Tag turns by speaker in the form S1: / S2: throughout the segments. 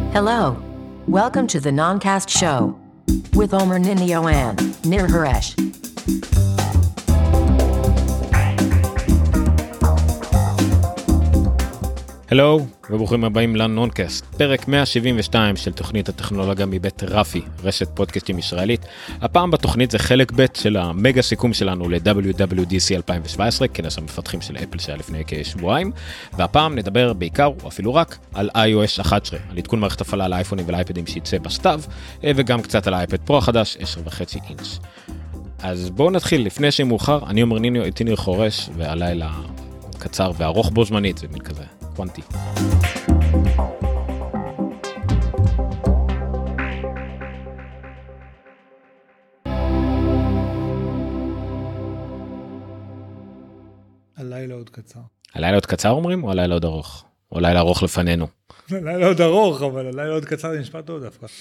S1: Hello. Welcome to the Noncast Show with Omer Ninio and Nir Haresh.
S2: הלו, וברוכים הבאים לנונקאסט, פרק 172 של תוכנית הטכנולוגיה מבית רפי, רשת פודקאסטים ישראלית. הפעם בתוכנית זה חלק ב' של המגה סיכום שלנו ל-WWDC 2017, כנס המפתחים של אפל שהיה לפני כשבועיים, והפעם נדבר בעיקר, או אפילו רק, על iOS 11, על עדכון מערכת הפעלה לאייפונים ולאייפדים שיצא בסתיו, וגם קצת על האייפד פרו החדש, 10.5 אינץ'. אז בואו נתחיל, לפני שמאוחר, אני אומר ניניו, איתי ניר חורש, והלילה קצר וארוך בו זמנית, זה מין כזה. קוונטי.
S3: הלילה עוד קצר.
S2: הלילה עוד קצר אומרים, או הלילה עוד ארוך? או לילה ארוך לפנינו?
S3: הלילה עוד ארוך, אבל הלילה עוד קצר זה נשמע טוב דווקא.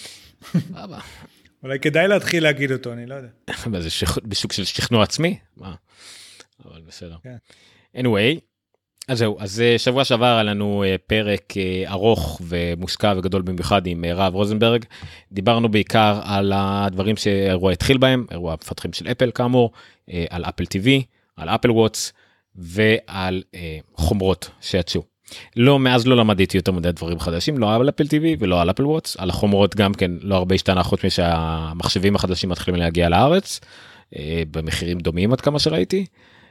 S3: אולי כדאי להתחיל להגיד אותו, אני לא יודע.
S2: זה בשוק של שכנוע עצמי? מה? אבל בסדר. anyway, אז זהו, אז שבוע שעבר היה לנו פרק ארוך ומושקע וגדול במיוחד עם רב רוזנברג. דיברנו בעיקר על הדברים שהאירוע התחיל בהם, אירוע המפתחים של אפל כאמור, על אפל TV, על אפל וואטס ועל חומרות שיצאו. מאז לא למדתי יותר מדי דברים חדשים, לא על אפל TV ולא על אפל וואטס, על החומרות גם כן לא הרבה השתנה חוץ משהמחשבים החדשים מתחילים להגיע לארץ, במחירים דומים עד כמה שראיתי.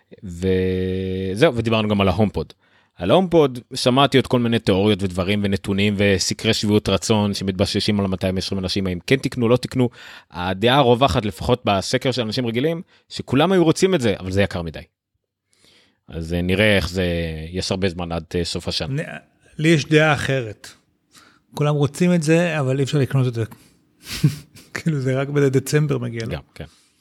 S2: וזהו, ודיברנו גם על ההומפוד. על ההומפוד שמעתי עוד כל מיני תיאוריות ודברים ונתונים וסקרי שביעות רצון שמתבששים על 220 אנשים, האם כן תקנו, לא תקנו. הדעה הרווחת לפחות בסקר של אנשים רגילים, שכולם היו רוצים את זה, אבל זה יקר מדי. אז נראה איך זה, יש הרבה זמן עד סוף השנה.
S3: לי יש דעה אחרת. כולם רוצים את זה, אבל אי אפשר לקנות את זה. כאילו זה רק בדצמבר מגיע לו.
S2: גם, כן.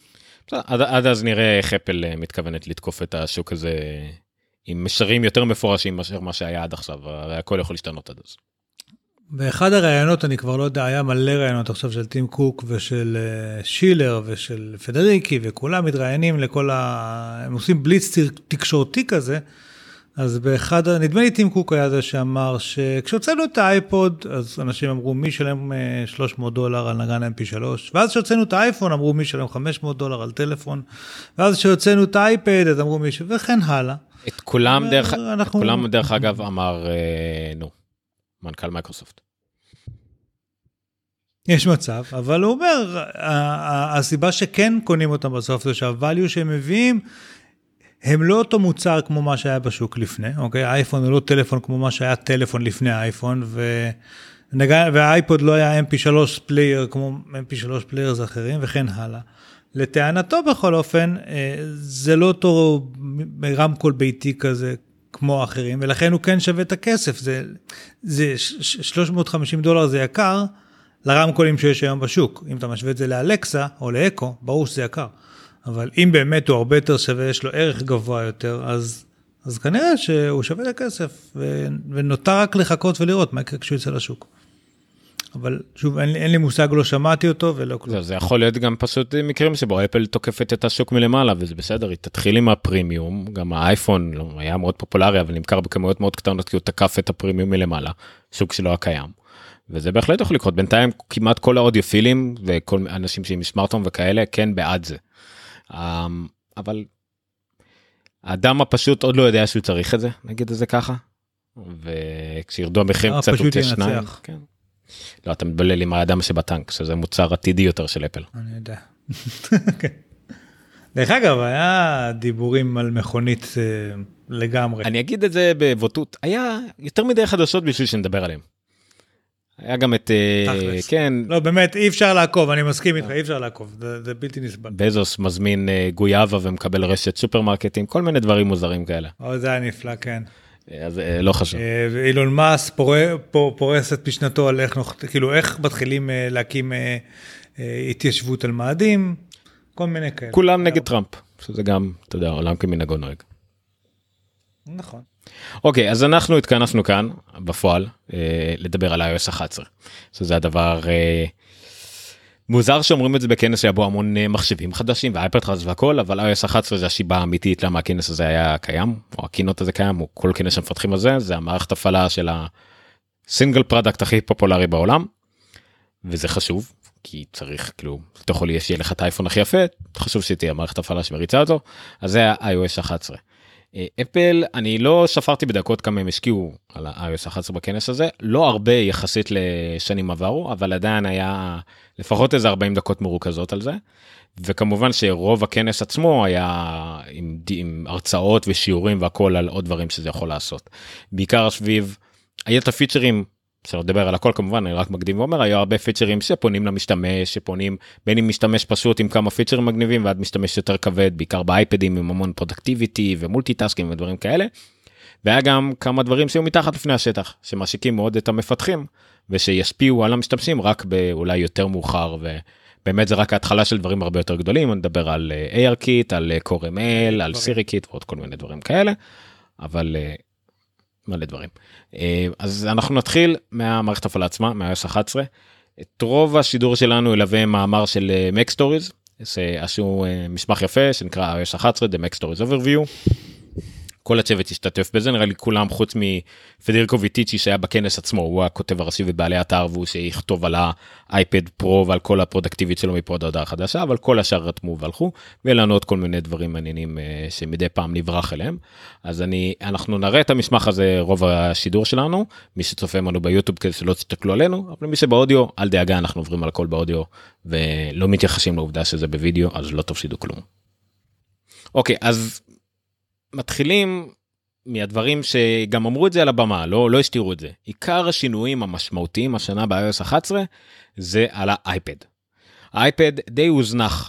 S2: עד אז נראה איך אפל מתכוונת לתקוף את השוק הזה עם משרים יותר מפורשים מאשר מה שהיה עד עכשיו, הרי הכל יכול להשתנות עד אז.
S3: באחד הראיונות, אני כבר לא יודע, היה מלא ראיונות עכשיו של טים קוק ושל שילר ושל פדריקי, וכולם מתראיינים לכל הם עושים בליץ תקשורתי כזה, אז באחד, נדמה לי טים קוק היה זה שאמר שכשהוצאנו את האייפוד, אז אנשים אמרו מי שלם $300 על נגן MP3, ואז כשהוצאנו את האייפון אמרו מי שלם $500 על טלפון, ואז כשהוצאנו את האייפד אז אמרו מי וכן הלאה.
S2: את כולם דרך אגב אמר, מנכ"ל מייקרוסופט.
S3: יש מצב, אבל הוא אומר, הסיבה שכן קונים אותם בסוף זה שהvalue שהם מביאים, הם לא אותו מוצר כמו מה שהיה בשוק לפני, אוקיי? האייפון הוא לא טלפון כמו מה שהיה טלפון לפני האייפון, והאייפוד לא היה MP3 פלייר כמו MP3 פליירס אחרים, וכן הלאה. לטענתו בכל אופן, זה לא אותו רמקול ביתי כזה כמו האחרים, ולכן הוא כן שווה את הכסף. זה $350 זה יקר לרמקולים שיש היום בשוק. אם אתה משווה את זה לאלקסה או לאקו, ברור שזה יקר. אבל אם באמת הוא הרבה יותר שווה, יש לו ערך גבוה יותר, אז כנראה שהוא שווה את הכסף, ונותר רק לחכות ולראות מה יקרה כשהוא יצא לשוק. אבל שוב, אין לי מושג, לא שמעתי אותו ולא כלום.
S2: זה יכול להיות גם פשוט מקרים שבו אפל תוקפת את השוק מלמעלה, וזה בסדר, היא תתחיל עם הפרימיום, גם האייפון היה מאוד פופולרי, אבל נמכר בכמויות מאוד קטנות, כי הוא תקף את הפרימיום מלמעלה, שוק שלא הקיים. וזה בהחלט יכול לקרות, בינתיים כמעט כל האודיופילים, וכל אנשים שעם סמארטפון וכאלה, כן בעד זה. אבל האדם הפשוט עוד לא יודע שהוא צריך את זה, נגיד את זה ככה, וכשירדו המחירים קצת הוא תשניים, כן. לא, אתה מתבלל עם האדם שבטנק, שזה מוצר עתידי יותר של אפל.
S3: אני יודע. דרך אגב, היה דיבורים על מכונית לגמרי.
S2: אני אגיד את זה בבוטות, היה יותר מדי חדשות בשביל שנדבר עליהם. היה גם את, כן.
S3: לא, באמת, אי אפשר לעקוב, אני מסכים איתך, אי אפשר לעקוב, זה בלתי נסבל.
S2: בזוס מזמין גויאבה ומקבל רשת סופרמרקטים, כל מיני דברים מוזרים כאלה.
S3: זה היה נפלא, כן.
S2: אז לא חשוב.
S3: אילון מאס פורסת משנתו על איך מתחילים להקים התיישבות על מאדים, כל מיני כאלה.
S2: כולם נגד טראמפ, שזה גם, אתה יודע, עולם כמנהגו נוהג.
S3: נכון.
S2: אוקיי, אז אנחנו התכנסנו כאן, בפועל, לדבר על iOS 11. שזה הדבר מוזר שאומרים את זה בכנס שהיה בו המון מחשבים חדשים ואייפד חדש והכל, אבל iOS 11 זה השיבה האמיתית למה הכנס הזה היה קיים, או הקינות הזה קיים, או כל כנס שמפתחים על זה, זה המערכת הפעלה של סינגל פרודקט הכי פופולרי בעולם, וזה חשוב, כי צריך, כאילו, אתה יכול שיהיה לך את האייפון הכי יפה, חשוב שתהיה מערכת הפעלה שמריצה אותו, אז זה ה-iOS 11. אפל, אני לא שפרתי בדקות כמה הם השקיעו על ה-iOS 11 בכנס הזה, לא הרבה יחסית לשנים עברו, אבל עדיין היה לפחות איזה 40 דקות מרוכזות על זה, וכמובן שרוב הכנס עצמו היה עם הרצאות ושיעורים והכל על עוד דברים שזה יכול לעשות. בעיקר סביב, היה את הפיצ'רים, אפשר לדבר על הכל כמובן, אני רק מקדים ואומר, היו הרבה פיצ'רים שפונים למשתמש, שפונים בין אם משתמש פשוט עם כמה פיצ'רים מגניבים, ועד משתמש יותר כבד, בעיקר באייפדים עם המון פרודקטיביטי ומולטיטאסקים ודברים כאלה, והיה גם כמה דברים שהיו מתחת לפני השטח, שמשיקים מאוד את המפתחים, ושישפיעו על המשתמשים רק באולי יותר מאוחר, ובאמת זה רק ההתחלה של דברים הרבה יותר גדולים, אני מדבר על ARKit, על CoreML, על SiriKit ועוד כל מיני דברים כאלה, אבל מלא דברים. אז אנחנו נתחיל מהמערכת הפעלה עצמה, מה-iOS 11. את רוב השידור שלנו ילווה מאמר של Mac Stories, שהוא מסמך יפה שנקרא iOS 11, The Mac Stories Overview. כל הצוות השתתף בזה, נראה לי כולם חוץ מפדריקו ויטיצ'י שהיה בכנס עצמו, הוא הכותב הראשי ובעלי האתר, והוא שיכתוב על האייפד פרו ועל כל הפרודקטיבית שלו מפה עד ההודעה החדשה, אבל כל השאר רתמו והלכו, ולנו עוד כל מיני דברים מעניינים שמדי פעם נברח אליהם. אז אנחנו נראה את המסמך הזה רוב השידור שלנו, מי שצופה לנו ביוטיוב כדי שלא תסתכלו עלינו, אבל מי שבאודיו, אל דאגה, אנחנו עוברים על הכל באודיו, ולא מתייחסים לעובדה שזה בווידאו, אז לא טוב שידעו כלום. אוקיי, אז מתחילים מהדברים שגם אמרו את זה על הבמה, לא הסתירו את זה. עיקר השינויים המשמעותיים השנה ב-iOS 11 זה על האייפד. האייפד די הוזנח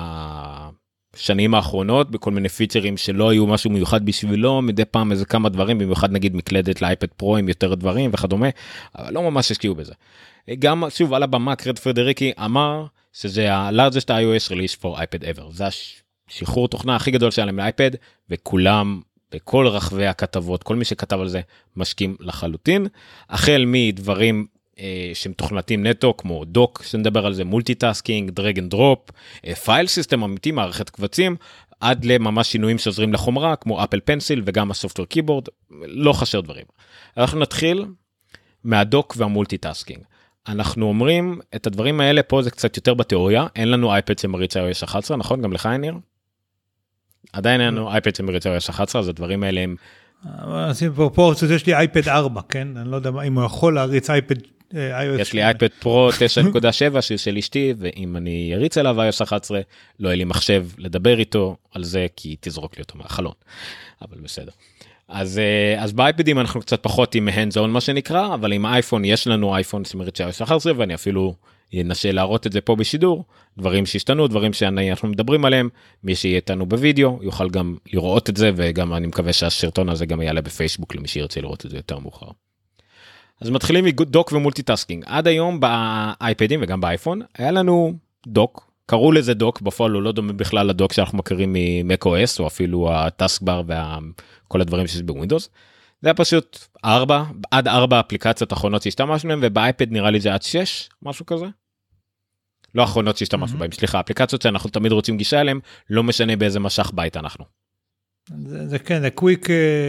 S2: בשנים האחרונות, בכל מיני פיצ'רים שלא היו משהו מיוחד בשבילו, מדי פעם איזה כמה דברים, במיוחד נגיד מקלדת לאייפד פרו עם יותר דברים וכדומה, אבל לא ממש השקיעו בזה. גם שוב על הבמה, קרד פרדריקי אמר שזה ה-largest iOS release for iPad ever. זה שחרור תוכנה הכי גדול שלהם לאייפד, וכולם, בכל רחבי הכתבות, כל מי שכתב על זה, משקים לחלוטין, החל מדברים שהם תוכנתים נטו, כמו דוק, שנדבר על זה, מולטיטאסקינג, דרג אנד דרופ, פייל סיסטם אמיתי, מערכת קבצים, עד לממש שינויים שעוזרים לחומרה, כמו אפל פנסיל, וגם הסופטוור קיבורד, לא חסר דברים. אנחנו נתחיל מהדוק והמולטיטאסקינג. אנחנו אומרים, את הדברים האלה פה זה קצת יותר בתיאוריה, אין לנו אייפד שמריץ iOS 11, נכון? גם לך ניר? עדיין אין לנו אייפד שמריץ iOS 11, אז הדברים האלה הם...
S3: בפרופורציות יש לי אייפד 4, כן? אני לא יודע אם הוא יכול להריץ אייפד iOS.
S2: יש לי אייפד פרו 9.7 של אשתי, ואם אני אריץ אליו iOS 11, לא יהיה לי מחשב לדבר איתו על זה, כי תזרוק לי אותו מהחלון. אבל בסדר. אז באייפדים אנחנו קצת פחות עם hands on מה שנקרא, אבל עם האייפון, יש לנו אייפון שמריץ iOS 11, ואני אפילו אנסה להראות את זה פה בשידור, דברים שהשתנו, דברים שאנחנו מדברים עליהם, מי שיהיה איתנו בווידאו, יוכל גם לראות את זה, וגם אני מקווה שהשרטון הזה גם יעלה בפייסבוק, למי שירצה לראות את זה יותר מאוחר. אז מתחילים מדוק ומולטיטאסקינג. עד היום באייפדים וגם באייפון, היה לנו דוק, קראו לזה דוק, בפועל הוא לא דומה בכלל לדוק שאנחנו מכירים מ-macOS, או אפילו הטאסקבר וכל הדברים שיש בווינדוס. זה היה פשוט עד 4 אפליקציות אחרונות שהשתמשנו להם, ובאייפד נראה לי זה עד 6, משהו כזה. לא אחרונות שהשתמשנו בהם, סליחה, אפליקציות שאנחנו תמיד רוצים גישה אליהם, לא משנה באיזה משך בית אנחנו.
S3: זה כן, זה quick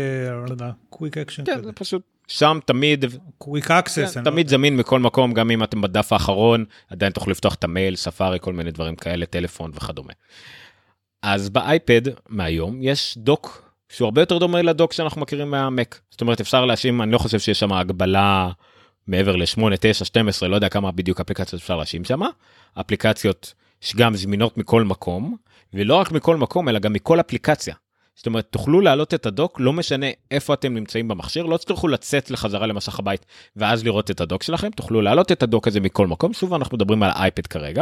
S3: action.
S2: כן, זה פשוט שם תמיד,
S3: quick access.
S2: תמיד זמין מכל מקום, גם אם אתם בדף האחרון, עדיין תוכלו לפתוח את המייל, ספארי, כל מיני דברים כאלה, טלפון וכדומה. אז באייפד מהיום יש דוק, שהוא הרבה יותר דומה לדוק שאנחנו מכירים מהמק. זאת אומרת, אפשר להשים, אני לא חושב שיש שם הגבלה מעבר ל-8, 9, 12, לא יודע כמה בדיוק אפליקציות אפשר להשים שם. אפליקציות שגם זמינות מכל מקום, ולא רק מכל מקום, אלא גם מכל אפליקציה. זאת אומרת, תוכלו להעלות את הדוק, לא משנה איפה אתם נמצאים במכשיר, לא תצטרכו לצאת לחזרה למסך הבית, ואז לראות את הדוק שלכם, תוכלו להעלות את הדוק הזה מכל מקום, שוב אנחנו מדברים על האייפד כרגע.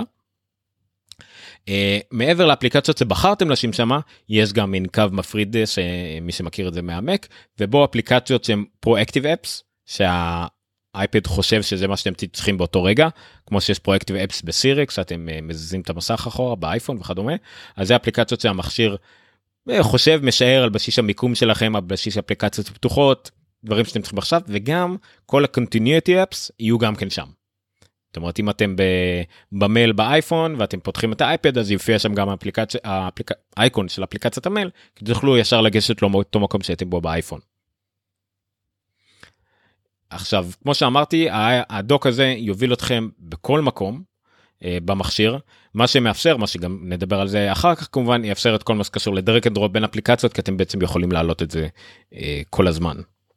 S2: מעבר לאפליקציות שבחרתם לשים שמה, יש גם מין קו מפריד, שמי שמכיר את זה מהמק, ובו אפליקציות שהן פרו-אקטיב אפס, שהאייפד חושב שזה מה שאתם צריכים באותו רגע, כמו שיש פרו-אקטיב אפס בסיריקס, אתם מזיזים את המסך אחורה, באייפון וכדומה, אז זה אפליקציות שהמכשיר חושב, משער על בסיס המיקום שלכם, על בסיס אפליקציות פתוחות, דברים שאתם צריכים עכשיו, וגם כל ה-Continuity Apps יהיו גם כן שם. זאת אומרת, אם אתם במייל באייפון, ואתם פותחים את האייפד, אז יופיע שם גם האייקון של אפליקציית המייל, כי תוכלו ישר לגשת לאותו מקום שאתם בו באייפון. עכשיו, כמו שאמרתי, הדוק הזה יוביל אתכם בכל מקום במכשיר, מה שמאפשר, מה שגם נדבר על זה אחר כך כמובן, יאפשר את כל מה שקשור לדרג אנד דרופ בין אפליקציות, כי אתם בעצם יכולים להעלות את זה כל הזמן.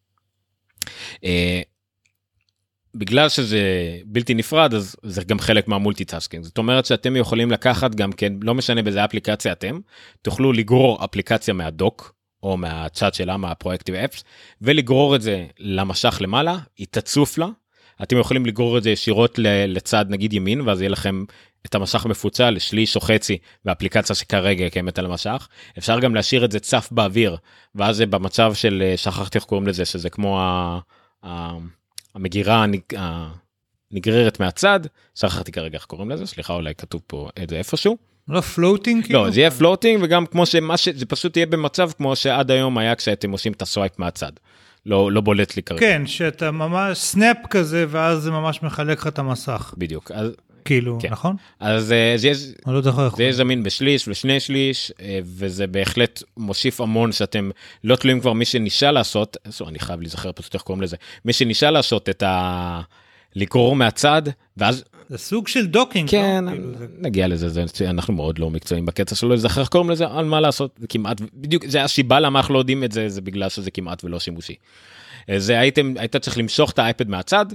S2: בגלל שזה בלתי נפרד, אז זה גם חלק מהמולטיטאסקינג. זאת אומרת שאתם יכולים לקחת גם כן, לא משנה באיזה אפליקציה אתם, תוכלו לגרור אפליקציה מהדוק, או מהצ'אט שלה, מהפרויקטיב אפס, ולגרור את זה למשך למעלה, היא תצוף לה, אתם יכולים לגרור את זה ישירות לצד נגיד ימין, ואז יהיה לכם את המשך מפוצל לשליש או חצי, באפליקציה שכרגע קיימת על המשך, אפשר גם להשאיר את זה צף באוויר, ואז זה במצב של, שכחתי איך קוראים לזה, שזה כמו המגירה הנגררת מהצד, שכחתי כרגע איך קוראים לזה, סליחה אולי כתוב פה את זה איפשהו.
S3: לא פלוטינג?
S2: לא, זה יהיה פלוטינג, וגם כמו זה פשוט יהיה במצב כמו שעד היום היה כשאתם עושים את הסווייפ מהצד. לא בולט לי כרגע.
S3: כן, שאתה ממש סנאפ כזה, ואז זה ממש מחלק לך את המסך.
S2: בדיוק.
S3: כאילו,
S2: כן.
S3: נכון?
S2: אז זה יהיה זמין בשליש ושני שליש, וזה בהחלט מוסיף המון שאתם לא תלויים כבר מי שנשאל לעשות, אני חייב להיזכר פשוט איך קוראים לזה, מי שנשאל לעשות את לגרור מהצד, ואז...
S3: זה סוג של דוקינג.
S2: כן, נגיע לזה, אנחנו מאוד לא מקצועיים בקצע שלו, להיזכר איך קוראים לזה, על מה לעשות, זה כמעט, בדיוק, זה השיבה למה אנחנו לא יודעים את זה, זה בגלל שזה כמעט ולא שימושי. זה היית צריך למשוך את האייפד מהצד,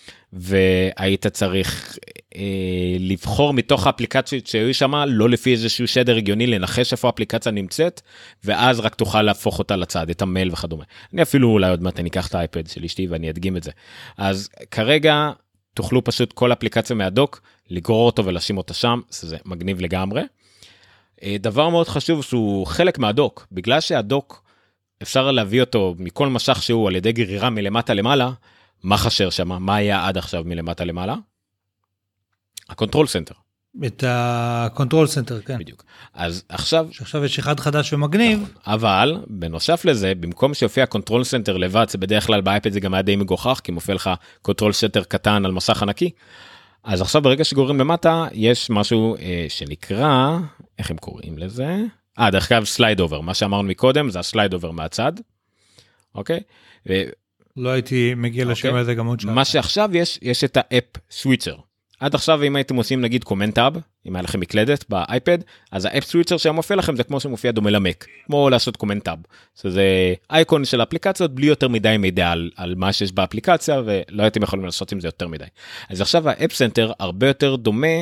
S2: והיית צריך לבחור מתוך האפליקציות שהיו שם, לא לפי איזשהו שדר רגיוני, לנחש איפה האפליקציה נמצאת, ואז רק תוכל להפוך אותה לצד, את המייל וכדומה. אני אפילו אולי עוד מעט אני אקח את האייפד של אשתי ואני אדגים את זה. אז כרגע תוכלו פשוט כל אפליקציה מהדוק, לגרור אותו ולשים אותה שם, זה מגניב לגמרי. דבר מאוד חשוב שהוא חלק מהדוק, בגלל שהדוק אפשר להביא אותו מכל משך שהוא על ידי גרירה מלמטה למעלה, מה חשר שם? מה היה עד עכשיו מלמטה למעלה? הקונטרול סנטר.
S3: את הקונטרול סנטר, כן.
S2: בדיוק. אז עכשיו...
S3: שעכשיו יש אחד חדש ומגניב.
S2: נכון. אבל, בנוסף לזה, במקום שיופיע קונטרול סנטר לבד, זה בדרך כלל באייפד זה גם היה די מגוחך, כי מופיע לך קונטרול סנטר קטן על מסך ענקי. אז עכשיו ברגע שגוררים למטה, יש משהו שנקרא, איך הם קוראים לזה? דרך כלל סלייד אובר. מה שאמרנו מקודם, זה הסלייד אובר מהצד. אוקיי?
S3: לא הייתי מגיע לשם הזה גם עוד שעה.
S2: מה שעכשיו יש את האפ סוויצ'ר. עד עכשיו אם הייתם עושים נגיד קומנט טאב, אם היה לכם מקלדת באייפד, אז האפ סוויצ'ר שמופיע לכם זה כמו שמופיע דומה למק, כמו לעשות קומנט טאב. זה אייקון של האפליקציות בלי יותר מדי מידע על מה שיש באפליקציה, ולא הייתם יכולים לעשות עם זה יותר מדי. אז עכשיו האפ סנטר הרבה יותר דומה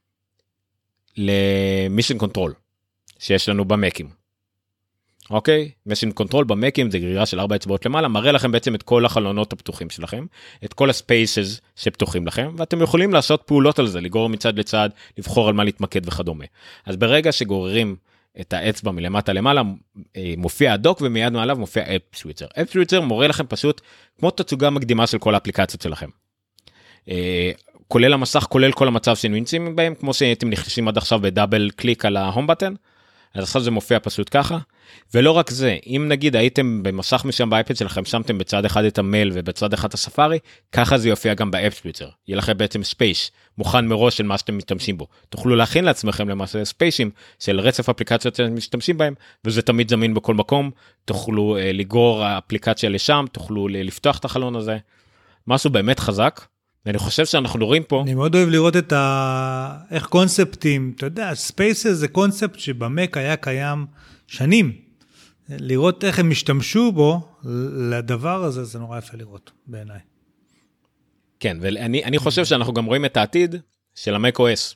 S2: למישן קונטרול, שיש לנו במקים. אוקיי? מישן קונטרול במקים זה גרירה של 4 אצבעות למעלה, מראה לכם בעצם את כל החלונות הפתוחים שלכם, את כל הספייסס שפתוחים לכם, ואתם יכולים לעשות פעולות על זה, לגרור מצד לצד, לבחור על מה להתמקד וכדומה. אז ברגע שגוררים את האצבע מלמטה למעלה, מופיע הדוק ומיד מעליו מופיע אפ סוויצ'ר. אפ סוויצ'ר מורה לכם פשוט כמו תצוגה מקדימה של כל האפליקציות שלכם. כולל המסך, כולל כל המצב שנמצאים בהם, כמו שאתם נכנסים עד עכשיו בדאבל קליק על ההום בטן, אז עכשיו זה מופיע פשוט ככה, ולא רק זה, אם נגיד הייתם במסך משם באייפד שלכם, שמתם בצד אחד את המייל ובצד אחד הספארי, ככה זה יופיע גם באפ סוויצ'ר, יהיה לכם בעצם ספייס, מוכן מראש של מה שאתם משתמשים בו, תוכלו להכין לעצמכם למעשה ספייסים של רצף אפליקציות שאתם משתמשים בהם, וזה תמיד זמין בכל מקום, תוכלו לגרור האפליקציה לשם, תוכלו לפתוח את החלון הזה, משהו באמת חזק, ואני חושב שאנחנו רואים פה...
S3: אני מאוד אוהב לראות איך קונספטים, אתה יודע, ספייסס זה קונספט שבמק היה קיים שנים. לראות איך הם השתמשו בו, לדבר הזה, זה נורא יפה לראות, בעיניי.
S2: כן, ואני חושב שאנחנו גם רואים את העתיד של המק OS.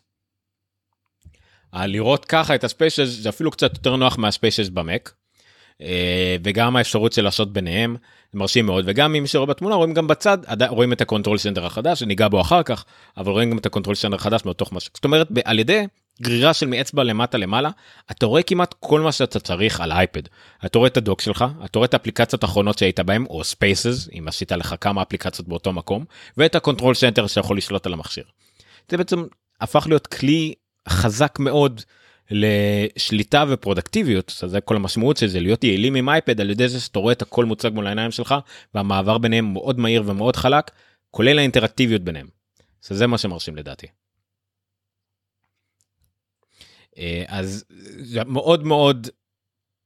S2: לראות ככה את הספייסס, זה אפילו קצת יותר נוח מהספייסס במק. וגם האפשרות של לעשות ביניהם, זה מרשים מאוד, וגם אם שרואה בתמונה, רואים גם בצד, רואים את הקונטרול סנטר החדש, שניגע בו אחר כך, אבל רואים גם את הקונטרול סנטר החדש מאותוך משהו, זאת אומרת, על ידי גרירה של מאצבע למטה למעלה, אתה רואה כמעט כל מה שאתה צריך על האייפד, אתה רואה את הדוק שלך, אתה רואה את האפליקציות האחרונות שהיית בהם, או ספייסס, אם עשית לך כמה אפליקציות באותו מקום, ואת הקונטרול סנטר שיכול לשלוט על המכשיר. זה בעצם הפך להיות כלי חזק מאוד, לשליטה ופרודקטיביות, אז זה כל המשמעות של זה, להיות יעילים עם אייפד, על ידי זה שאתה רואה את הכל מוצג מול העיניים שלך, והמעבר ביניהם מאוד מהיר ומאוד חלק, כולל האינטראקטיביות ביניהם. אז זה מה שמרשים לדעתי. אז זה מאוד מאוד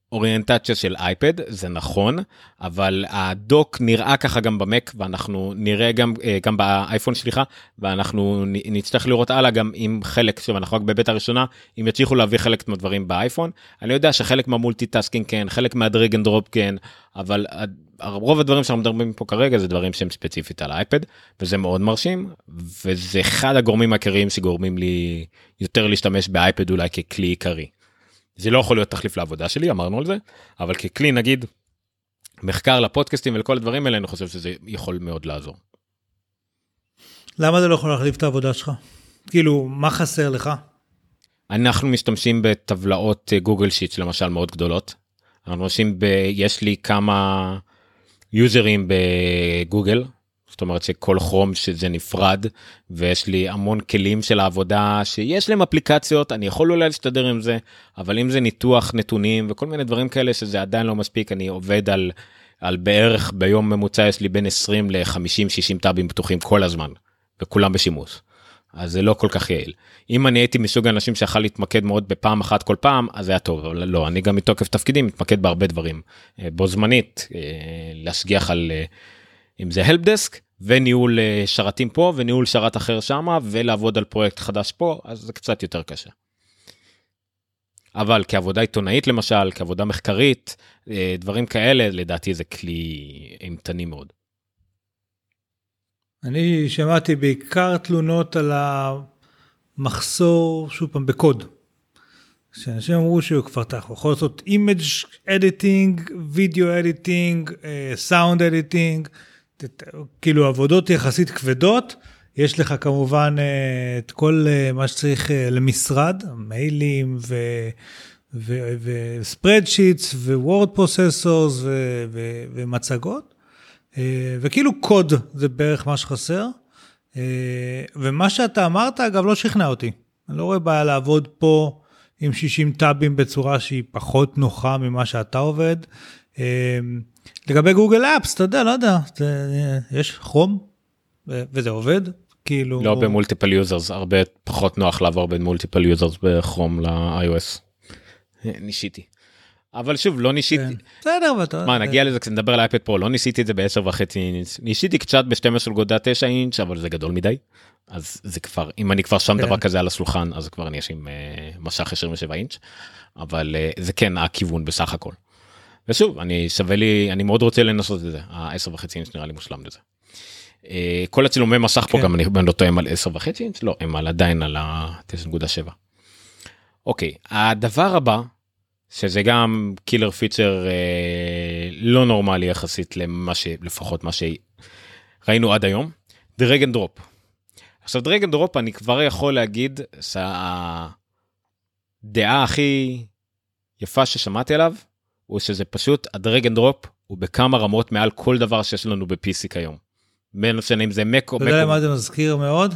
S2: אוריינטציה של אייפד, זה נכון, אבל הדוק נראה ככה גם במק, ואנחנו נראה גם באייפון, סליחה, ואנחנו נצטרך לראות הלאה גם עם חלק, שאנחנו רק בבית הראשונה, אם יצליחו להביא חלק מהדברים באייפון, אני יודע שחלק מהמולטיטאסקינג כן, חלק מהדרג אנד דרופ כן, אבל רוב הדברים שאנחנו מדברים פה כרגע, זה דברים שהם ספציפית על האייפד, וזה מאוד מרשים, וזה אחד הגורמים העיקריים שגורמים לי יותר להשתמש באייפד אולי ככלי עיקרי. זה לא יכול להיות תחליף לעבודה שלי, אמרנו על זה, אבל ככלי נגיד, מחקר לפודקאסטים ולכל הדברים האלה, אני חושב שזה יכול מאוד לעזור.
S3: למה זה לא יכול להחליף את העבודה שלך? כאילו, מה חסר לך?
S2: אנחנו משתמשים בטבלאות גוגל שיטס, למשל, מאוד גדולות. אנחנו משתמשים יש לי כמה יוזרים בגוגל, זאת אומרת שכל כרום שזה נפרד, ויש לי המון כלים של העבודה, שיש להם אפליקציות, אני יכול אולי להסתדר עם זה, אבל אם זה ניתוח נתונים, וכל מיני דברים כאלה, שזה עדיין לא מספיק, אני עובד על בערך ביום ממוצע, יש לי בין 20 ל-50-60 טאבים פתוחים כל הזמן, וכולם בשימוש. אז זה לא כל כך יעיל. אם אני הייתי מסוג האנשים שיכול להתמקד מאוד בפעם אחת כל פעם, אז זה היה טוב, אבל לא, אני גם מתוקף תפקידים, מתמקד בהרבה דברים. בו זמנית, להשגיח על, אם זה helpdesk, וניהול שרתים פה, וניהול שרת אחר שמה, ולעבוד על פרויקט חדש פה, אז זה קצת יותר קשה. אבל כעבודה עיתונאית למשל, כעבודה מחקרית, דברים כאלה, לדעתי זה כלי אימתני מאוד.
S3: אני שמעתי בעיקר תלונות על המחסור, שוב פעם, בקוד. שאנשים אמרו שהוא כבר יכול לעשות image editing, video editing, sound editing, כאילו עבודות יחסית כבדות, יש לך כמובן את כל מה שצריך למשרד, מיילים וספרדשיטס וורד פרוססורס ומצגות, וכאילו קוד זה בערך מה שחסר, ומה שאתה אמרת אגב לא שכנע אותי, אני לא רואה בעיה לעבוד פה עם 60 טאבים בצורה שהיא פחות נוחה ממה שאתה עובד, לגבי גוגל אפס, אתה יודע, לא יודע, יש כרום, וזה עובד, כאילו...
S2: לא במולטיפל יוזרס, הרבה פחות נוח לעבור בין מולטיפל יוזרס בכרום ל-iOS. ניסיתי. אבל שוב, לא ניסיתי...
S3: בסדר, ואתה...
S2: מה, נגיע לזה כשנדבר על אייפד פרו, לא ניסיתי את זה ב10.5 אינץ'. ניסיתי קצת ב12.9 אינץ', אבל זה גדול מדי. אז זה כבר, אם אני כבר שם דבר כזה על השולחן, אז כבר אני אשים משך 27 אינץ'. אבל זה כן הכיוון בסך הכל. ושוב, אני מאוד רוצה לנסות את זה, ה10.5 אינץ' נראה לי מושלם לזה. כל הצילומי מסך פה גם אני לא טועה הם על 10.5 אינץ', לא, הם עדיין על ה-9.7. אוקיי, הדבר הבא, שזה גם קילר פיצ'ר לא נורמלי יחסית לפחות מה שראינו עד היום, דרג אנד דרופ. עכשיו דרג אנד דרופ אני כבר יכול להגיד שהדעה הכי יפה ששמעתי עליו, הוא שזה פשוט, הדרג אנד דרופ הוא בכמה רמות מעל כל דבר שיש לנו ב-PC כיום. בין השנה אם זה Mac או...
S3: אתה יודע מה זה מזכיר מאוד?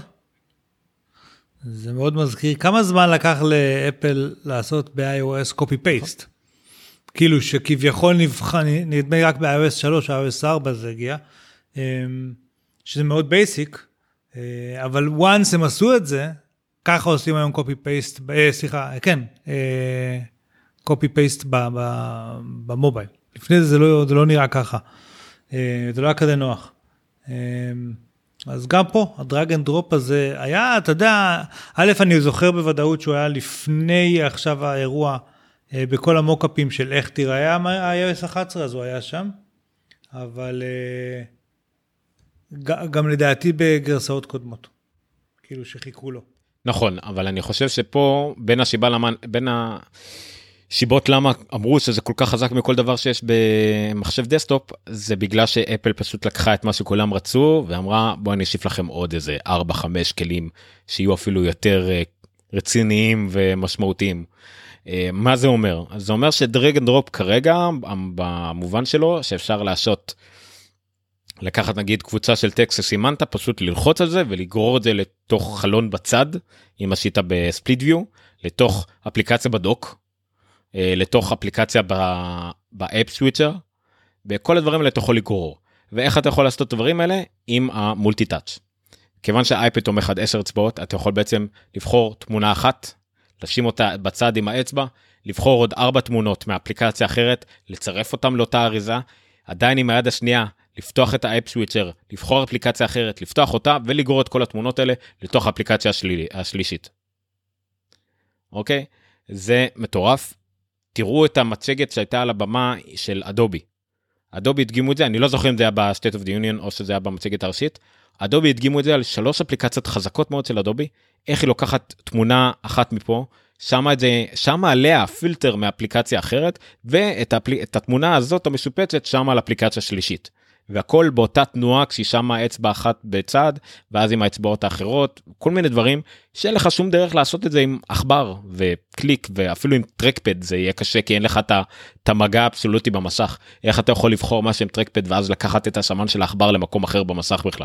S3: זה מאוד מזכיר. כמה זמן לקח לאפל לעשות ב-iOS copy-paste? כאילו שכביכול נדמה רק ב-iOS 3, iOS 4 זה הגיע, שזה מאוד בייסיק, אבל once הם עשו את זה, ככה עושים היום copy-paste, סליחה, כן, copy-paste במובייל. לפני זה לא נראה ככה. זה לא היה כזה נוח. אז גם פה, הדרג אנד דרופ הזה היה, אתה יודע, א', אני זוכר בוודאות שהוא היה לפני עכשיו האירוע, בכל המוקאפים של איך תיראה ה-iOS 11, אז הוא היה שם. אבל גם לדעתי בגרסאות קודמות. כאילו שחיכו לו.
S2: נכון, אבל אני חושב שפה בין השיבות למה אמרו שזה כל כך חזק מכל דבר שיש במחשב דסקטופ, זה בגלל שאפל פשוט לקחה את מה שכולם רצו, ואמרה בואו אני אוסיף לכם עוד איזה 4-5 כלים, שיהיו אפילו יותר רציניים ומשמעותיים. מה זה אומר? אז זה אומר שדרג אנד דרופ כרגע, במובן שלו, שאפשר לקחת נגיד קבוצה של טקסט שסימנת, פשוט ללחוץ על זה ולגרור את זה לתוך חלון בצד, אם עשית בספליט ויו, לתוך אפליקציה בדוק, לתוך אפליקציה באפ סוויצ'ר, וכל הדברים האלה אתה יכול לגרור. ואיך אתה יכול לעשות את הדברים האלה? עם המולטי-טאץ'. כיוון שהאייפד תומך עד 10 אצבעות, אתה יכול בעצם לבחור תמונה אחת, לשים אותה בצד עם האצבע, לבחור עוד 4 תמונות מאפליקציה אחרת, לצרף אותם לאותה אריזה, עדיין עם היד השנייה, לפתוח את האפ סוויצ'ר, לבחור אפליקציה אחרת, לפתוח אותה, ולגרור את כל התמונות האלה לתוך האפליקציה השלישית. אוקיי? זה מטורף. תראו את המצגת שהייתה על הבמה של אדובי. אדובי הדגימו את זה, אני לא זוכר אם זה היה ב-State of the Union או שזה היה במצגת הראשית. אדובי הדגימו את זה על 3 אפליקציות חזקות מאוד של אדובי, איך היא לוקחת תמונה אחת מפה, שמה עליה פילטר מאפליקציה אחרת, ואת התמונה הזאת המשופצת שמה על אפליקציה שלישית. והכל באותה תנועה, כשהיא שמה אצבע אחת בצד, ואז עם האצבעות האחרות, כל מיני דברים, שאין לך שום דרך לעשות את זה עם עכבר וקליק, ואפילו עם טרקפד, זה יהיה קשה, כי אין לך את המגע האבסולוטי במסך. איך אתה יכול לבחור משהו עם טרקפד, ואז לקחת את השמן של העכבר למקום אחר במסך בכלל.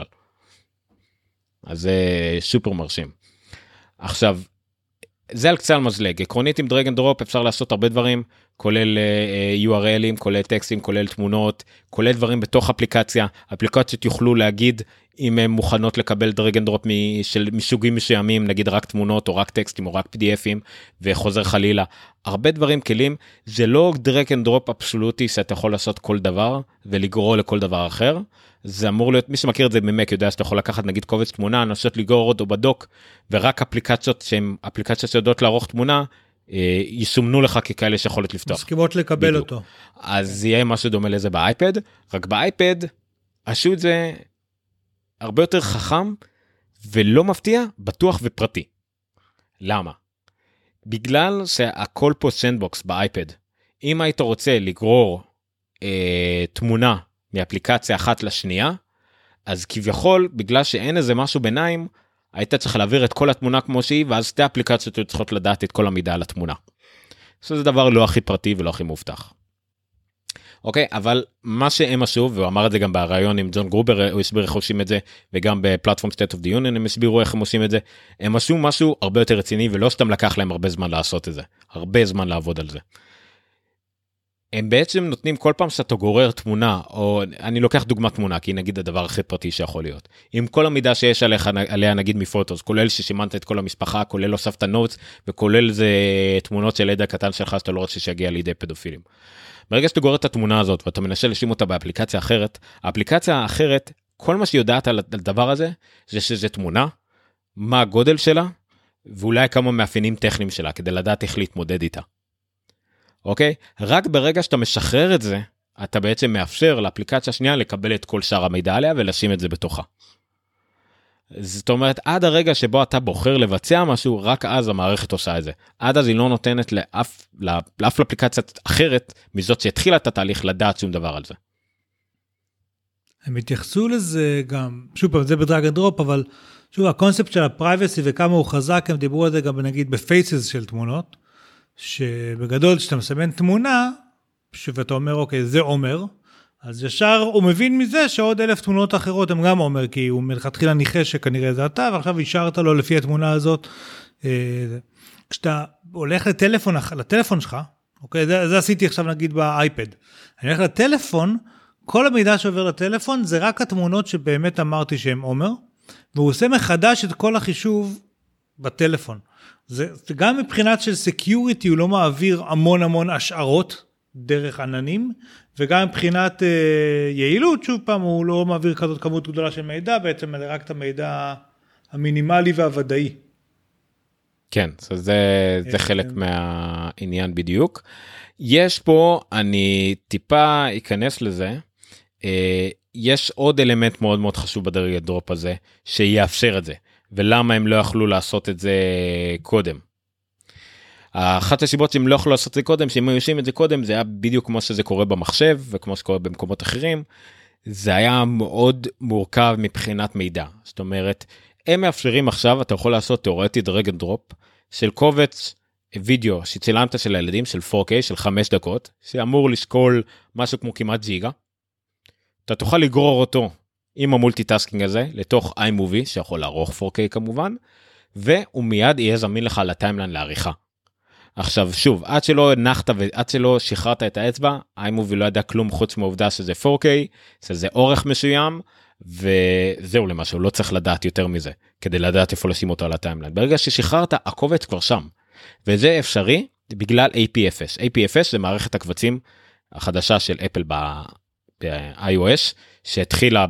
S2: אז זה סופר מרשים. עכשיו, זה על קצה המזלג. עקרונית עם דרג אנד דרופ אפשר לעשות הרבה דברים, כולל URLים, כולל טקסטים, כולל תמונות, כולל דברים בתוך אפליקציה. אפליקציות יוכלו להגיד אם הן מוכנות לקבל דרג אנד דרופ מסוגים מסוימים, נגיד רק תמונות או רק טקסטים או רק PDFים, וחוזר חלילה. הרבה דברים, כלים, זה לא דרג אנד דרופ אבסולוטי שאתה יכול לעשות כל דבר ולגרור לכל דבר אחר. זה אמור להיות, מי שמכיר את זה ממק יודע שאתה יכול לקחת נגיד קובץ תמונה, לנסות לגרור אותו בדוק, ורק אפליקציות שהן אפליקציות שיודעות לערוך תמונה, יסומנו לך ככאלה שיכולת לפתוח.
S3: מסכימות לקבל בדיוק. אותו.
S2: אז יהיה משהו דומה לזה באייפד, רק באייפד, עשו את זה הרבה יותר חכם, ולא מפתיע, בטוח ופרטי. למה? בגלל שהכל פה סנדבוקס באייפד. אם היית רוצה לגרור תמונה מאפליקציה אחת לשנייה, אז כביכול, בגלל שאין איזה משהו ביניים, היית צריך להעביר את כל התמונה כמו שהיא, ואז 2 אפליקציות צריכות לדעת את כל המידע על התמונה. זה דבר לא הכי פרטי ולא הכי מובטח. אוקיי, אבל מה שהם עשו, והוא אמר את זה גם בראיון עם ג'ון גרובר, הוא הסביר איך עושים את זה, וגם בפלטפורם State of the Union הם הסבירו איך הם עושים את זה, הם עשו משהו הרבה יותר רציני, ולא סתם לקח להם הרבה זמן לעשות את זה, הרבה זמן לעבוד על זה. הם בעצם נותנים כל פעם שאתה גורר תמונה, או אני לוקח דוגמת תמונה, כי נגיד הדבר הכי פרטי שיכול להיות. עם כל המידע שיש עליה נגיד מפוטוס, כולל ששימנת את כל המשפחה, כולל הוספת נוטס, וכולל זה תמונות של עד הקטן שלך, שאתה לא רוצה שיגיע לידי פדופילים. ברגע שאתה גורר את התמונה הזאת, ואתה מנסה לשים אותה באפליקציה אחרת, האפליקציה האחרת, כל מה שיודעת על הדבר הזה, זה שזה תמונה, מה הגודל שלה, ואולי כמה מאפיינים טכניים שלה, כדי לדעת איך להתמודד איתה. אוקיי? רק ברגע שאתה משחרר את זה, אתה בעצם מאפשר לאפליקציה השנייה לקבל את כל שאר המידע עליה ולשים את זה בתוכה. זאת אומרת, עד הרגע שבו אתה בוחר לבצע משהו, רק אז המערכת עושה את זה. עד אז היא לא נותנת לאף אפליקציה אחרת, מזאת שהתחילה את התהליך לדעת שום דבר על זה.
S3: הם התייחסו לזה גם, שוב פעם, זה בדרג אנד דרופ, אבל שוב, הקונספט של הפרייבסי וכמה הוא חזק, הם דיברו על זה גם נגיד בפייסס של תמונות, שבגדול כשאתה מסמן תמונה, ואתה אומר, אוקיי, זה עומר, אז ישר הוא מבין מזה שעוד 1,000 תמונות אחרות הם גם עומר, כי הוא מלכתחילה ניחש שכנראה זה אתה, ועכשיו השארת לו לפי התמונה הזאת. כשאתה הולך לטלפון שלך, אוקיי, זה עשיתי עכשיו נגיד באייפד, אני הולך לטלפון, כל המידע שעובר לטלפון זה רק התמונות שבאמת אמרתי שהם עומר, והוא עושה מחדש את כל החישוב בטלפון. זה גם מבחינת של סקיוריטי, הוא לא מעביר המון השערות דרך עננים, וגם מבחינת יעילות, שוב פעם, הוא לא מעביר כזאת כמות גדולה של מידע, בעצם רק את המידע המינימלי והוודאי.
S2: כן, זה חלק מהעניין בדיוק. יש פה, אני טיפה אכנס לזה, יש עוד אלמנט מאוד מאוד חשוב בדרג הדרופ הזה, שיאפשר את זה. ולמה הם לא יכלו לעשות את זה קודם. אחת הסיבות שהם לא יכלו לעשות את זה קודם, שהם עושים את זה קודם, זה היה בדיוק כמו שזה קורה במחשב, וכמו שקורה במקומות אחרים, זה היה מאוד מורכב מבחינת מידע. זאת אומרת, הם מאפשרים עכשיו, אתה יכול לעשות תיאורטי דרג אנד דרופ, של קובץ וידאו שצילמת של הילדים, של 4K, של 5 דקות, שאמור לשקול משהו כמו כמעט ג'יגה. אתה תוכל לגרור אותו, עם המולטיטאסקינג הזה, לתוך iMovie, שיכול לערוך 4K כמובן, והוא מיד יהיה זמין לך לטיימליין לעריכה. עכשיו שוב, עד שלא הנחת ועד שלא שחררת את האצבע, iMovie לא ידע כלום חוץ מהעובדה שזה 4K, שזה אורך מסוים, וזהו למשהו, לא צריך לדעת יותר מזה, כדי לדעת איפה לשים אותו על הטיימליין. ברגע ששחררת, הקובץ כבר שם, וזה אפשרי בגלל APFS. APFS זה מערכת הקבצים החדשה של אפל ב-iOS, שהתחילה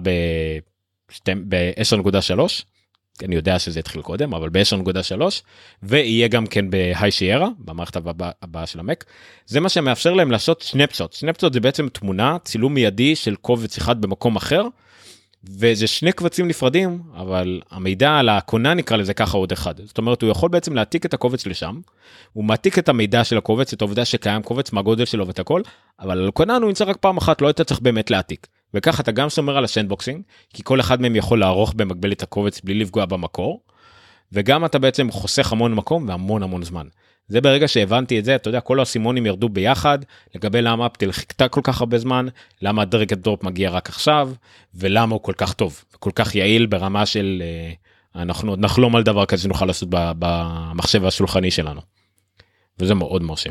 S2: ב-10.3, אני יודע שזה התחיל קודם, אבל ב-10.3, ויהיה גם כן ב-High Sierra, במערכת הבאה של המק. זה מה שמאפשר להם לעשות סנפשוט. סנפשוט זה בעצם תמונה, צילום מיידי של קובץ אחד במקום אחר, וזה שני קבצים נפרדים, אבל המידע על הקונה נקרא לזה ככה עוד אחד. זאת אומרת, הוא יכול בעצם להעתיק את הקובץ לשם, הוא מעתיק את המידע של הקובץ, את העובדה שקיים קובץ מהגודל שלו ואת הכל, אבל על הקונה הוא נמצא רק פעם אחת, לא היית צריך באמת להעתיק. וככה אתה גם שומר על השנדבוקסינג, כי כל אחד מהם יכול לערוך במקביל את הקובץ בלי לפגוע במקור, וגם אתה בעצם חוסך המון מקום והמון המון זמן. זה ברגע שהבנתי את זה, אתה יודע, כל הסימונים ירדו ביחד, לגבי למה אפל חיכתה כל כך הרבה זמן, למה הדרג הדרופ מגיע רק עכשיו, ולמה הוא כל כך טוב, כל כך יעיל ברמה של, אנחנו עוד נחלום על דבר כזה שנוכל לעשות במחשב השולחני שלנו. וזה מאוד מרשים.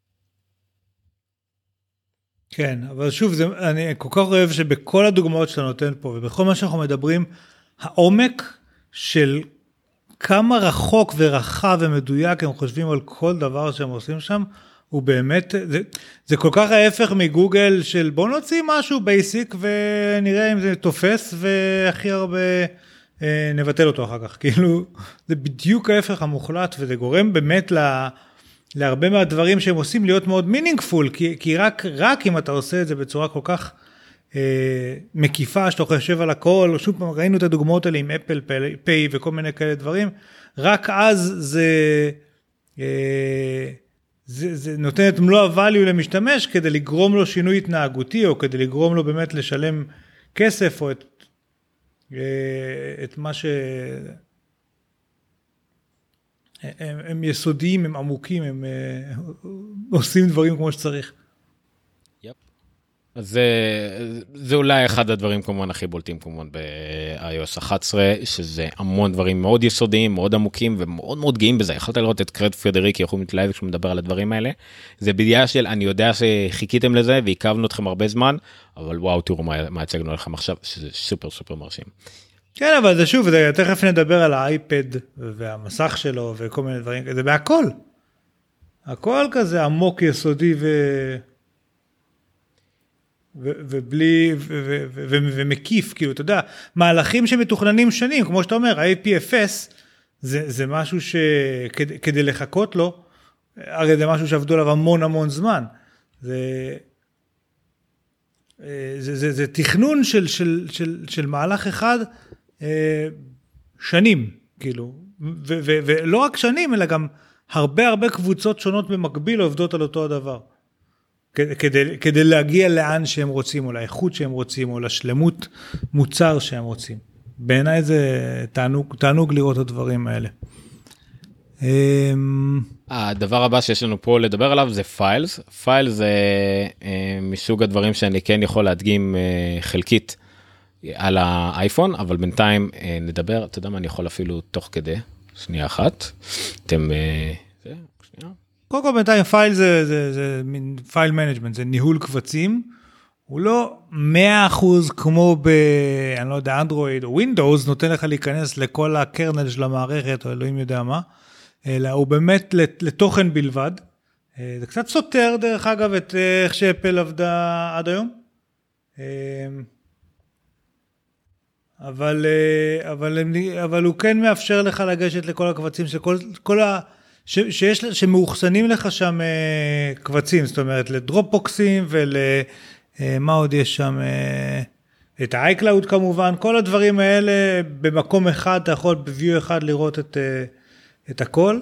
S3: כן, אבל שוב, אני כל כך אוהב שבכל הדוגמאות שאתה נותן פה, ובכל מה שאנחנו מדברים, העומק של כמה רחוק ורחב ומדויק הם חושבים על כל דבר שהם עושים שם, הוא באמת, זה כל כך ההפך מגוגל של בוא נוציא משהו בייסיק ונראה אם זה תופס, והכי הרבה נבטל אותו אחר כך. כאילו, זה בדיוק ההפך המוחלט, וזה גורם באמת להרבה מהדברים שהם עושים להיות מאוד meaningful, כי רק אם אתה עושה את זה בצורה כל כך מקיפה, שאתה חושב על הכל, שוב פעם ראינו את הדוגמאות האלה עם אפל פיי וכל מיני כאלה דברים, רק אז זה נותן את מלוא הvalue למשתמש, כדי לגרום לו שינוי התנהגותי, או כדי לגרום לו באמת לשלם כסף, או את מה הם יסודיים, הם עמוקים, הם עושים דברים כמו שצריך.
S2: אז זה אולי אחד הדברים כמובן הכי בולטים כמובן ב-iOS 11, שזה המון דברים מאוד יסודיים, מאוד עמוקים ומאוד מאוד גאים בזה. יכולת לראות את קרד פרדריק, יכול להתלהב כשהוא מדבר על הדברים האלה. זה בדיעה של אני יודע שחיכיתם לזה ועיכבנו אתכם הרבה זמן, אבל וואו, תראו מה הצגנו לכם עכשיו, שזה סופר סופר מרשים.
S3: כן, אבל זה שוב, תכף נדבר על האייפד והמסך שלו וכל מיני דברים, זה בהכל. הכל כזה עמוק, יסודי ובלי, ומקיף, כאילו, אתה יודע, מהלכים שמתוכננים שנים, כמו שאתה אומר, ה-APFS, זה משהו שכדי לחכות לו, הרי זה משהו שעבדו עליו המון המון זמן. זה תכנון של מהלך אחד, שנים, כאילו, ולא רק שנים, אלא גם הרבה קבוצות שונות במקביל עובדות על אותו הדבר. כדי להגיע לאן שהם רוצים, או לאיכות שהם רוצים, או לשלמות מוצר שהם רוצים. בעיניי זה תענוג לראות את הדברים האלה.
S2: הדבר הבא שיש לנו פה לדבר עליו זה פיילס. פיילס זה מסוג הדברים שאני כן יכול להדגים חלקית על האייפון, אבל בינתיים נדבר, אתה יודע מה, אני יכול אפילו תוך כדי, שנייה אחת.
S3: קודם כל בינתיים פייל זה מין פייל מנג'מנט, זה ניהול קבצים, הוא לא 100% כמו אני לא יודע, אנדרואיד או ווינדאוס, נותן לך להיכנס לכל הקרנל של המערכת, או אלוהים יודע מה, אלא הוא באמת לתוכן בלבד. זה קצת סותר דרך אגב את איך שאפל עבדה עד היום, אבל הוא כן מאפשר לך לגשת לכל הקבצים של כל שמאוחסנים לך שם קבצים, זאת אומרת לדרופבוקסים ולמה עוד יש שם, את ה-iCloud כמובן, כל הדברים האלה במקום אחד, אתה יכול בוויו אחד לראות את הכל.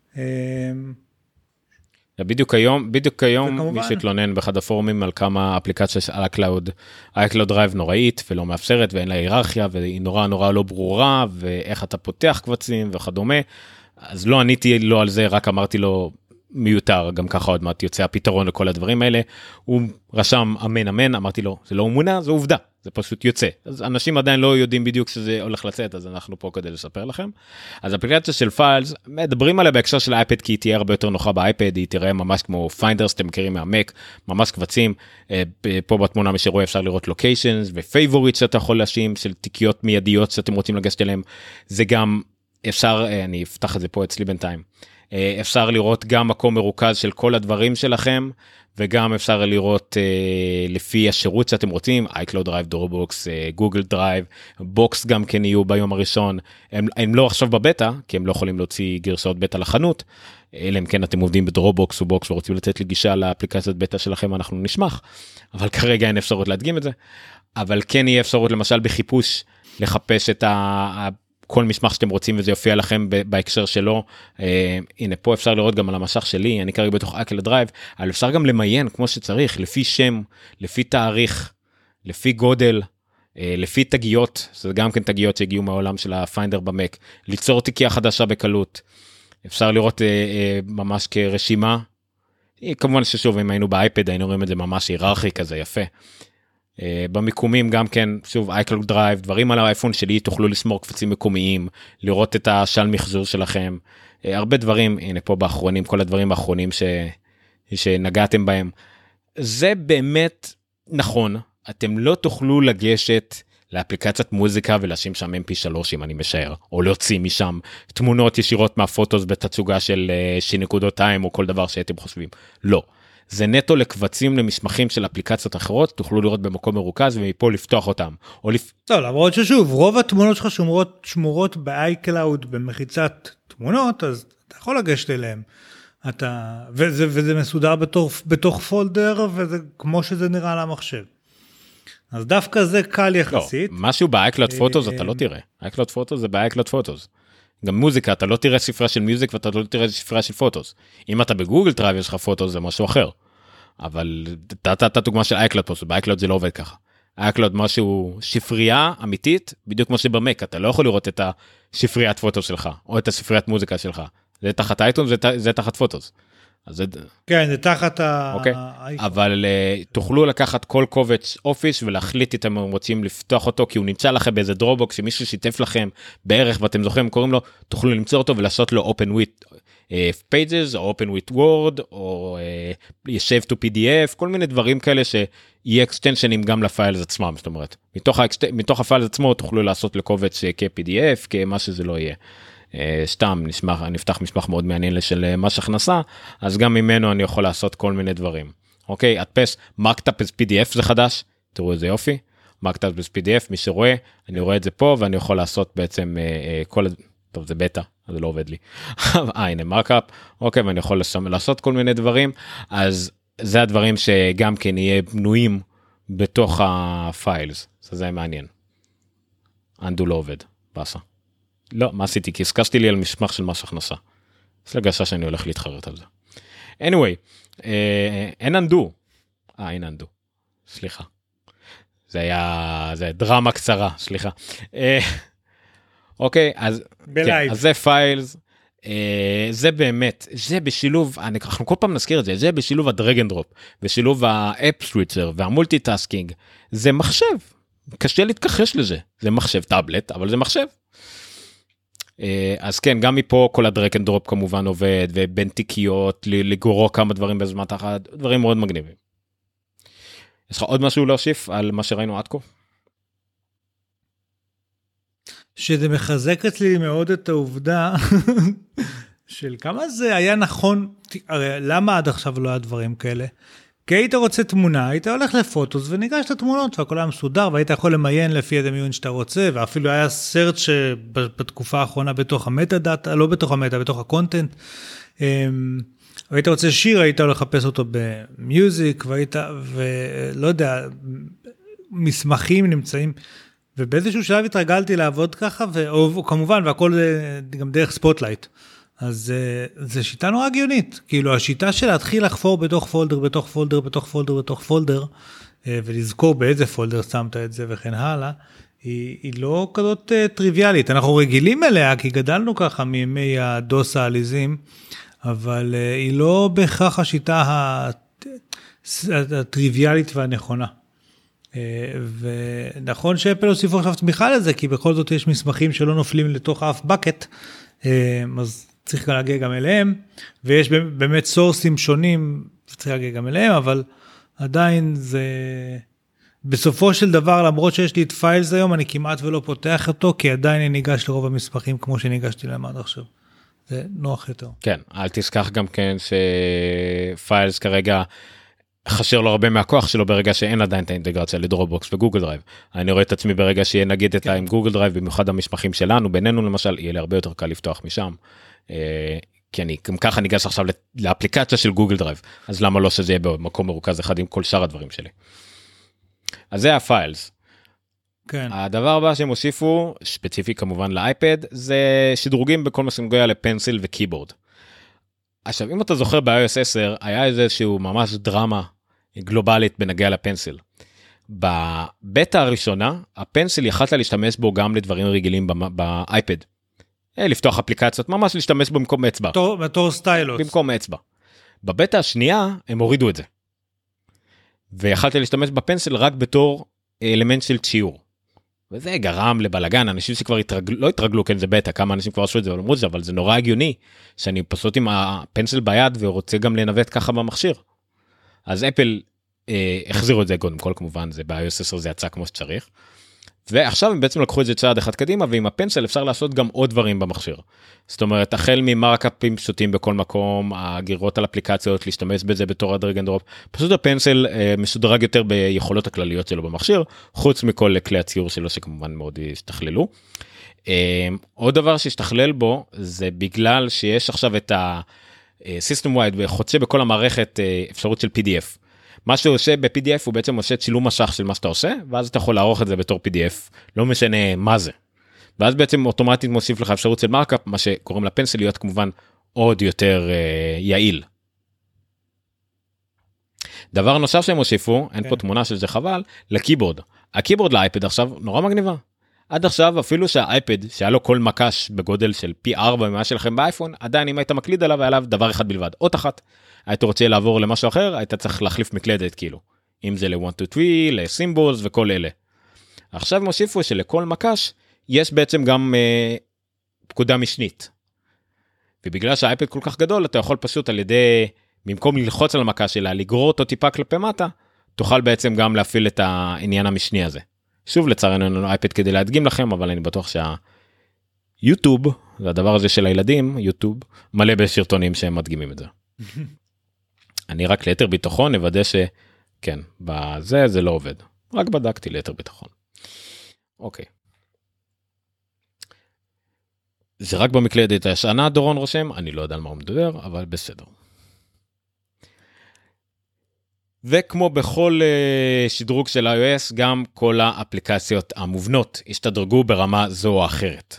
S2: בדיוק היום מי שהתלונן באחד הפורומים על כמה אפליקציה על ה-iCloud Drive נוראית ולא מאפשרת ואין לה היררכיה והיא נורא לא ברורה ואיך אתה פותח קבצים וכדומה, אז לא עניתי לו על זה, רק אמרתי לו מיותר, גם ככה עוד מעט יוצא הפתרון לכל הדברים האלה, הוא רשם אמן, אמרתי לו, זה לא אמונה, זה עובדה, זה פשוט יוצא. אז אנשים עדיין לא יודעים בדיוק שזה הולך לצאת, אז אנחנו פה כדי לספר לכם. אז אפליקציה של פיילס, מדברים עליה בהקשר של האייפד, כי היא תהיה הרבה יותר נוחה באייפד, היא תראה ממש כמו פיינדר, שאתם מכירים מהמק, ממש קבצים, פה בתמונה מי אפשר לראות לוקיישנס, ופייבוריט שאתה יכול להשים, של תיקיות מיידיות שאתם רוצים לגשת אליהם, זה גם אפשר, אני אפתח את זה פה אצלי בינתיים, אפשר לראות גם מקום מרוכז של כל הדברים שלכם, וגם אפשר לראות לפי השירות שאתם רוצים, iCloud Drive, Dropbox, Google Drive, Box גם כן יהיו ביום הראשון, הם לא עכשיו בבטא, כי הם לא יכולים להוציא גרסאות בטא לחנות, אלא אם כן אתם עובדים בדרופבוקס או בוקס ורוצים לתת לי גישה לאפליקציית בטא שלכם, אנחנו נשמח, אבל כרגע אין אפשרות להדגים את זה, אבל כן יהיה אפשרות למשל בחיפוש, לחפש את כל מסמך שאתם רוצים וזה יופיע לכם בהקשר שלו, הנה פה אפשר לראות גם על המשך שלי, אני כרגע בתוך iCloud Drive, אבל אפשר גם למיין כמו שצריך, לפי שם, לפי תאריך, לפי גודל, לפי תגיות, זה גם כן תגיות שהגיעו מהעולם של הפיינדר במק, ליצור תיקייה חדשה בקלות, אפשר לראות ממש כרשימה, כמובן ששוב אם היינו באייפד היינו רואים את זה ממש היררכי כזה יפה, במיקומים גם כן, שוב, iCloud Drive, דברים על האייפון שלי, תוכלו לשמור קבצים מקומיים, לראות את השל מחזור שלכם, הרבה דברים, הנה פה באחרונים, כל הדברים האחרונים שנגעתם בהם, זה באמת נכון, אתם לא תוכלו לגשת לאפליקציית מוזיקה ולשים שם mp3 אם אני משער, או להוציא משם תמונות ישירות מהפוטוס בתצוגה של נקודות טיים או כל דבר שאתם חושבים, לא. זה נטו לקבצים למסמכים של אפליקציות אחרות, תוכלו לראות במקום מרוכז ומפה לפתוח אותם.
S3: טוב, למרות ששוב, רוב התמונות שלך שמורות ב-iCloud במחיצת תמונות, אז אתה יכול לגשת אליהם. וזה מסודר בתוך פולדר, וזה כמו שזה נראה על המחשב. אז דווקא זה קל יחסית.
S2: לא, משהו ב-iCloud פוטוס אתה לא תראה. iCloud פוטוס זה ב-iCloud פוטוס. גם מוזיקה, אתה לא תראה ספרה של מיוזיק ואתה לא תראה ספרה של פוטוס. אם אתה בגוגל דרייב יש לך פוטוס זה משהו אחר. אבל אתה דוגמה של iCloud פוטוס, ב-iCloud זה לא עובד ככה. iCloud משהו שפרייה אמיתית, בדיוק כמו שבמק, אתה לא יכול לראות את השפריית פוטוס שלך, או את הספריית מוזיקה שלך. זה תחת אייטון, זה תחת פוטוס.
S3: כן, זה תחת
S2: אוקיי. אבל תוכלו לקחת כל קובץ אופיס ולהחליט אם אתם רוצים לפתוח אותו, כי הוא נמצא לכם באיזה דרופבוקס, שמישהו שיתף לכם בערך, ואתם זוכרים, קוראים לו, תוכלו למצוא אותו ולעשות לו open with pages, או open with word, או save to pdf, כל מיני דברים כאלה שיהיה extensions גם לפיילס עצמם, זאת אומרת, מתוך הפיילס עצמו תוכלו לעשות לקובץ כ-pdf, כמה שזה לא יהיה. סתם נפתח מסמך מאוד מעניין של מס הכנסה, אז גם ממנו אני יכול לעשות כל מיני דברים. אוקיי, הדפס, markup as PDF זה חדש, תראו איזה יופי, markup as PDF, מי שרואה, אני רואה את זה פה, ואני יכול לעשות בעצם טוב זה בטא, אז זה לא עובד לי. הנה markup, אוקיי, ואני יכול לעשות כל מיני דברים, אז זה הדברים שגם כן יהיה בנויים בתוך הפיילס, זה מעניין. אנדו לא עובד, בסה. לא, מה עשיתי? כי הסקשתי לי על מסמך של מס הכנסה. יש לגשה שאני הולך להתחרט על זה. anyway, אין אנדו. אין אנדו. סליחה. זה דרמה קצרה, סליחה. אוקיי, אז זה פיילס, זה באמת, זה בשילוב, אנחנו כל פעם נזכיר את זה, זה בשילוב הדרג אנד דרופ, בשילוב האפ סוויצ'ר והמולטיטאסקינג, זה מחשב. קשה להתכחש לזה. זה מחשב טאבלט, אבל זה מחשב. אז כן, גם מפה כל הדרג אנד דרופ כמובן עובד, ובין תיקיות, לגרור כמה דברים בזמן אחת, דברים מאוד מגניבים. יש לך עוד משהו להוסיף על מה שראינו עד כה?
S3: שזה מחזק אצלי מאוד את העובדה של כמה זה היה נכון, הרי למה עד עכשיו לא היה דברים כאלה? כי היית רוצה תמונה, היית הולך לפוטוס וניגש לתמונות, והכל היה מסודר, והיית יכול למיין לפי איזה מיון שאתה רוצה, ואפילו היה סרט שבתקופה האחרונה בתוך המטה דאטה, לא בתוך המטה, בתוך הקונטנט, והיית רוצה שיר, היית הולך לחפש אותו במיוזיק, ולא יודע, מסמכים נמצאים, ובאיזשהו שלב התרגלתי לעבוד ככה, וכמובן, והכל גם דרך ספוטלייט. אז זה שיטה נורא הגיונית, כאילו השיטה של להתחיל לחפור בתוך פולדר, בתוך פולדר, בתוך פולדר, בתוך פולדר, ולזכור באיזה פולדר שמת את זה וכן הלאה, היא לא כזאת טריוויאלית, אנחנו רגילים אליה, כי גדלנו ככה מימי הדוס העליזים, אבל היא לא בהכרח השיטה הטריוויאלית והנכונה. ונכון שאפל הוסיפו עכשיו תמיכה לזה, כי בכל זאת יש מסמכים שלא נופלים לתוך אף בקט, אז צריך להגיע גם אליהם, ויש באמת סורסים שונים, צריך להגיע גם אליהם, אבל עדיין זה, בסופו של דבר, למרות שיש לי את פיילס היום, אני כמעט ולא פותח אותו, כי עדיין אני ניגש לרוב המסמכים, כמו שניגשתי להם עד עכשיו. זה נוח יותר.
S2: כן, אל תשכח גם כן שפיילס כרגע חשר לו הרבה מהכוח שלו ברגע שאין עדיין את האינטגרציה לדרופבוקס וגוגל דרייב. אני רואה את עצמי ברגע שיהיה נגיד את עם גוגל דרייב, במיוחד המשפחים שלנו, בינינו למשל, יהיה לי הרבה יותר קל לפתוח משם. כי אני גם ככה ניגש עכשיו לאפליקציה של גוגל דרייב, אז למה לא שזה יהיה במקום מרוכז אחד עם כל שאר הדברים שלי. אז זה הפיילס.
S3: כן.
S2: הדבר הבא שהם הוסיפו, ספציפי כמובן לאייפד, זה שדרוגים בכל מה שנוגע לפנסיל וקיבורד. עכשיו, אם אתה זוכר ב-iOS 10, היה איזשהו ממש דרמה גלובלית בנגע לפנסיל. בבטא הראשונה, הפנסיל יכלת להשתמש בו גם לדברים רגילים באייפד. לפתוח אפליקציות, ממש להשתמש בו במקום אצבע.
S3: בתור סטיילוס.
S2: במקום אצבע. בבטא השנייה, הם הורידו את זה. ויכלת להשתמש בפנסיל רק בתור אלמנט של ציור. וזה גרם לבלגן, אנשים שכבר לא התרגלו, כן זה בטא, כמה אנשים כבר עשו את זה, אבל זה נורא הגיוני, שאני פשוט עם הפנסיל ביד, ורוצה גם לנווט ככה במכשיר. אז אפל החזירו את זה קודם כל, כמובן, זה ב-iOS 10 זה יצא כמו שצריך, ועכשיו הם בעצם לקחו את זה צעד אחד קדימה, ועם הפנסיל אפשר לעשות גם עוד דברים במכשיר. זאת אומרת, החל ממרקאפים פשוטים בכל מקום, הגירות על אפליקציות, להשתמש בזה בתור הדרג אנד דרופ, פשוט הפנסיל מסודרג יותר ביכולות הכלליות שלו במכשיר, חוץ מכל כלי הציור שלו שכמובן מאוד השתכללו. עוד דבר שהשתכלל בו, זה בגלל שיש עכשיו את ה-System Wide, וחוצה בכל המערכת אפשרות של PDF. מה שהוא עושה ב-PDF הוא בעצם עושה צילום משך של מה שאתה עושה, ואז אתה יכול לערוך את זה בתור PDF, לא משנה מה זה. ואז בעצם אוטומטית מוסיף לך אפשרות של מרקאפ, מה שקוראים לפנסיל להיות כמובן עוד יותר יעיל. דבר נוסף שהם הוסיפו, אין פה תמונה של זה חבל, לקיבורד. הקיבורד לאייפד עכשיו נורא מגניבה. עד עכשיו אפילו שהאייפד, שהיה לו כל מקש בגודל של פי 4 ממה שלכם באייפון, עדיין אם היית מקליד עליו, היה עליו דבר אחד בלבד, אות אחת. היית רוצה לעבור למשהו אחר, היית צריך להחליף מקלדת כאילו. אם זה ל-1, 2, 3, ל-Symbols וכל אלה. עכשיו הם הוסיפו שלכל מקש, יש בעצם גם פקודה משנית. ובגלל שהאייפד כל כך גדול, אתה יכול פשוט על ידי, במקום ללחוץ על המקש שלה, לגרור אותו טיפה כלפי מטה, תוכל בעצם גם להפעיל את העניין המשני הזה. שוב לצערנו אין לנו אייפד כדי להדגים לכם, אבל אני בטוח שהיוטיוב, זה הדבר הזה של הילדים, יוטיוב, מלא בסרטונים שהם מדגימים את זה. אני רק ליתר ביטחון נוודא שכן, בזה זה לא עובד. רק בדקתי ליתר ביטחון. אוקיי. זה רק במקלדת הישנה, דורון רושם, אני לא יודע על מה הוא מדבר, אבל בסדר. וכמו בכל שדרוג של iOS, גם כל האפליקציות המובנות השתדרגו ברמה זו או אחרת.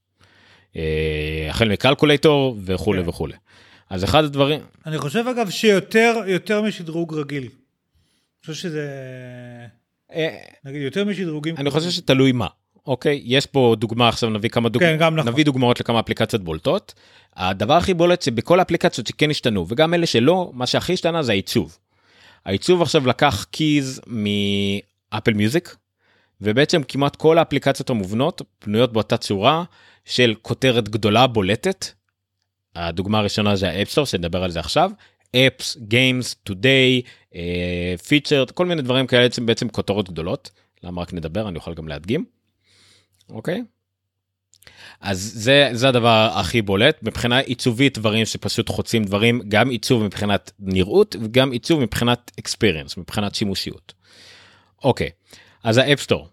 S2: החל מקלקולטור וכו' וכו'. אז אחד הדברים...
S3: אני חושב אגב שיותר משדרוג רגיל. אני חושב שזה... נגיד יותר משדרוגים...
S2: אני חושב שתלוי מה. אוקיי, יש פה דוגמה, עכשיו נביא כמה דוגמאות, כן, נביא דוגמאות לכמה אפליקציות בולטות. הדבר הכי בולט שבכל האפליקציות שכן השתנו, וגם אלה שלא, מה שהכי השתנה זה העיצוב. העיצוב עכשיו לקח קיז מאפל מיוזיק, ובעצם כמעט כל האפליקציות המובנות פנויות באותה צורה של כותרת גדולה בולטת. הדוגמה הראשונה זה האפסטור, שנדבר על זה עכשיו. Apps, Games, Today, Featured, כל מיני דברים כאלה בעצם כותרות גדולות. למה רק נדבר? אני אוכל גם להדגים. אוקיי? אז זה הדבר הכי בולט. מבחינה עיצובית, דברים שפשוט חוצים דברים, גם עיצוב מבחינת נראות, וגם עיצוב מבחינת experience, מבחינת שימושיות. אוקיי, אז האפסטור.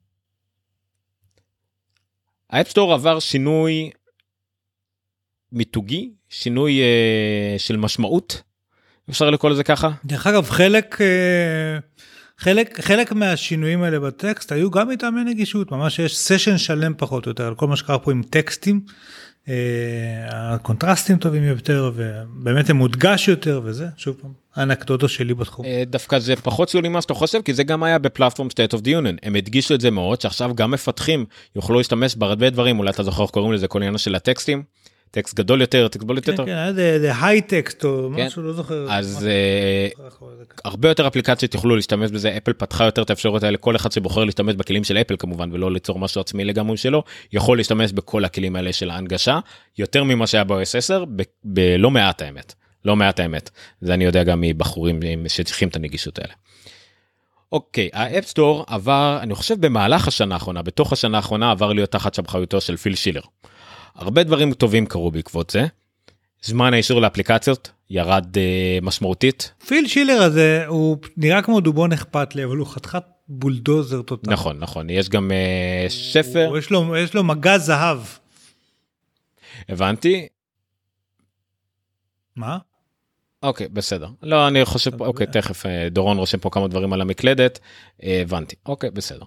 S2: האפסטור עבר שינוי מיתוגי, שינוי של משמעות, אפשר לקרוא לזה ככה?
S3: דרך אגב, חלק מהשינויים האלה בטקסט היו גם מטעמי נגישות, ממש יש סשן שלם פחות או יותר, על כל מה שקרה פה עם טקסטים, הקונטרסטים טובים יותר, ובאמת הם מודגש יותר, וזה, שוב פעם, האנקדוטה שלי בתחום.
S2: דווקא זה פחות ציוני מה שאתה חושב, כי זה גם היה בפלטפורם State of the Union, הם הדגישו את זה מאוד, שעכשיו גם מפתחים יוכלו להשתמש בהרבה דברים, אולי אתה זוכר קוראים לזה כל עניין של הטקסטים, טקסט גדול יותר, טקסט בולט יותר.
S3: כן, היה זה היי טקסט או משהו, לא זוכר.
S2: אז הרבה יותר אפליקציות יוכלו להשתמש בזה, אפל פתחה יותר את האפשרות האלה, כל אחד שבוחר להשתמש בכלים של אפל כמובן, ולא ליצור משהו עצמי לגמרי שלו, יכול להשתמש בכל הכלים האלה של ההנגשה, יותר ממה שהיה ב-OS 10, בלא מעט האמת. לא מעט האמת. זה אני יודע גם מבחורים שצריכים את הנגישות האלה. אוקיי, האפסטור עבר, אני חושב במהלך השנה האחרונה, בתוך השנה האחרונה עבר להיות תחת שבחיותו של פיל שילר. הרבה דברים טובים קרו בעקבות זה. זמן האישור לאפליקציות ירד משמעותית.
S3: פיל שילר הזה, הוא נראה כמו דובון אכפת לי, אבל הוא חתיכת בולדוזר טוטל.
S2: נכון, נכון. יש גם שפר.
S3: יש לו מגע זהב.
S2: הבנתי.
S3: מה?
S2: אוקיי, בסדר. לא, אני חושב, אוקיי, תכף דורון רושם פה כמה דברים על המקלדת. הבנתי. אוקיי, בסדר.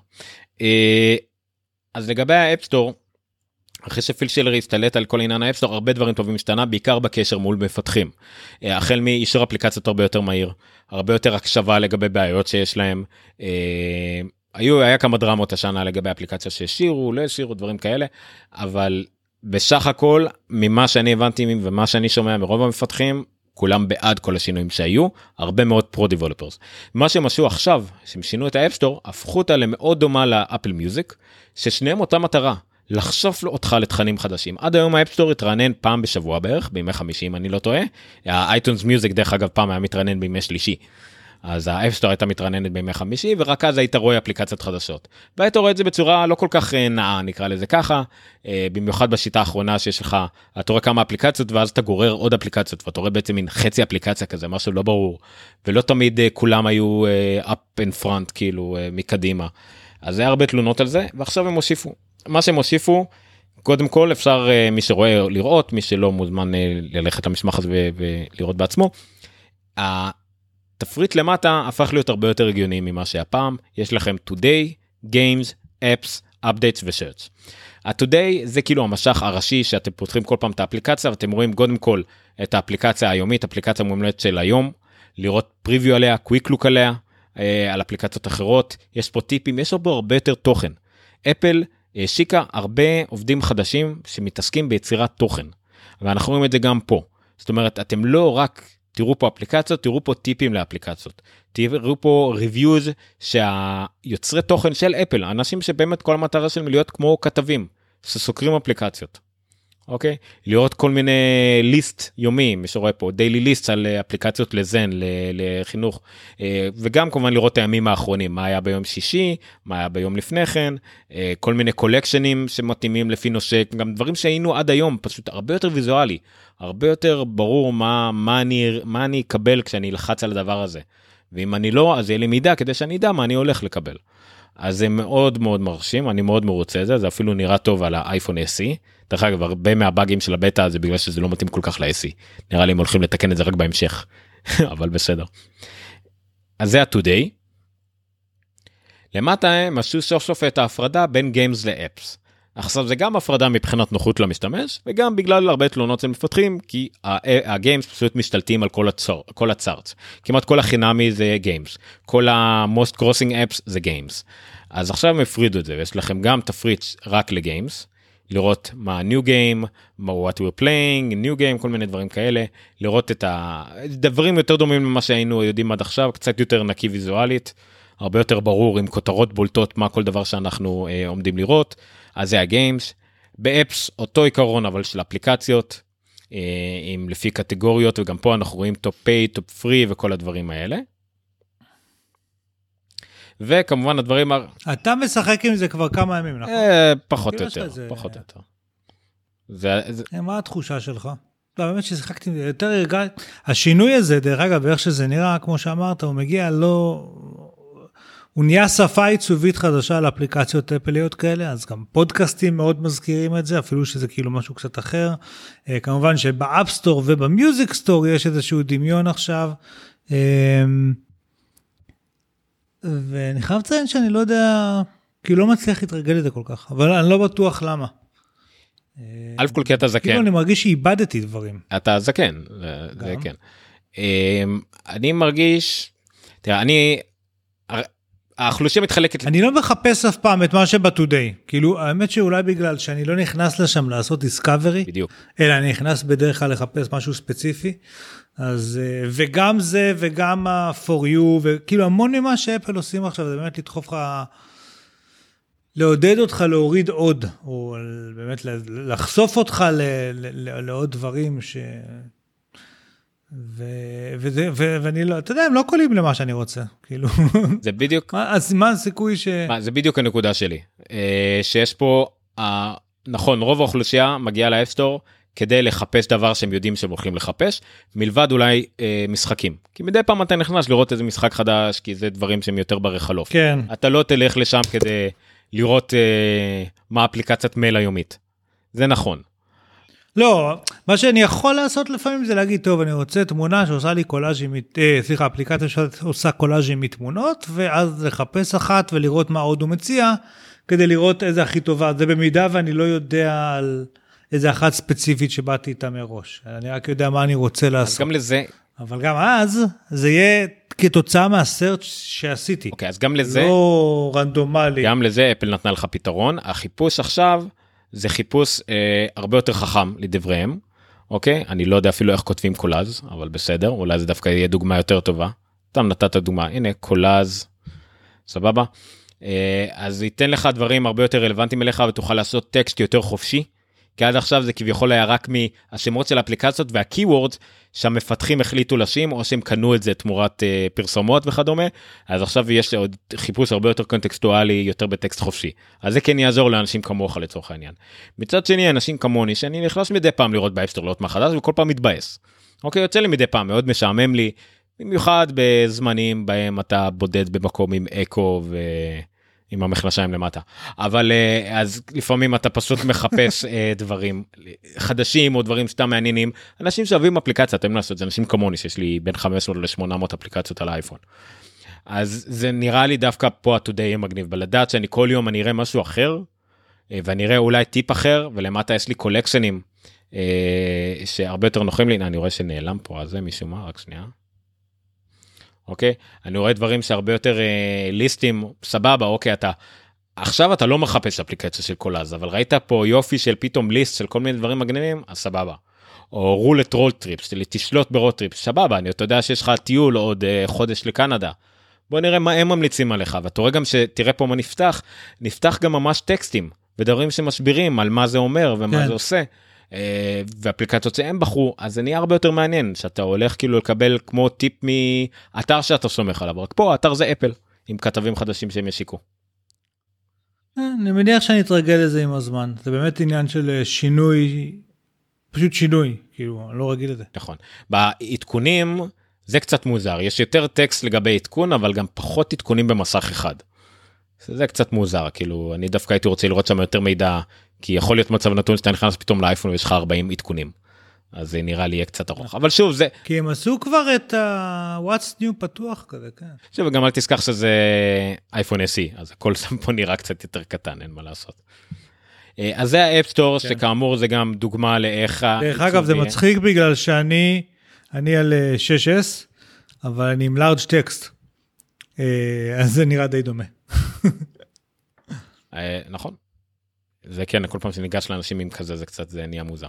S2: אז לגבי האפסטור, אחרי שפיל שילר הסתלט על כל עניין האפסטור, הרבה דברים טובים השתנה, בעיקר בקשר מול מפתחים. החל מאישור אפליקציות הרבה יותר מהיר, הרבה יותר הקשבה לגבי בעיות שיש להם. היה כמה דרמות השנה לגבי אפליקציה שהשאירו, לא השאירו, דברים כאלה, אבל בסך הכל, ממה שאני הבנתי ומה שאני שומע מרוב המפתחים, כולם בעד כל השינויים שהיו, הרבה מאוד פרו-דיבולופרס. מה שהם עשו עכשיו, שהם שינו את האפסטור, הפכו אותה למאוד דומה לאפל מיוזיק, ששניהם אותה מטרה, לחשוף אותך לתכנים חדשים. עד היום האפסטור התרענן פעם בשבוע בערך, בימי חמישי אם אני לא טועה. האייטונס מיוזיק דרך אגב פעם היה מתרענן בימי שלישי. אז האפסטור הייתה מתרעננת בימי חמישי, ורק אז היית רואה אפליקציות חדשות. והיית רואה את זה בצורה לא כל כך נאה, נקרא לזה ככה, במיוחד בשיטה האחרונה שיש לך, אתה רואה כמה אפליקציות, ואז אתה גורר עוד אפליקציות, ואתה רואה בעצם מין חצי אפליקציה כזה, משהו לא ברור, ולא תמיד כולם היו up in front, כאילו, מקדימה. אז זה היה הרבה תלונות על זה, ועכשיו הם הוסיפו. מה שהם הוסיפו, קודם כל אפשר, מי שרואה לראות, מי שלא מוזמן ללכת למסמך הזה ולראות בעצמו, התפריט למטה הפך להיות הרבה יותר הגיוני ממה שהיה פעם. יש לכם Today, Games, Apps, Updates ו-Search. ה-Today זה כאילו המשך הראשי שאתם פותחים כל פעם את האפליקציה, ואתם רואים קודם כל את האפליקציה היומית, אפליקציה מומלצת של היום, לראות פריוויו עליה, קוויק לוק עליה, על אפליקציות אחרות. יש פה טיפים, יש פה הרבה יותר תוכן. אפל שיקה הרבה עובדים חדשים שמתעסקים ביצירת תוכן, ואנחנו רואים את זה גם פה. זאת אומרת, אתם לא רק תראו פה אפליקציות, תראו פה טיפים לאפליקציות, תראו פה ריוויוז שהיוצרי תוכן של אפל, אנשים שבאמת כל המטרה שלהם להיות כמו כתבים, שסוקרים אפליקציות, אוקיי? לראות כל מיני ליסט יומי, מי שרואה פה, דיילי ליסט על אפליקציות לזן, לחינוך, וגם כמובן לראות הימים האחרונים, מה היה ביום שישי, מה היה ביום לפני כן, כל מיני קולקשנים שמתאימים לפי נושק, גם דברים שהיינו עד היום, פשוט הרבה יותר ויזואלי, הרבה יותר ברור מה אני אקבל כשאני אלחץ על הדבר הזה, ואם אני לא, אז יהיה לי מידע כדי שאני אדע מה אני הולך לקבל. אז זה מאוד מאוד מרשים, אני מאוד מרוצה זה אפילו נראה טוב על האייפון SE, דרך אגב, הרבה מהבאגים של הבטא זה בגלל שזה לא מתאים כל כך ל-SE, נראה לי הם הולכים לתקן את זה רק בהמשך, אבל בסדר. אז זה ה-Today. למטה הם עשו סוף סוף את ההפרדה בין Games ל-Apps. עכשיו זה גם הפרדה מבחינת נוחות למשתמש, וגם בגלל הרבה תלונות של מפתחים, כי הגיימס פשוט משתלטים על כל הצארט. כמעט כל החינמי זה גיימס. כל ה-most crossing apps זה גיימס. אז עכשיו הם הפרידו את זה, ויש לכם גם תפריט רק לגיימס, לראות מה ה-new game, מה what we're playing, new game, כל מיני דברים כאלה, לראות את הדברים יותר דומים למה שהיינו יודעים עד עכשיו, קצת יותר נקי ויזואלית, הרבה יותר ברור עם כותרות בולטות מה כל דבר שאנחנו עומדים לראות, אז זה הגיימס. באפס אותו עיקרון אבל של אפליקציות, עם לפי קטגוריות, וגם פה אנחנו רואים טופ פיי, טופ פרי וכל הדברים האלה. וכמובן הדברים...
S3: אתה משחק עם זה כבר כמה ימים, נכון?
S2: פחות או יותר, פחות או יותר. מה
S3: התחושה שלך? לא, באמת ששיחקתי עם זה, יותר הרגע... השינוי הזה, דרך אגב, איך שזה נראה, כמו שאמרת, הוא מגיע לא... הוא נהיה שפה עיצובית חדשה על אפליקציות אפליות כאלה, אז גם פודקאסטים מאוד מזכירים את זה, אפילו שזה כאילו משהו קצת אחר. כמובן שבאפסטור ובמיוזיק סטור יש איזשהו דמיון עכשיו. ואני חייב לציין שאני לא יודע, כי לא מצליח להתרגל את זה כל כך, אבל אני לא בטוח למה.
S2: א' כל כי אתה זקן.
S3: כאילו אני מרגיש שאיבדתי דברים.
S2: אתה זקן, זה כן. אני מרגיש, תראה, החלושה מתחלקת...
S3: אני לא מחפש אף פעם את מה שבטודי, כאילו האמת שאולי בגלל שאני לא נכנס לשם לעשות דיסקאברי,
S2: בדיוק.
S3: אלא אני נכנס בדרך כלל לחפש משהו ספציפי, אז וגם זה וגם ה-for you, וכאילו המון ממה שאפל עושים עכשיו, זה באמת לדחוף לך, לעודד אותך להוריד עוד, או באמת לחשוף אותך לעוד דברים ש... ואני לא, אתה יודע, הם לא קולים למה שאני רוצה, כאילו.
S2: זה בדיוק.
S3: אז מה הסיכוי ש...
S2: זה בדיוק הנקודה שלי, שיש פה נכון, רוב האוכלוסייה מגיעה לאפסטור כדי לחפש דבר שהם יודעים שהם הולכים לחפש, מלבד אולי משחקים. כי מדי פעם אתה נכנס לראות איזה משחק חדש, כי זה דברים שהם יותר ברי חלוף.
S3: כן.
S2: אתה לא תלך לשם כדי לראות מה אפליקציית מייל היומית. זה נכון.
S3: לא, מה שאני יכול לעשות לפעמים זה להגיד, טוב, אני רוצה תמונה שעושה לי קולאז'ים, אפליקציה שעושה קולאז'ים מתמונות, ואז לחפש אחת ולראות מה עוד הוא מציע, כדי לראות איזה הכי טובה. זה במידה ואני לא יודע על איזה אחת ספציפית שבאתי איתה מראש. אני רק יודע מה אני רוצה לעשות.
S2: אז גם לזה...
S3: אבל גם אז זה יהיה כתוצאה מהסרצ' שעשיתי.
S2: אוקיי, אז גם לזה...
S3: לא רנדומלי.
S2: גם לזה אפל נתנה לך פתרון. החיפוש עכשיו זה חיפוש הרבה יותר חכם לדבריהם. אוקיי? אני לא יודע אפילו איך כותבים קולאז, אבל בסדר. אולי זה דווקא יהיה דוגמה יותר טובה. אתה נתת דוגמה. הנה, קולאז. סבבה? אז ייתן לך דברים הרבה יותר רלוונטיים אליך, ותוכל לעשות טקסט יותר חופשי. כי עד עכשיו זה כביכול היה רק מהשמות של האפליקציות והקיוורדס שהמפתחים החליטו לשים, או שהם קנו את זה תמורת פרסומות וכדומה, אז עכשיו יש עוד חיפוש הרבה יותר קונטקסטואלי, יותר בטקסט חופשי. אז זה כן יעזור לאנשים כמוך לצורך העניין. מצד שני, אנשים כמוני, שאני נכנס מדי פעם לראות באפסטור, לראות מה חדש, וכל פעם מתבאס. אוקיי, יוצא לי מדי פעם, מאוד משעמם לי, במיוחד בזמנים בהם אתה בודד במקום עם אקו עם המכנסיים למטה. אבל אז לפעמים אתה פשוט מחפש דברים חדשים או דברים שאתה מעניינים. אנשים שאוהבים אפליקציה, אתם לעשות, זה אנשים כמוני, שיש לי בין 500 ל-800 אפליקציות על האייפון. אז זה נראה לי דווקא פה ה-today יהיה מגניב, בלדעת שאני כל יום אני אראה משהו אחר, ואני אראה אולי טיפ אחר, ולמטה יש לי קולקשנים, שהרבה יותר נוחים לי. אני רואה שנעלם פה, אז זה משהו מה, רק שנייה. אוקיי? אני רואה דברים שהרבה יותר ליסטים, סבבה, אוקיי, עכשיו אתה לא מחפש אפליקציה של קולאז, אבל ראית פה יופי של פתאום ליסט של כל מיני דברים מגניבים, אז סבבה. או רולט רול טריפס, תשלוט ברול טריפס, סבבה, אני אתה יודע שיש לך טיול עוד חודש לקנדה. בוא נראה מה הם ממליצים עליך, ואתה רואה גם שתראה פה מה נפתח גם ממש טקסטים, ודברים שמשבירים על מה זה אומר ומה זה עושה. ואפליקציות שהם בחרו, אז זה נהיה הרבה יותר מעניין, שאתה הולך כאילו לקבל כמו טיפ מאתר שאתה סומך עליו, רק פה האתר זה אפל, עם כתבים חדשים שהם ישיקו.
S3: אני מניח שאני אתרגל לזה עם הזמן, זה באמת עניין של שינוי, פשוט שינוי, כאילו, אני לא רגיל לזה.
S2: נכון, בעדכונים זה קצת מוזר, יש יותר טקסט לגבי עדכון, אבל גם פחות עדכונים במסך אחד. זה קצת מוזר, כאילו, אני דווקא הייתי רוצה לראות שם יותר מידע, כי יכול להיות מצב נתון שאתה נכנס פתאום לאייפון ויש לך 40 עדכונים. אז זה נראה לי יהיה קצת ארוך. אבל שוב, זה...
S3: כי הם עשו כבר את ה-What's New פתוח כזה, כן.
S2: שוב, וגם אל תשכח שזה אייפון SE, אז הכל שם פה נראה קצת יותר קטן, אין מה לעשות. אז זה האפסטור, שכאמור זה גם דוגמה לאיך...
S3: דרך אגב, זה מצחיק בגלל שאני על 6S, אבל אני עם large text. אז זה נראה די דומה.
S2: נכון. זה כן, כל פעם שניגש לאנשים עם כזה, זה נהיה מוזר.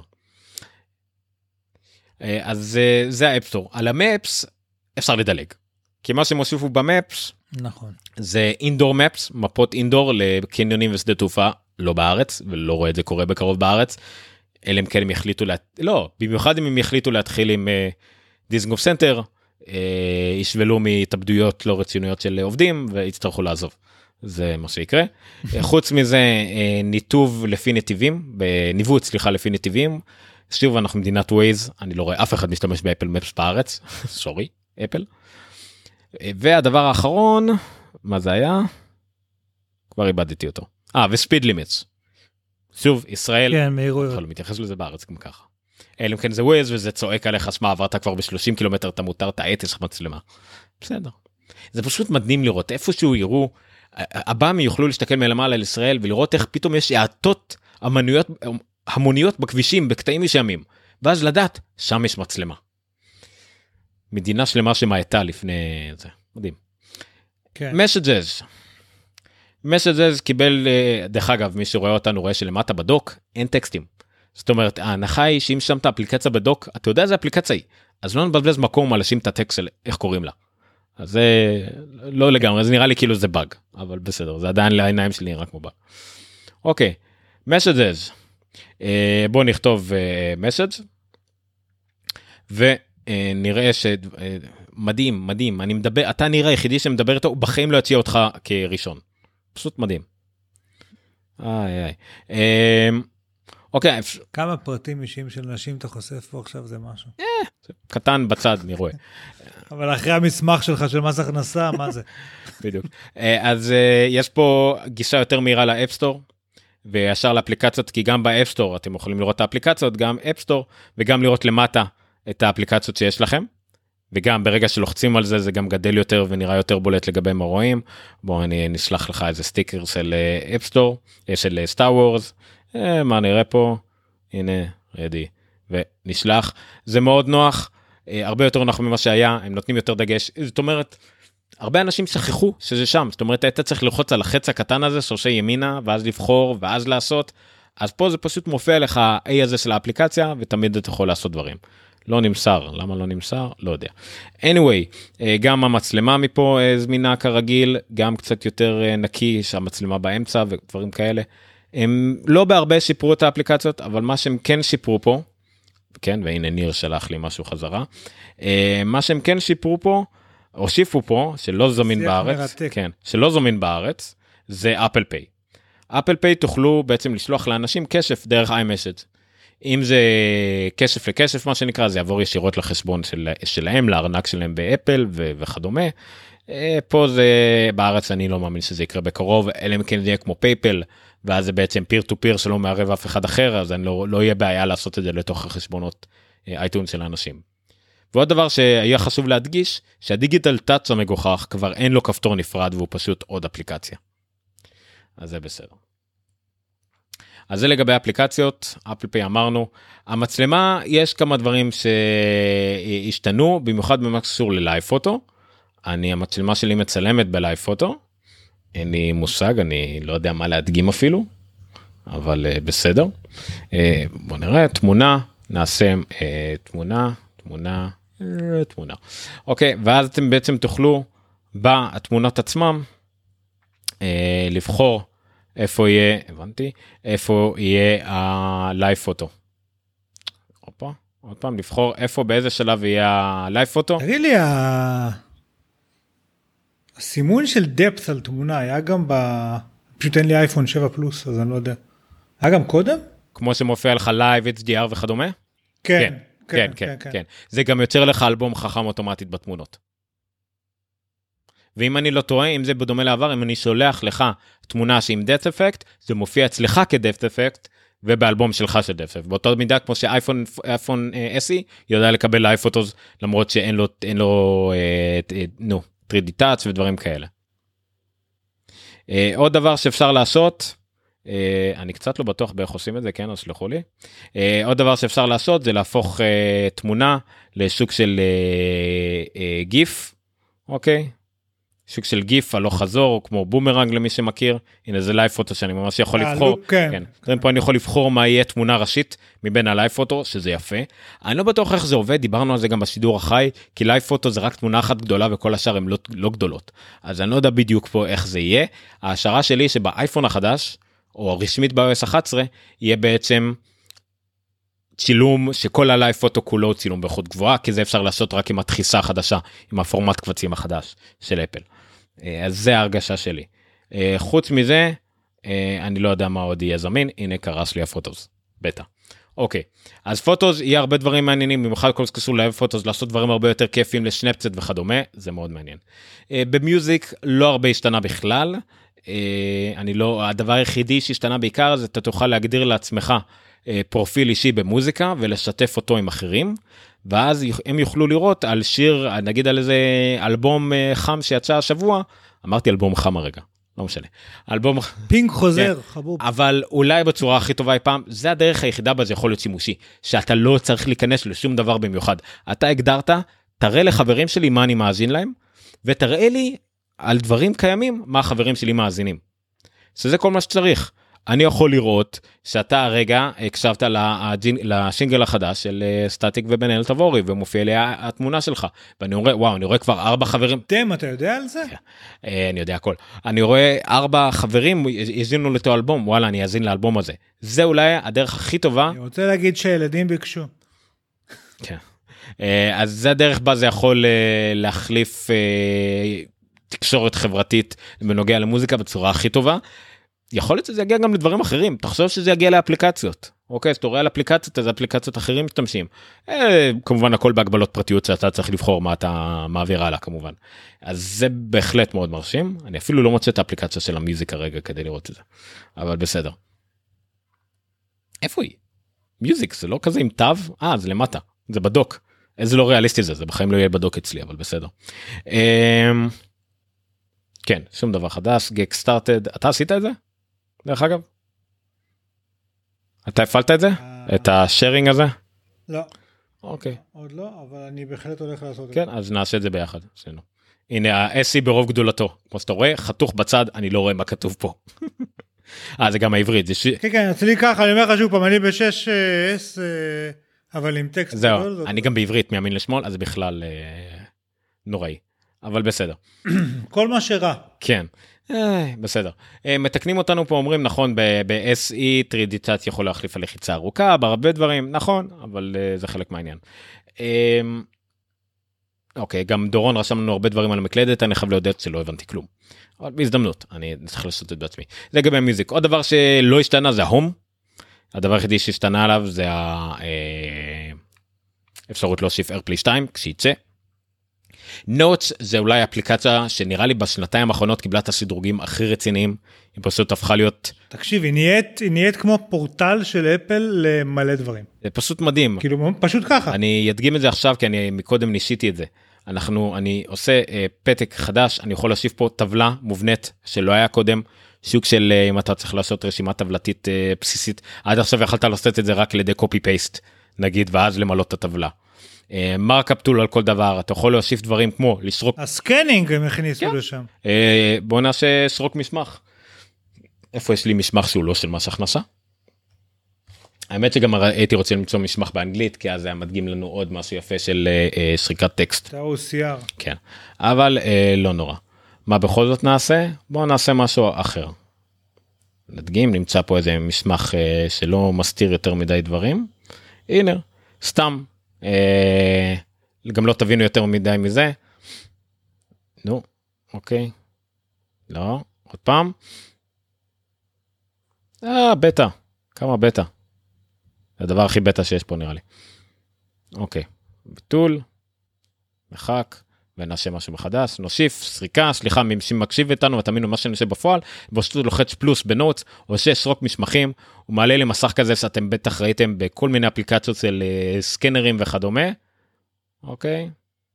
S2: אז זה האפסטור. על המפס אפשר לדלג. כי מה שהם הוסיפו במפס,
S3: נכון.
S2: זה אינדור מפס, מפות אינדור לקניונים ושדה תעופה, לא בארץ, ולא רואה את זה קורה בקרוב בארץ, אלא אם כן הם יחליטו, במיוחד אם הם יחליטו להתחיל עם דיסנגוף סנטר, ישבלו מהתאבדויות לא רצינויות של עובדים, ויצטרכו לעזוב. זה מה שיקרה. חוץ מזה, ניווט לפי נתיבים. שוב, אנחנו מדינת ווייז, אני לא רואה אף אחד משתמש באפל מפס בארץ, סורי, אפל. והדבר האחרון, מה זה היה? כבר איבדתי אותו. וספיד לימיטס. שוב, ישראל,
S3: כן, מהירויות.
S2: לא מתייחס לזה בארץ גם ככה. אלא אם כן זה ווייז, וזה צועק עליך, שמה, עברת כבר ב-30 קילומטר, אתה מותר, תעט, יש לך מצלמה. בסדר. זה פשוט מדהים לראות, איפשהו יראו, הבאים יוכלו להסתכל מלמעלה על ישראל, ולראות איך פתאום יש יעטות המוניות בכבישים, בקטעים משעמים, ואז לדעת, שם יש מצלמה. מדינה שלמה שמעטה לפני זה, מדהים.
S3: כן.
S2: Messages קיבל, דרך אגב, מי שרואה אותנו רואה שלמטה בדוק, אין טקסטים. זאת אומרת, ההנחה היא שאם שמת אפליקציה בדוק, אתה יודע איזה אפליקציה היא, אז לא נבזבז מקום על לשים את הטקסט של איך קוראים לה. אז זה לא לגמרי, זה נראה לי כאילו זה באג, אבל בסדר, זה עדיין לעיניים שלי נראה כמו באג. אוקיי, Messages. בואו נכתוב message, ונראה מדהים, מדהים, אני מדבר, אתה נראה היחידי שמדבר איתו, הוא בחיים לא יציע אותך כראשון. פשוט מדהים. אוקיי.
S3: כמה פרטים אישיים של נשים אתה חושף פה עכשיו זה משהו.
S2: קטן בצד, אני רואה.
S3: אבל אחרי המסמך שלך של מס הכנסה, מה זה?
S2: בדיוק. אז יש פה גישה יותר מהירה לאפסטור, וישר לאפליקציות, כי גם באפסטור אתם יכולים לראות את האפליקציות, גם אפסטור, וגם לראות למטה את האפליקציות שיש לכם, וגם ברגע שלוחצים על זה, זה גם גדל יותר ונראה יותר בולט לגבי מה רואים. בואו אני נשלח לך איזה סטיקר של אפסטור, של סטאר וורס, מה נראה פה, הנה, רדי, ונשלח, זה מאוד נוח, הרבה יותר נוח ממה שהיה, הם נותנים יותר דגש, זאת אומרת, הרבה אנשים שכחו שזה שם, זאת אומרת, היית צריך ללחוץ על החץ הקטן הזה, שורשי ימינה, ואז לבחור, ואז לעשות, אז פה זה פשוט מופיע לך ה-A הזה של האפליקציה, ותמיד אתה יכול לעשות דברים. לא נמסר, למה לא נמסר? לא יודע. anyway, גם המצלמה מפה זמינה כרגיל, גם קצת יותר נקי, שהמצלמה באמצע ודברים כאלה. הם לא בהרבה שיפרו את האפליקציות, אבל מה שהם כן שיפרו פה, כן, והנה ניר שלח לי משהו חזרה, מה שהם כן שיפרו פה, או שיפרו פה, שלא זמין בארץ, כן, שלא זמין בארץ, זה אפל פיי. אפל פיי תוכלו בעצם לשלוח לאנשים כשף דרך iMessage. אם זה כשף לכשף, מה שנקרא, זה יעבור ישירות לחשבון שלהם, לארנק שלהם באפל וכדומה. פה זה, בארץ אני לא מאמין שזה יקרה בקרוב, אלא אם כן זה יהיה כמו פייפל, ואז זה בעצם פיר טו פיר שלא מערב אף אחד אחר, אז אני לא יהיה בעיה לעשות את זה לתוך החשבונות אייטונס של האנשים. ועוד דבר שהיה חשוב להדגיש, שהדיגיטל טאץ' המגוחך כבר אין לו כפתור נפרד, והוא פשוט עוד אפליקציה. אז זה בסדר. אז זה לגבי אפליקציות, אפל פיי אמרנו, המצלמה יש כמה דברים שהשתנו, במיוחד במה קשור ללייב פוטו, המצלמה שלי מצלמת בלייב פוטו, אין לי מושג, אני לא יודע מה להדגים אפילו, אבל בסדר. בוא נראה, תמונה, נעשה תמונה. אוקיי, ואז אתם בעצם תוכלו בתמונות עצמם לבחור איפה יהיה, הבנתי, איפה יהיה הלייב פוטו. עוד פעם, לבחור איפה, באיזה שלב יהיה הלייב פוטו.
S3: תגיד לי, הסימון של דפס על תמונה היה גם פשוט אין לי אייפון 7 פלוס, אז אני לא יודע. היה גם קודם?
S2: כמו שמופיע לך לייב, HDR וכדומה?
S3: כן.
S2: כן. זה גם יוצר לך אלבום חכם אוטומטית בתמונות. ואם אני לא טועה, אם זה בדומה לעבר, אם אני שולח לך תמונה שהיא עם דפט אפקט, זה מופיע אצלך כדפט אפקט, ובאלבום שלך של דפט אפקט. באותו מידה כמו שאייפון SE יודע לקבל לייב פוטוס, למרות שאין לו 3D touch ודברים כאלה. עוד דבר שאפשר לעשות, אני קצת לא בטוח באיך עושים את זה, כן, אז שלחו לי. עוד דבר שאפשר לעשות, זה להפוך תמונה לסוג של גיף, אוקיי? סוג של גיף, הלא חזור, כמו בומרנג למי שמכיר, הנה זה לייב פוטו שאני ממש יכול לבחור, כן. פה אני יכול לבחור מה יהיה תמונה ראשית מבין הלייב פוטו, שזה יפה. אני לא בטוח איך זה עובד, דיברנו על זה גם בשידור החי, כי לייב פוטו זה רק תמונה אחת גדולה וכל השאר הן לא גדולות. אז אני לא יודע בדיוק פה איך זה יהיה. ההשערה שלי שבאייפון החדש, או רשמית ב-iOS 11, יהיה בעצם צילום שכל הלייב פוטו כולו צילום באיכות גבוהה, כי זה אפשר לעשות רק עם הדחיסה החדשה, עם הפורמט קבצים החדש של אפל. אז זה ההרגשה שלי. חוץ מזה, אני לא יודע מה עוד יהיה זמין, הנה קרס לי הפוטוס, בטא. אוקיי, אז פוטוס יהיה הרבה דברים מעניינים, במיוחד כל שקשור לייב פוטוס, לעשות דברים הרבה יותר כיפים לשנפצט וכדומה, זה מאוד מעניין. במיוזיק לא הרבה השתנה בכלל, הדבר היחידי שהשתנה בעיקר, זה אתה תוכל להגדיר לעצמך פרופיל אישי במוזיקה, ולשתף אותו עם אחרים, ואז הם יוכלו לראות על שיר, נגיד על איזה אלבום חם שיצא השבוע, אמרתי אלבום חם הרגע, לא משנה, אלבום
S3: פינק חוזר, חבוב.
S2: אבל אולי בצורה הכי טובה אי פעם, זה הדרך היחידה בה זה יכול להיות שימושי, שאתה לא צריך להיכנס לשום דבר במיוחד, אתה הגדרת, תראה לחברים שלי מה אני מאזין להם, ותראה לי על דברים קיימים מה החברים שלי מאזינים, שזה כל מה שצריך. אני יכול לראות שאתה הרגע הקשבת לשינגל החדש של סטטיק ובן אל תבורי, ומופיע לי התמונה שלך, ואני רואה, וואו, אני רואה כבר 4 חברים.
S3: אתה יודע על זה?
S2: אני יודע הכל. אני רואה 4 חברים, יזינו לתו אלבום, וואלה, אני אזין לאלבום הזה. זה אולי הדרך הכי טובה.
S3: אני רוצה להגיד שילדים ביקשו.
S2: כן. אז זה הדרך בה זה יכול להחליף תקשורת חברתית בנוגע למוזיקה בצורה הכי טובה. יכול להיות שזה יגיע גם לדברים אחרים, תחשוב שזה יגיע לאפליקציות, אוקיי, אז אתה רואה על אפליקציות, אז אפליקציות אחרים משתמשים. כמובן, הכל בהגבלות פרטיות שאתה צריך לבחור מה אתה מעביר הלאה, כמובן. אז זה בהחלט מאוד מרשים. אני אפילו לא מוצא את האפליקציה של המיוזיק כרגע כדי לראות את זה. אבל בסדר. איפה היא? מיוזיק, זה לא כזה עם תו? זה למטה. זה בדוק. איזה לא ריאליסטי זה בחיים לא יהיה בדוק אצלי, אבל בסדר. כן, שום דבר חדש. Get started. אתה עשית את זה? דרך אגב? אתה הפעלת את זה? את השארינג הזה?
S3: לא.
S2: אוקיי.
S3: עוד לא, אבל אני בהחלט הולך לעשות את
S2: זה. כן, אז נעשה את זה ביחד. הנה, ה-SE ברוב גדולתו. כמו שאתה רואה, חתוך בצד, אני לא רואה מה כתוב פה. זה גם העברית.
S3: כן, כן, אצלי ככה, אני אומר לך שוב פעם, אני ב-6S, אבל עם טקסט.
S2: זהו, אני גם בעברית, מימין לשמאל, אז זה בכלל נוראי. אבל בסדר.
S3: כל מה שרע.
S2: כן. בסדר. מתקנים אותנו פה, אומרים, נכון, ב-SE טרידיטציה יכול להחליף על לחיצה ארוכה, בהרבה דברים, נכון, אבל זה חלק מהעניין. אוקיי, גם דורון רשם לנו הרבה דברים על המקלדת, אני חייב להודות שלא הבנתי כלום. אבל בהזדמנות, אני צריך לעשות את זה בעצמי. זה לגבי המיוזיק. עוד דבר שלא השתנה זה ההום. הדבר היחידי שהשתנה עליו זה האפשרות להוסיף AirPlay 2 כשיצא. נוטס זה אולי אפליקציה שנראה לי בשנתיים האחרונות קיבלה את הסדרוגים הכי רציניים, היא פשוט הפכה להיות...
S3: תקשיב, היא נהיית כמו פורטל של אפל למלא דברים.
S2: זה פשוט מדהים.
S3: כאילו, פשוט ככה.
S2: אני אדגים את זה עכשיו, כי אני מקודם ניסיתי את זה. אני עושה פתק חדש, אני יכול להוסיף פה טבלה מובנית שלא היה קודם, שוק של אם אתה צריך לעשות רשימה טבלתית בסיסית, עד עכשיו יכלת לעשות את זה רק לידי קופי פייסט, נגיד, ואז למלות את הטבלה. מרקאפ טול על כל דבר, אתה יכול להוסיף דברים כמו לסרוק...
S3: הסקנינג הם הכניסו לשם.
S2: בוא נעשה סרוק מסמך. איפה יש לי מסמך שהוא לא של מס הכנסה? האמת שגם הייתי רוצה למצוא מסמך באנגלית, כי אז היה מדגים לנו עוד משהו יפה של שריקת טקסט.
S3: את ה-OCR.
S2: כן, אבל לא נורא. מה בכל זאת נעשה? בואו נעשה משהו אחר. נדגים, נמצא פה איזה מסמך שלא מסתיר יותר מדי דברים. הנה, סתם. גם לא תבינו יותר מדי מזה. נו, אוקיי. לא, עוד פעם. בטא. כמה בטא? זה הדבר הכי בטא שיש פה נראה לי. אוקיי. ביטול. מחק. ונעשה משהו מחדש. נוסיף, סריקה, סליחה, מי שמקשיב איתנו ותאמינו מה שנעשה בפועל. פשוט לוחץ פלוס בנוטס, או שסרוק משמחים, הוא מעלה לי מסך כזה שאתם בטח ראיתם בכל מיני אפליקציות של סקנרים וכדומה. אוקיי.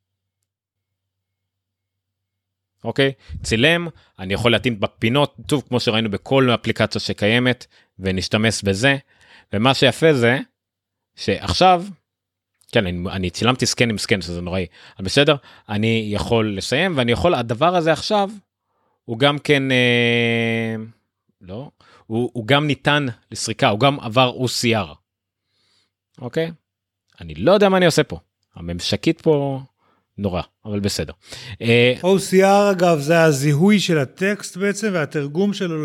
S2: אוקיי. צילם, אני יכול להתאים בפינות, טוב, כמו שראינו בכל אפליקציה שקיימת, ונשתמש בזה. ומה שיפה זה, שעכשיו, כן, אני צילמתי סקן עם סקן, שזה נוראי. אבל בסדר, אני יכול לסיים, ואני יכול, הדבר הזה עכשיו, הוא גם כן, לא, הוא גם ניתן לסריקה, הוא גם עבר OCR. אוקיי? אני לא יודע מה אני עושה פה. הממשקית פה נורא, אבל בסדר.
S3: OCR אגב, זה הזיהוי של הטקסט בעצם, והתרגום שלו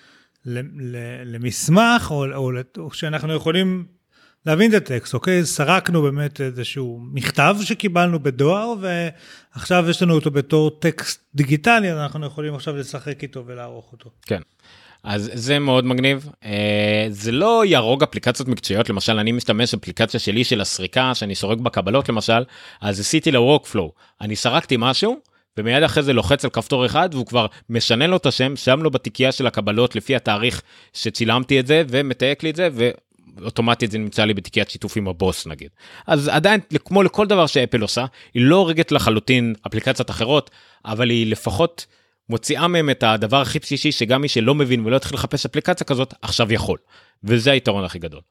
S3: למסמך, או שאנחנו יכולים להבין את הטקסט, אוקיי? סרקנו באמת איזשהו מכתב שקיבלנו בדואר, ועכשיו יש לנו אותו בתור טקסט דיגיטלי, אז אנחנו יכולים עכשיו לשחק איתו ולערוך אותו.
S2: כן. אז זה מאוד מגניב. זה לא ירוג אפליקציות מקצועיות, למשל אני משתמש באפליקציה שלי של הסריקה, שאני סורק בקבלות למשל, אז עשיתי ל-workflow. אני סרקתי משהו, ומיד אחרי זה לוחץ על כפתור אחד, והוא כבר משנה לו את השם, שם לו בתיקייה של הקבלות, לפי התאריך שצילמתי את זה, ומתייק לי את זה, ואוטומטית זה נמצא לי בתיקיית שיתוף עם הבוס נגיד. אז עדיין, כמו לכל דבר שאפל עושה, היא לא הורגת לחלוטין אפליקציות אחרות, אבל היא לפחות מוציאה מהם את הדבר הכי בסיסי, שגם מי שלא מבין ולא יתחיל לחפש אפליקציה כזאת, עכשיו יכול. וזה היתרון הכי גדול.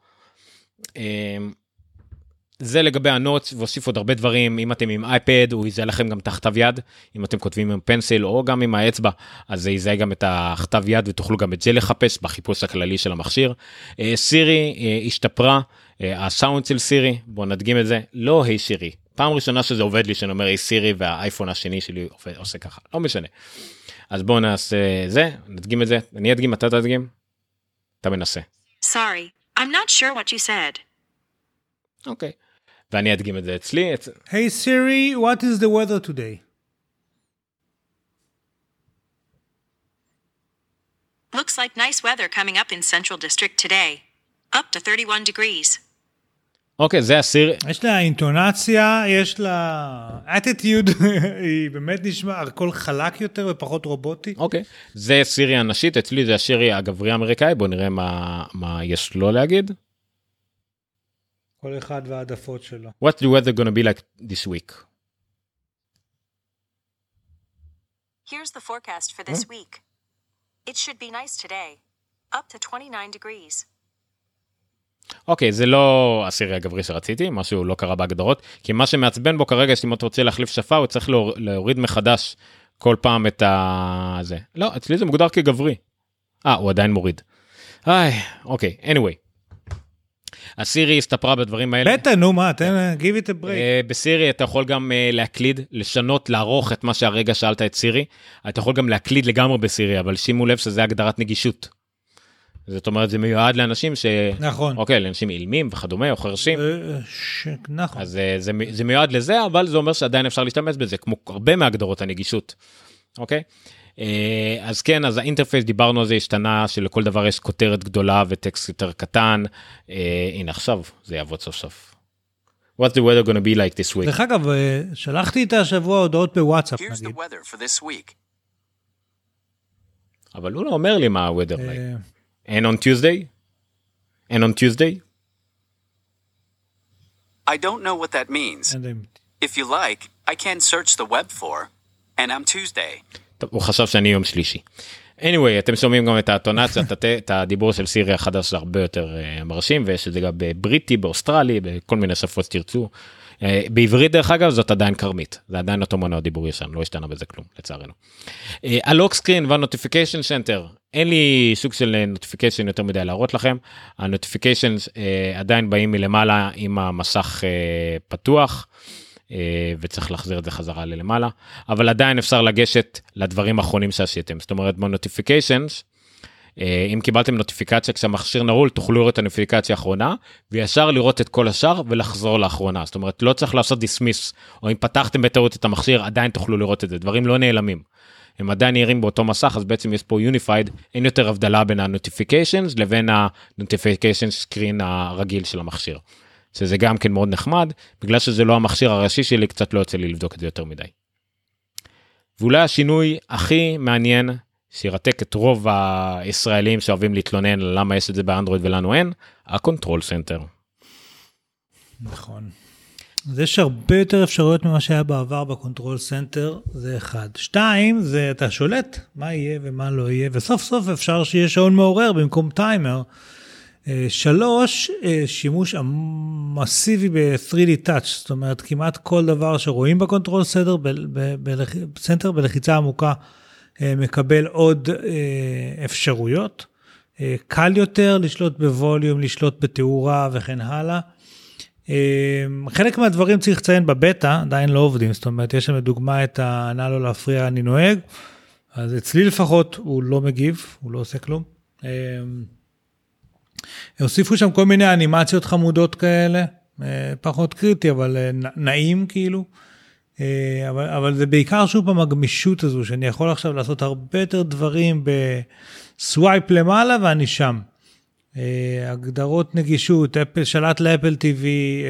S2: זה לגבי הנוטס, והוסיף עוד הרבה דברים, אם אתם עם אייפד, הוא יזהה לכם גם את הכתב יד, אם אתם כותבים עם פנסיל, או גם עם האצבע, אז זה יזהה גם את הכתב יד, ותוכלו גם את זה לחפש, בחיפוש הכללי של המכשיר. סירי השתפרה, הסאונד של סירי, בואו נדגים את זה, לא היי סירי, פעם ראשונה שזה עובד לי, שאני אומר היי סירי, והאייפון השני שלי עושה ככה, לא משנה. אז בואו נעשה זה, נדגים את זה, אני אדגים, אתה תדגים, אתה מנסה.
S4: Sorry, I'm not sure what you said.
S2: אוקיי. ואני אדגים את זה אצלי.
S3: Hey Siri, what is the weather today?
S4: Looks like nice weather coming up in Central District today. Up to 31 degrees.
S2: אוקיי, זה הסיר...
S3: יש לה אינטונציה, יש לה אטיטיוד, היא באמת נשמע, הכל חלק יותר ופחות רובוטי.
S2: אוקיי, זה סירי הנשית, אצלי זה הסירי הגברי האמריקאי, בואו נראה מה יש לו להגיד.
S3: כל אחד והעדפות שלו.
S2: What's the weather gonna be like this week?
S4: Here's the forecast for this week. It should be nice today. Up to 29 degrees.
S2: אוקיי, זה לא הסירי הגברי שרציתי, משהו לא קרה בהגדרות, כי מה שמעצבן בו כרגע, שאם אתה רוצה להחליף שפה, הוא צריך להוריד מחדש כל פעם את זה. לא, אצלי זה מוגדר כגברי. הוא עדיין מוריד. אוקיי, anyway. הסירי הסתפרה בדברים האלה.
S3: בטח, נו מה, תן, give it a break.
S2: בסירי אתה יכול גם להקליד, לשנות, לערוך את מה שהרגע שאלת את סירי. אתה יכול גם להקליד לגמרי בסירי, אבל שימו לב שזה הגדרת נגישות. זאת אומרת, זה מיועד לאנשים
S3: נכון.
S2: אוקיי, לאנשים אילמים וכדומה, או חרשים.
S3: נכון.
S2: אז זה מיועד לזה, אבל זה אומר שעדיין אפשר להשתמש בזה, כמו הרבה מהגדרות הנגישות. אוקיי? אז כן, אז האינטרפייס, דיברנו על זה, השתנה שלכל דבר יש כותרת גדולה וטקסט יותר קטן. הנה עכשיו, זה יעבוד סוף סוף. What's the weather gonna be like this week?
S3: דרך אגב, שלחתי את השבוע הודעות בוואטסאפ,
S5: Here's the
S3: נגיד.
S5: weather for this week.
S2: אבל הוא לא אומר לי מה ה-weather like. And on Tuesday? And on Tuesday?
S5: I don't know what that means. If you like, I can search the web for, and I'm Tuesday.
S2: טוב, הוא חשב שאני יום שלישי. anyway, אתם שומעים גם את האטונציה, את הדיבור של סירי החדש, הרבה יותר מרשים, ויש את זה גם בבריטי, באוסטרלי, בכל מיני שפות שתרצו. בעברית דרך אגב, זאת עדיין קרמית. זה עדיין אותו מנוע דיבור ישן, לא השתנה בזה כלום, לצערנו. הלוק סקרין והנוטיפיקיישן סנטר, אין לי סוג של נוטיפיקיישן יותר מדי להראות לכם. הנוטיפיקיישן עדיין באים מלמעלה עם המסך פתוח, וצריך להחזיר את זה חזרה ללמעלה, אבל עדיין אפשר לגשת לדברים האחרונים שעשיתם. זאת אומרת, בנוטיפיקיישנס, אם קיבלתם נוטיפיקציה כשהמכשיר נעול, תוכלו לראות את הנוטיפיקציה האחרונה, וישר לראות את כל השאר ולחזור לאחרונה. זאת אומרת, לא צריך לעשות דיסמיס, או אם פתחתם בטעות את המכשיר, עדיין תוכלו לראות את זה. דברים לא נעלמים. הם עדיין נראים באותו מסך, אז בעצם יש פה יוניפייד, אין יותר הבדלה בין הנוטיפיקיישנס לבין הנוטיפיקיישן סקרין הרגיל של המכשיר. שזה גם כן מאוד נחמד, בגלל שזה לא המכשיר הראשי שלי, קצת לא יוצא לי לבדוק את זה יותר מדי. ואולי השינוי הכי מעניין, שירתק את רוב הישראלים שאוהבים להתלונן למה יש את זה באנדרואיד ולנו אין, הקונטרול סנטר.
S3: נכון. אז יש הרבה יותר אפשרויות ממה שהיה בעבר בקונטרול סנטר, זה אחד. 2, זה אתה שולט מה יהיה ומה לא יהיה, וסוף סוף אפשר שיהיה שעון מעורר במקום טיימר. 3, שימוש מסיבי ב-3D Touch, זאת אומרת, כמעט כל דבר שרואים בקונטרול סנטר בלחיצה עמוקה, מקבל עוד אפשרויות. קל יותר לשלוט בווליום, לשלוט בתאורה וכן הלאה. חלק מהדברים צריך לציין בבטא, עדיין לא עובדים, זאת אומרת, יש שם לדוגמה את הנע לא להפריע אני נוהג, אז אצלי לפחות הוא לא מגיב, הוא לא עושה כלום. הוסיפו שם כל מיני אנימציות חמודות כאלה, פחות קריטי, אבל נעים כאילו, אבל זה בעיקר שוב במגמישות הזו, שאני יכול עכשיו לעשות הרבה יותר דברים בסווייפ למעלה ואני שם. הגדרות נגישות, שלט לאפל TV,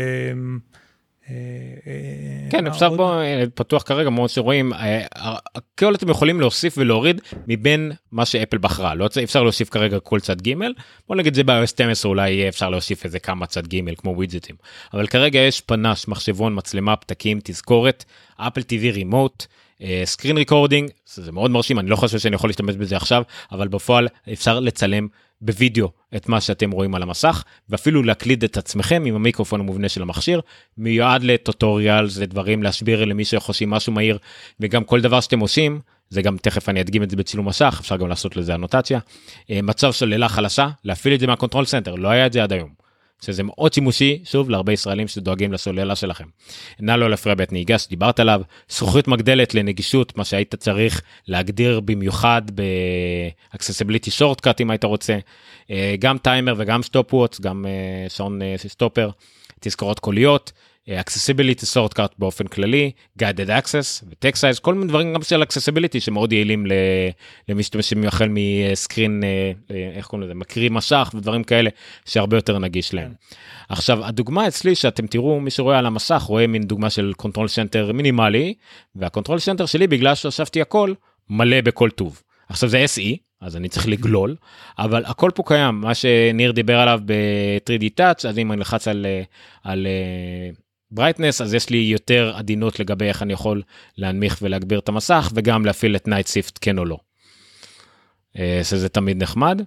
S2: כן, אפשר בו, פתוח כרגע, מאוד שרואים, הכל אתם יכולים להוסיף ולהוריד מבין מה שאפל בחרה, לא אפשר להוסיף כרגע כל צד ג', בוא נגיד זה ב-iOS 12 אולי יהיה אפשר להוסיף איזה כמה צד ג' כמו ווידג'טים, אבל כרגע יש פנש, מחשבון, מצלמה, פתקים, תזכורת, אפל TV רימוט, סקרין ריקורדינג, זה מאוד מרשים, אני לא חושב שאני יכול להשתמש בזה עכשיו, אבל בפועל אפשר לצלם בווידאו את מה שאתם רואים על המסך, ואפילו להקליד את עצמכם עם המיקרופון המובנה של המכשיר, מיועד לטוטוריאל, זה דברים להשביר למי שחושים משהו מהיר, וגם כל דבר שאתם עושים, זה גם תכף אני אדגים את זה בצילום מסך, אפשר גם לעשות לזה אנוטציה, מצב של לילה חלשה, להפעיל את זה מהקונטרול סנטר, לא היה את זה עד היום. שזה מאוד שימושי, שוב, להרבה ישראלים שדואגים לסוללה שלכם. נא לא להפריע בעת נהיגה שדיברת עליו, זכוכית מגדלת לנגישות, מה שהיית צריך להגדיר במיוחד ב-accessibility shortcut אם היית רוצה, גם טיימר וגם סטופ-וואץ', גם שעון סטופר, תזכורות קוליות, accessibility shortcut באופן כללי, guided access ו-text size, כל מיני דברים גם של accessibility שמאוד יעילים למשתמשים החל מסקרין, איך קוראים לזה, מקריא משך ודברים כאלה שהרבה יותר נגיש להם. עכשיו, הדוגמה אצלי שאתם תראו, מי שרואה על המסך רואה מין דוגמה של control center מינימלי, והקונטרול סנטר שלי בגלל שהושבתי הכל מלא בכל טוב. עכשיו זה SE, אז אני צריך לגלול, אבל הכל פה קיים, מה שניר דיבר עליו ב-3D Touch, אז אם אני לחץ על brightness, אז יש לי יותר עדינות לגבי איך אני יכול להנמיך ולהגביר את המסך, וגם להפעיל את Night Shift כן או לא. שזה תמיד נחמד.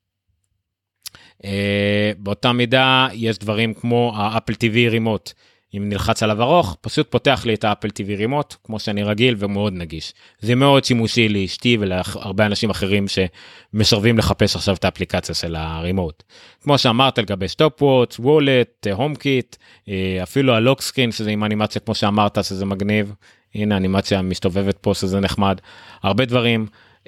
S2: באותה מידה יש דברים כמו האפל TV רימוט, אם נלחץ עליו ארוך, פשוט פותח לי את האפל TV רימוט, כמו שאני רגיל ומאוד נגיש. זה מאוד שימושי לאשתי ולהרבה אנשים אחרים שמשרבים לחפש עכשיו את האפליקציה של הרימוט. כמו שאמרת לגבי סטופ-וואץ', וולט, הום קיט, אפילו הלוק סקרין, שזה עם אנימציה כמו שאמרת, שזה מגניב. הנה אנימציה מסתובבת פה, שזה נחמד. הרבה דברים.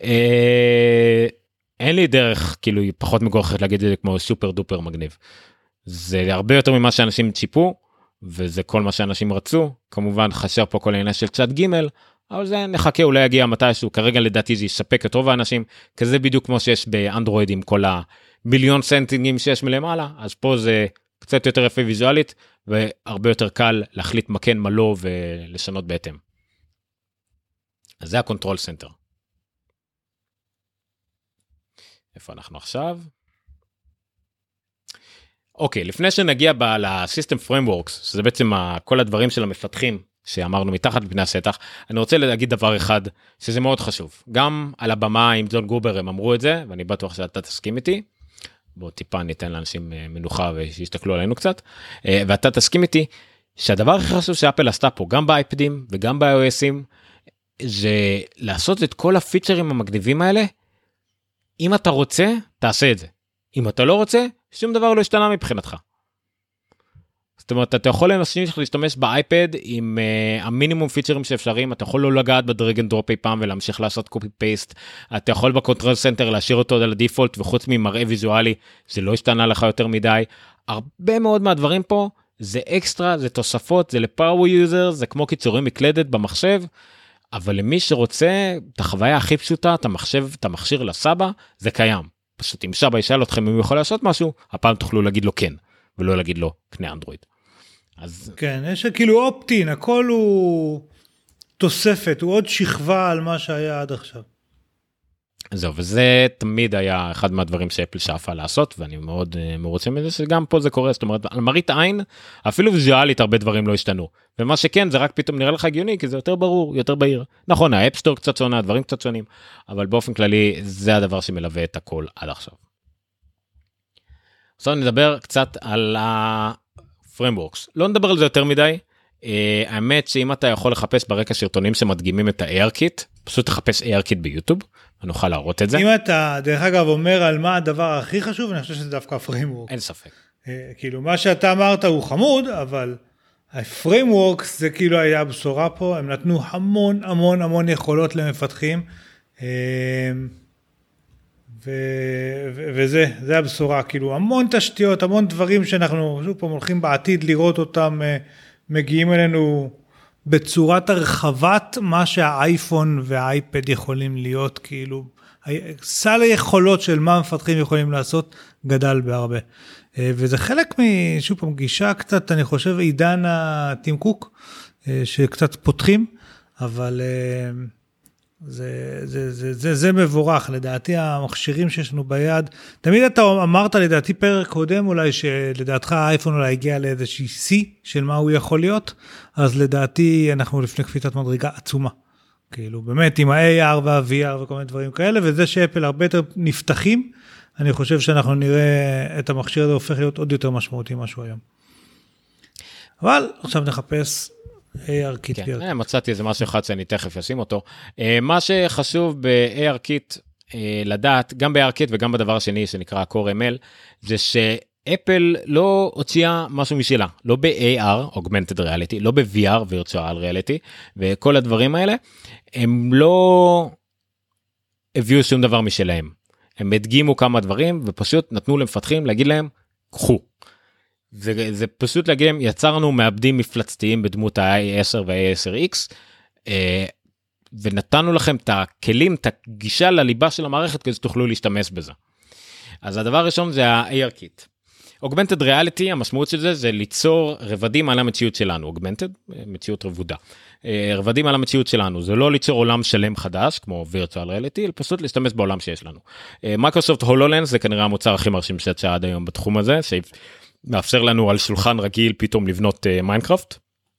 S2: אין לי דרך, כאילו, פחות מגוחכת להגיד את זה כמו סופר דופר מגניב. זה הרבה יותר ממה שאנשים ציפו, וזה כל מה שאנשים רצו, כמובן חסר פה כל העניין של צ'אט ג', אבל זה נחכה, אולי יגיע מתישהו, כרגע לדעתי זה יספק את רוב האנשים, כזה בדיוק כמו שיש באנדרואיד עם כל המיליון סנטינגים שיש מלמעלה, אז פה זה קצת יותר יפה ויזואלית, והרבה יותר קל להחליט מה כן, מה לא, ולשנות בהתאם. אז זה הקונטרול סנטר. איפה אנחנו עכשיו? אוקיי, לפני שנגיע לסיסטם פריימוורקס, שזה בעצם כל הדברים של המפתחים שאמרנו מתחת לפני השטח, אני רוצה להגיד דבר אחד שזה מאוד חשוב. גם על הבמה עם ג'ון גרובר הם אמרו את זה, ואני בטוח שאתה תסכים איתי. בוא טיפה ניתן לאנשים מנוחה ושיסתכלו עלינו קצת. ואתה תסכים איתי שהדבר הכי חשוב שאפל עשתה פה, גם באייפדים וגם ב-iOSים, זה לעשות את כל הפיצ'רים המגניבים האלה. אם אתה רוצה, תעשה את זה. אם אתה לא רוצה, שום דבר לא השתנה מבחינתך. זאת אומרת, אתה יכול להשתמש באייפד עם המינימום פיצ'רים שאפשריים, אתה יכול לא לגעת בדרג אנד דרופ אי פעם ולהמשיך לעשות קופי פייסט, אתה יכול בקונטרול סנטר להשאיר אותו על הדיפולט, וחוץ ממראה ויזואלי, זה לא השתנה לך יותר מדי. הרבה מאוד מהדברים פה, זה אקסטרה, זה תוספות, זה לפאוור יוזר, זה כמו קיצורים מקלדת במחשב, אבל למי שרוצה את החוויה הכי פשוטה, את המכשיר לסבא, זה קיים. פשוט אם סבא ישאל אתכם אם הוא יכול לעשות משהו, הפעם תוכלו להגיד לו כן, ולא להגיד לו קנה אנדרואיד. אז
S3: כן, יש כאילו אופטין, הכל הוא תוספת, הוא עוד שכבה על מה שהיה עד עכשיו.
S2: זהו, וזה תמיד היה אחד מהדברים שאפל שאפה לעשות, ואני מאוד מרוצה מזה שגם פה זה קורה, זאת אומרת, על מראית עין, אפילו ויזואלית הרבה דברים לא השתנו, ומה שכן זה רק פתאום נראה לך הגיוני, כי זה יותר ברור, יותר בהיר. נכון, האפסטור קצת שונה, הדברים קצת שונים, אבל באופן כללי זה הדבר שמלווה את הכל עד עכשיו. עכשיו נדבר קצת על ה-frameworks, לא נדבר על זה יותר מדי, האמת שאם אתה יכול לחפש ברקע שרטונים שמדגימים את ה-ARKit, פשוט תחפש ARKit ביוטיוב, אני אוכל להראות את זה.
S3: אם אתה, דרך אגב, אומר על מה הדבר הכי חשוב, אני חושב שזה דווקא הפריימוורק.
S2: אין ספק.
S3: כאילו, מה שאתה אמרת הוא חמוד, אבל הפריימוורק זה כאילו היה בשורה פה, הם נתנו המון המון המון יכולות למפתחים, וזה הבשורה, כאילו, המון תשתיות, המון דברים שאנחנו, שוב פעם, הולכים בעתיד לראות אותם, מגיעים אלינו בצורת הרחבת מה שהאייפון והאייפד יכולים להיות, כאילו, סל היכולות של מה מפתחים יכולים לעשות גדל בהרבה. וזה חלק שוב פעם, גישה קצת, אני חושב, עידן הטים קוק, שקצת פותחים, אבל זה מבורך, לדעתי המכשירים שיש לנו ביד, תמיד אתה אמרת לדעתי פרק קודם אולי שלדעתך האייפון אולי הגיע לאיזושהי C של מה הוא יכול להיות, אז לדעתי אנחנו לפני קפיצת מדרגה עצומה, כאילו באמת עם ה-AR וה-VR וכל מיני דברים כאלה, וזה שאפל הרבה יותר נפתחים, אני חושב שאנחנו נראה את המכשיר הזה הופך להיות עוד יותר משמעותי משהו היום. אבל עכשיו נחפש ARKit.
S2: כן, מצאתי איזה משהו אחד שאני תכף אשים אותו. מה שחשוב ב-ARKit לדעת, גם ב-ARKit וגם בדבר השני שנקרא Core ML, זה שאפל לא הוציאה משהו משלה, לא ב-AR, Augmented Reality, לא ב-VR, Virtual Reality, וכל הדברים האלה, הם לא הביאו שום דבר משלהם. הם הדגימו כמה דברים, ופשוט נתנו למפתחים להגיד להם, קחו. זה פשוט להגיד, יצרנו מעבדים מפלצתיים בדמות ה-i10 וה-i10X, ונתנו לכם את הכלים, את הגישה לליבה של המערכת, כדי שתוכלו להשתמש בזה. אז הדבר הראשון זה ה-ARKit. Augmented Reality, המשמעות של זה, זה ליצור רבדים על המציאות שלנו. Augmented, מציאות רבודה. רבדים על המציאות שלנו, זה לא ליצור עולם שלם חדש, כמו Virtual Reality, אלא פשוט להשתמש בעולם שיש לנו. Microsoft HoloLens זה כנראה המוצר הכי מרשים שיצא עד היום בתחום הזה, שמאפשר לנו על שולחן רגיל פתאום לבנות מיינקראפט.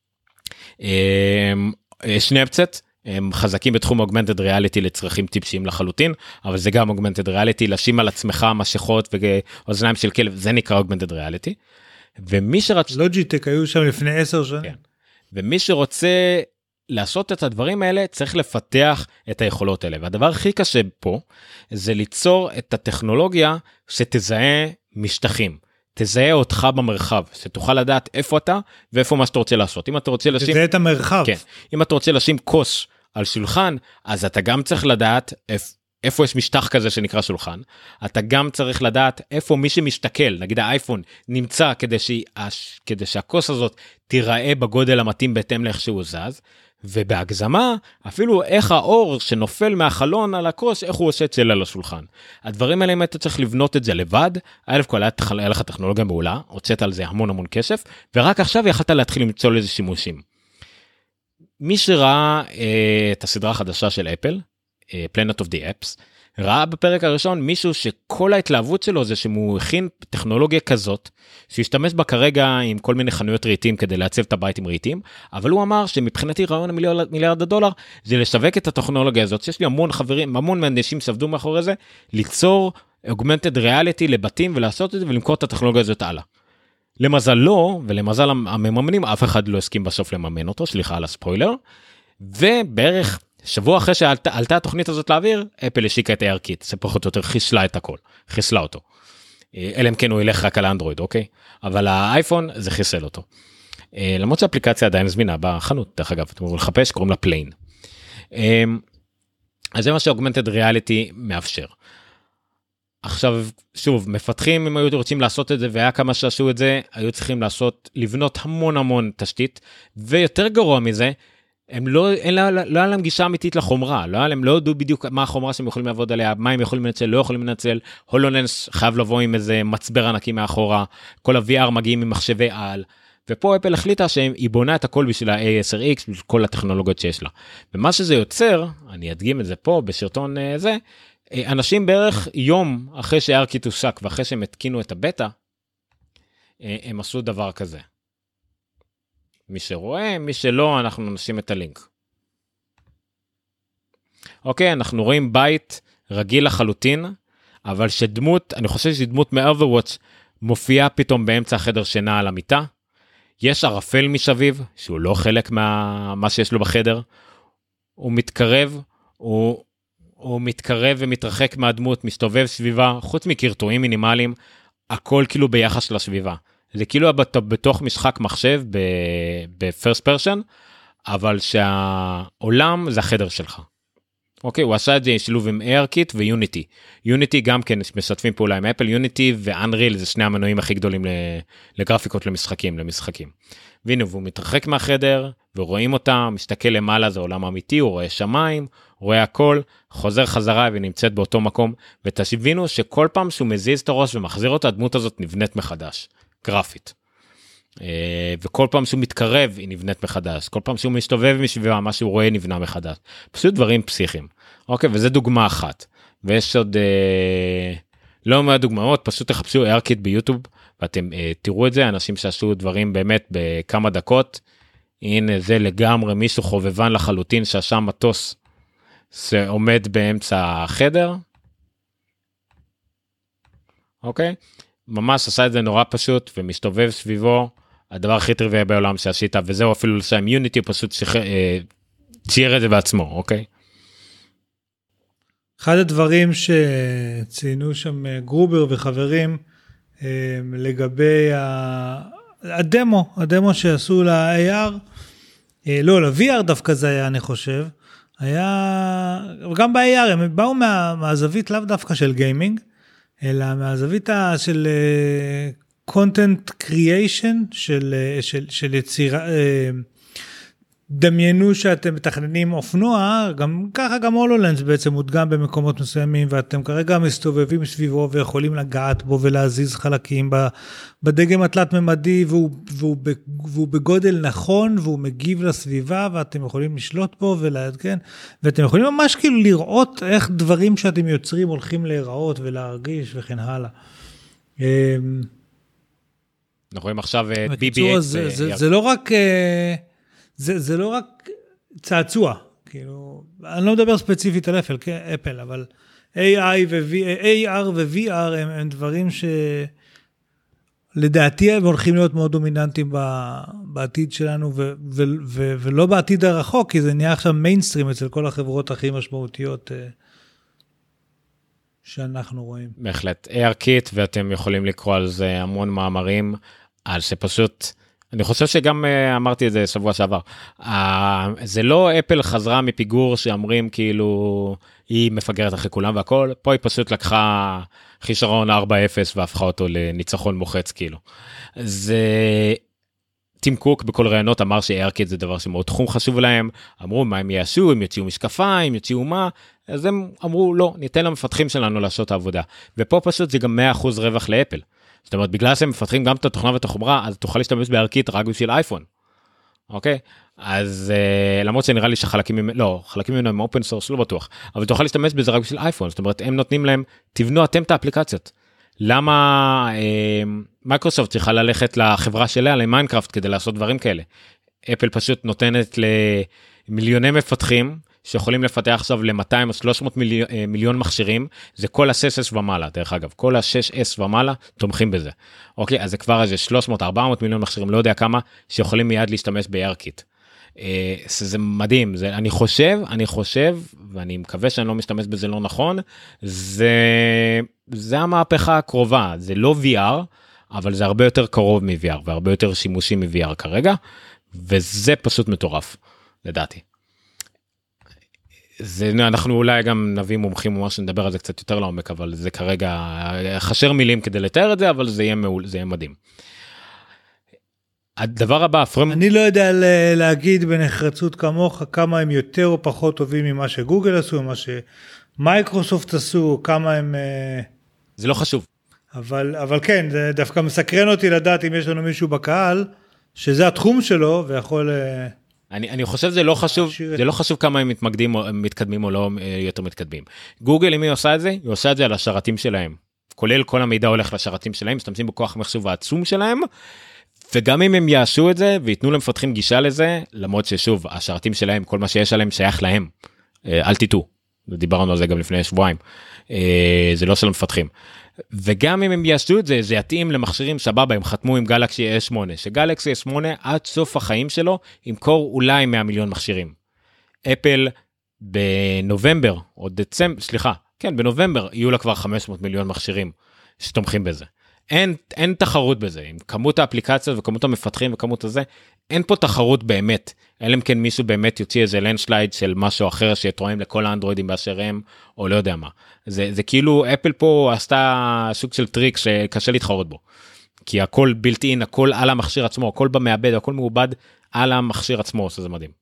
S2: Snapchat, הם חזקים בתחום Augmented Reality לצרכים טיפשיים לחלוטין, אבל זה גם Augmented Reality, לשים על עצמך משכות ואוזניים של כלב, זה נקרא Augmented Reality. ומי שרצה...
S3: לוג'יטק היו שם לפני 10 שנים. כן.
S2: ומי שרוצה לעשות את הדברים האלה, צריך לפתח את היכולות האלה. והדבר הכי קשה פה, זה ליצור את הטכנולוגיה שתזהה משטחים. תזהה אותך במרחב, שתוכל לדעת איפה אתה, ואיפה מה שאתה רוצה לעשות. אם אתה רוצה לשים...
S3: תזהה את המרחב.
S2: כן. אם אתה רוצה לשים כוס על שולחן, אז אתה גם צריך לדעת איפה יש משטח כזה שנקרא שולחן. אתה גם צריך לדעת איפה מי שמשתכל, נגיד האייפון, נמצא כדי שהכוס הזאת תיראה בגודל המתאים בהתאם לאיך שהוא זז, ובהגזמה, אפילו איך האור שנופל מהחלון על הכוס, איך הוא עושה צל על השולחן. הדברים האלה, אם אתה צריך לבנות את זה לבד, אלף כל היה לך טכנולוגיה מעולה, הוצאת על זה המון כסף, ורק עכשיו יכלת להתחיל למצוא לזה שימושים. מי שראה את הסדרה החדשה של אפל, Planet of the Apps, ראה בפרק הראשון מישהו שכל ההתלהבות שלו זה שהוא הכין טכנולוגיה כזאת, שהשתמש בה כרגע עם כל מיני חנויות רהיטים כדי לעצב את הבית עם רהיטים, אבל הוא אמר שמבחינתי רעיון $1 מיליארד זה לשווק את הטכנולוגיה הזאת, שיש לי המון חברים, המון מהנדשים שעבדו מאחורי זה, ליצור Augmented Reality לבתים ולעשות את זה ולמכור את הטכנולוגיה הזאת הלאה. למזלו ולמזל המממנים, אף אחד לא הסכים בסוף לממן אותו, סליחה על הספוילר, ובערך שבוע אחרי שעלתה התוכנית הזאת לאוויר, אפל השיקה את ARKit, זה פחות או יותר חיסלה את הכל, חיסלה אותו. אלא אם כן הוא ילך רק על אנדרואיד, אוקיי? אבל האייפון זה חיסל אותו. למרות שהאפליקציה עדיין זמינה בחנות, דרך אגב, אתם יכולים לחפש, קוראים לה פליין. אז זה מה ש-Augmented Reality מאפשר. עכשיו, שוב, מפתחים, אם היו רוצים לעשות את זה, והיה כמה שעשו את זה, היו צריכים לבנות המון תשתית, ויותר גרוע מזה, הם לא היה להם גישה אמיתית לחומרה, הם לא ידעו בדיוק מה החומרה שהם יכולים לעבוד עליה, מה הם יכולים לנצל, לא יכולים לנצל, הולולנס חייב לבוא עם איזה מצבר ענקי מאחורה, כל ה-VR מגיעים עם מחשבי על, ופה אפל החליטה שהיא בונה את הכל בשביל ה-A10X, בשביל כל הטכנולוגיות שיש לה. ומה שזה יוצר, אני אדגים את זה פה בשרטון זה, אנשים בערך יום אחרי ש-ARKit הושק, ואחרי שהם התקינו את הבטא, הם עשו דבר כזה. מי שרואה, מי שלא, אנחנו נשים את הלינק. אוקיי, אנחנו רואים בית רגיל לחלוטין, אבל שדמות, אני חושב שדמות מ-Overwatch מופיעה פתאום באמצע החדר שינה על המיטה. יש ערפל משביב, שהוא לא חלק מה שיש לו בחדר. הוא מתקרב ומתרחק מהדמות, מסתובב סביבה, חוץ מקרטועים מינימליים, הכל כאילו ביחס לשביבה. זה כאילו בתוך משחק מחשב ב-first person, אבל שהעולם זה החדר שלך. אוקיי, הוא עשה את זה שילוב עם ARKit ויוניטי. יוניטי גם כן משתפים פעולה עם אפל, יוניטי ואנריל זה שני המנועים הכי גדולים לגרפיקות למשחקים. והנה, והוא מתרחק מהחדר, ורואים אותה, מסתכל למעלה, זה עולם אמיתי, הוא רואה שמיים, הוא רואה הכל, חוזר חזרה ונמצאת באותו מקום, ותבינו שכל פעם שהוא מזיז את הראש ומחזיר אותה, הדמות הזאת נבנית מחדש. גרפית. וכל פעם שהוא מתקרב היא נבנית מחדש, כל פעם שהוא מסתובב משביבה, מה שהוא רואה נבנה מחדש. פשוט דברים פסיכיים. אוקיי, וזה דוגמה אחת. ויש עוד לא מעט דוגמאות, פשוט תחפשו ARKit ביוטיוב, ואתם תראו את זה, אנשים שעשו דברים באמת בכמה דקות. הנה זה לגמרי מישהו חובבן לחלוטין, שעשה מטוס שעומד באמצע החדר. אוקיי? ממש עשה את זה נורא פשוט, ומסתובב סביבו, הדבר הכי טריוויאלי בעולם שעשית, וזהו אפילו לשם יוניטי, הוא פשוט צייר את זה בעצמו, אוקיי?
S3: אחד הדברים שציינו שם גרובר וחברים, לגבי הדמו שעשו ל-AR, לא, ל-VR דווקא זה היה, אני חושב, היה, וגם ב-AR, הם באו מהזווית לאו דווקא של גיימינג, אלא מהזווית של content creation של יצירה, דמיינו שאתם מתכננים אופנוע, ככה גם הולולנס בעצם מודגם במקומות מסוימים, ואתם כרגע מסתובבים סביבו ויכולים לגעת בו ולהזיז חלקים בדגם התלת ממדי, והוא בגודל נכון, והוא מגיב לסביבה, ואתם יכולים לשלוט בו ולעדכן, ואתם יכולים ממש כאילו לראות איך דברים שאתם יוצרים הולכים להיראות ולהרגיש וכן הלאה.
S2: אנחנו רואים עכשיו
S3: BB8. זה לא רק צעצוע, כאילו, אני לא מדבר ספציפית על אפל, אבל AR ו-VR הם דברים שלדעתי הם הולכים להיות מאוד דומיננטיים בעתיד שלנו, ולא בעתיד הרחוק, כי זה נהיה עכשיו מיינסטרים אצל כל החברות הכי משמעותיות שאנחנו רואים.
S2: בהחלט, ARKit, ואתם יכולים לקרוא על זה המון מאמרים, על שפשוט... אני חושב שגם אמרתי את זה שבוע שעבר, זה לא אפל חזרה מפיגור שאמרים כאילו היא מפגרת אחרי כולם והכל, פה היא פשוט לקחה חישרון 4-0 והפכה אותו לניצחון מוחץ כאילו. זה טים קוק בכל רעיונות אמר ש-ARKit זה דבר שמאוד תחום חשוב להם, אמרו מה הם יעשו, הם יוציאו משקפיים, יוציאו מה, אז הם אמרו לא, ניתן למפתחים שלנו לעשות העבודה, ופה פשוט זה גם 100% רווח לאפל. זאת אומרת, בגלל שהם מפתחים גם את התוכנה ואת החומרה, אז תוכל להשתמש ב-ARKit רק בשביל אייפון. אוקיי? אז למרות שנראה לי שחלקים ממנו הם אופן סורס, לא בטוח, אבל תוכל להשתמש בזה רק בשביל אייפון. זאת אומרת, הם נותנים להם, תבנו אתם את האפליקציות. למה מייקרוסופט צריכה ללכת לחברה שלה, למיינקראפט, כדי לעשות דברים כאלה? אפל פשוט נותנת למיליוני מפתחים, שיכולים לפתח עכשיו ל-200 או 300 מיליון מכשירים, זה כל ה-6S ומעלה, דרך אגב, כל ה-6S ומעלה תומכים בזה. אוקיי, אז זה כבר איזה 300-400 מיליון מכשירים, לא יודע כמה, שיכולים מיד להשתמש ב-ARKit. זה מדהים, אני חושב, ואני מקווה שאני לא משתמש בזה לא נכון, זה המהפכה הקרובה, זה לא VR, אבל זה הרבה יותר קרוב מ-VR, והרבה יותר שימושי מ-VR כרגע, וזה פשוט מטורף, לדעתי. אנחנו אולי גם נביא מומחים ממש שנדבר על זה קצת יותר לעומק, אבל זה כרגע חשר מילים כדי לתאר את זה, אבל זה יהיה מדהים. הדבר הבא,
S3: אני לא יודע להגיד בנחרצות כמוך, כמה הם יותר או פחות טובים ממה שגוגל עשו, ממה שמייקרוסופט עשו, כמה הם...
S2: זה לא חשוב.
S3: אבל כן, זה דווקא מסקרן אותי לדעת אם יש לנו מישהו בקהל, שזה התחום שלו, ויכול...
S2: אני חושב זה לא חשוב כמה הם מתקדמים או לא יותר מתקדמים. גוגל, אם היא עושה את זה, היא עושה את זה על השרתים שלהם. כולל כל המידע הולך לשרתים שלהם, משתמשים בכוח המחשוב העצום שלהם, וגם אם הם יעשו את זה, ויתנו למפתחים גישה לזה, למרות ששוב, השרתים שלהם, כל מה שיש עליהם שייך להם. אל תיתו. דיברנו על זה גם לפני שבועיים. זה לא של המפתחים. וגם אם הם יעשו את זה, זה יתאים למכשירים סבבה, הם חתמו עם גלקסי S8, שגלקסי S8 עד סוף החיים שלו, ימכור אולי 100 מיליון מכשירים. אפל בנובמבר, או דצמבר, בנובמבר, יהיו לה כבר 500 מיליון מכשירים שתומכים בזה. אין תחרות בזה, עם כמות האפליקציות וכמות המפתחים וכמות הזה, אין פה תחרות באמת, אלא אם כן מישהו באמת יוציא איזה לנדסלייד של משהו אחר שיתרועים לכל האנדרואידים באשר הם, או לא יודע מה. זה כאילו, אפל פה עשתה סוג של טריק שקשה להתחרות בו. כי הכל בילט אין, הכל על המכשיר עצמו, הכל במעבד, הכל מעובד על המכשיר עצמו, שזה מדהים.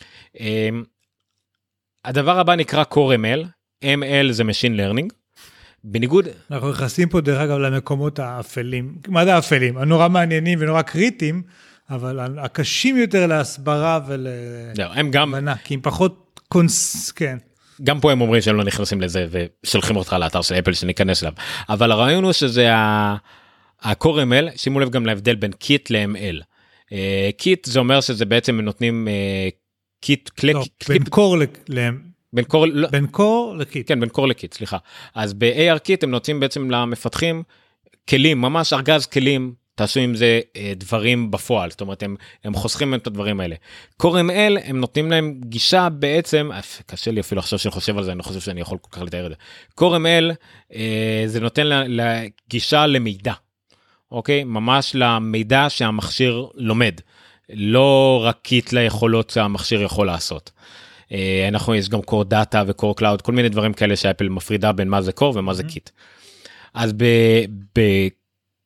S2: הדבר הבא נקרא Core ML, ML זה Machine Learning, בניגוד...
S3: אנחנו נכנסים פה דרך אגב למקומות האפלים, מה זה האפלים? הנורא מעניינים ונורא קריטיים, אבל הקשים יותר להסברה ולבנה, כי הם פחות כן.
S2: גם פה הם אומרים שהם לא נכנסים לזה, ושולחים אותך לאתר של אפל שניכנס אליו. אבל הרעיון הוא שזה ה-Core ML, שימו לב גם להבדל בין Kit ל-ML. Kit זה אומר שזה בעצם נותנים Kit...
S3: לא, בין Core בין קור לקיט.
S2: כן, בין קור לקיט, סליחה. אז ב-ARKit הם נותנים בעצם למפתחים כלים, ממש ארגז כלים, תעשו עם זה דברים בפועל, זאת אומרת, הם חוסכים את הדברים האלה. Core ML, הם נותנים להם גישה בעצם, קשה לי אפילו עכשיו שאני חושב על זה, אני חושב שאני יכול כל כך לתאר את זה. Core ML, זה נותן גישה למידע, אוקיי? ממש למידע שהמכשיר לומד, לא רק קיט ליכולות שהמכשיר יכול לעשות. יש גם קור דאטה וקור קלאוד, כל מיני דברים כאלה שאפל מפרידה בין מה זה קור ומה זה קיט. אז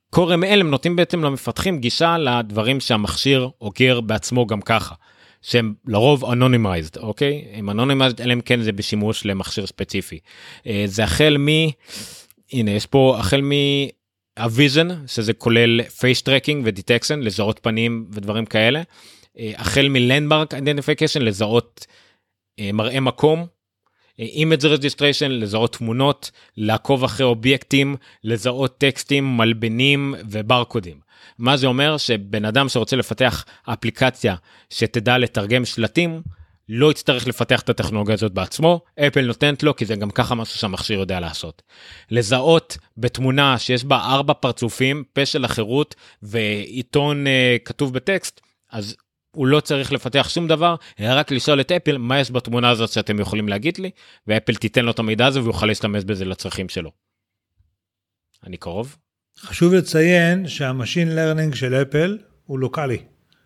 S2: Core ML הם נותנים בעצם למפתחים גישה לדברים שהמכשיר אוגר בעצמו גם ככה, שהם לרוב anonymized, אוקיי? הם anonymized, אלא אם כן זה בשימוש למכשיר ספציפי. זה החל הנה, יש פה החל הוויז'ן, שזה כולל face tracking ו-detection, לזהות פנים ודברים כאלה, החל מ-landmark identification, לזהות מראה מקום, image registration, לזהות תמונות, לעקוב אחרי אובייקטים, לזהות טקסטים, מלבנים וברקודים. מה זה אומר? שבן אדם שרוצה לפתח אפליקציה שתדע לתרגם שלטים, לא יצטרך לפתח את הטכנולוגיה הזאת בעצמו, אפל נותנת לו, כי זה גם ככה משהו שהמכשיר יודע לעשות. לזהות בתמונה שיש בה 4 פרצופים, פה של החירות ועיתון כתוב בטקסט, אז הוא לא צריך לפתח שום דבר, אלא רק לשאול את אפל, מה יש בתמונה הזאת שאתם יכולים להגיד לי, ואפל תיתן לו את המידע הזה, והוא יוכל להשתמש בזה לצרכים שלו. אני קרוב?
S3: חשוב לציין שהמשין לרנינג של אפל הוא לוקלי.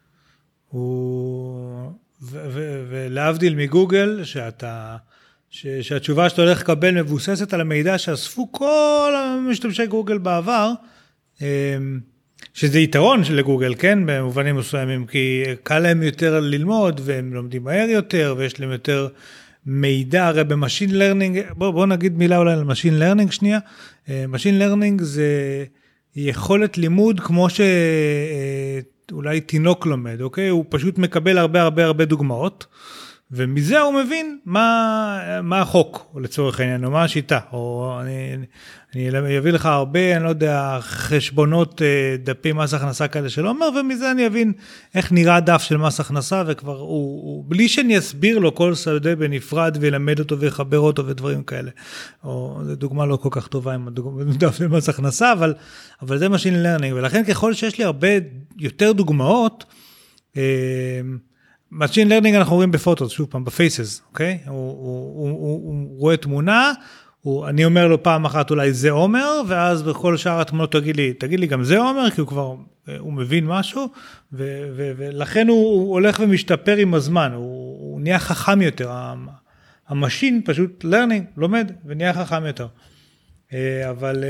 S3: ולהבדיל מגוגל, שהתשובה שאתה הולך לקבל מבוססת על המידע שאספו כל המשתמשי גוגל בעבר, שזה יתרון של גוגל, כן, במובנים מסוימים, כי קל להם יותר ללמוד, והם לומדים מהר יותר, ויש להם יותר מידע, הרי במשין לרנינג, בוא נגיד מילה אולי על משין לרנינג שנייה, משין לרנינג זה יכולת לימוד כמו שאולי תינוק לומד, אוקיי? הוא פשוט מקבל הרבה דוגמאות, ומזה הוא מבין מה החוק, או לצורך העניין, או מה השיטה, או אני אביא לך הרבה, אני לא יודע, חשבונות דפי מס הכנסה כאלה שלא אומר, ומזה אני אבין איך נראה דף של מס הכנסה, וכבר הוא בלי שאני אסביר לו כל שדה בנפרד, וילמד אותו ויחבר אותו ודברים כאלה. או זו דוגמה לא כל כך טובה עם דף של מס הכנסה, אבל זה machine learning, ולכן ככל שיש לי הרבה יותר דוגמאות, Machine Learning אנחנו רואים בפוטות, שוב פעם, בפייסס, אוקיי? הוא רואה תמונה, אני אומר לו פעם אחת אולי זה עומר, ואז בכל שאר התמונות תגיד לי גם זה עומר, כי הוא מבין משהו, ולכן הוא הולך ומשתפר עם הזמן, הוא נהיה חכם יותר, המשין פשוט learning, לומד, ונהיה חכם יותר. אבל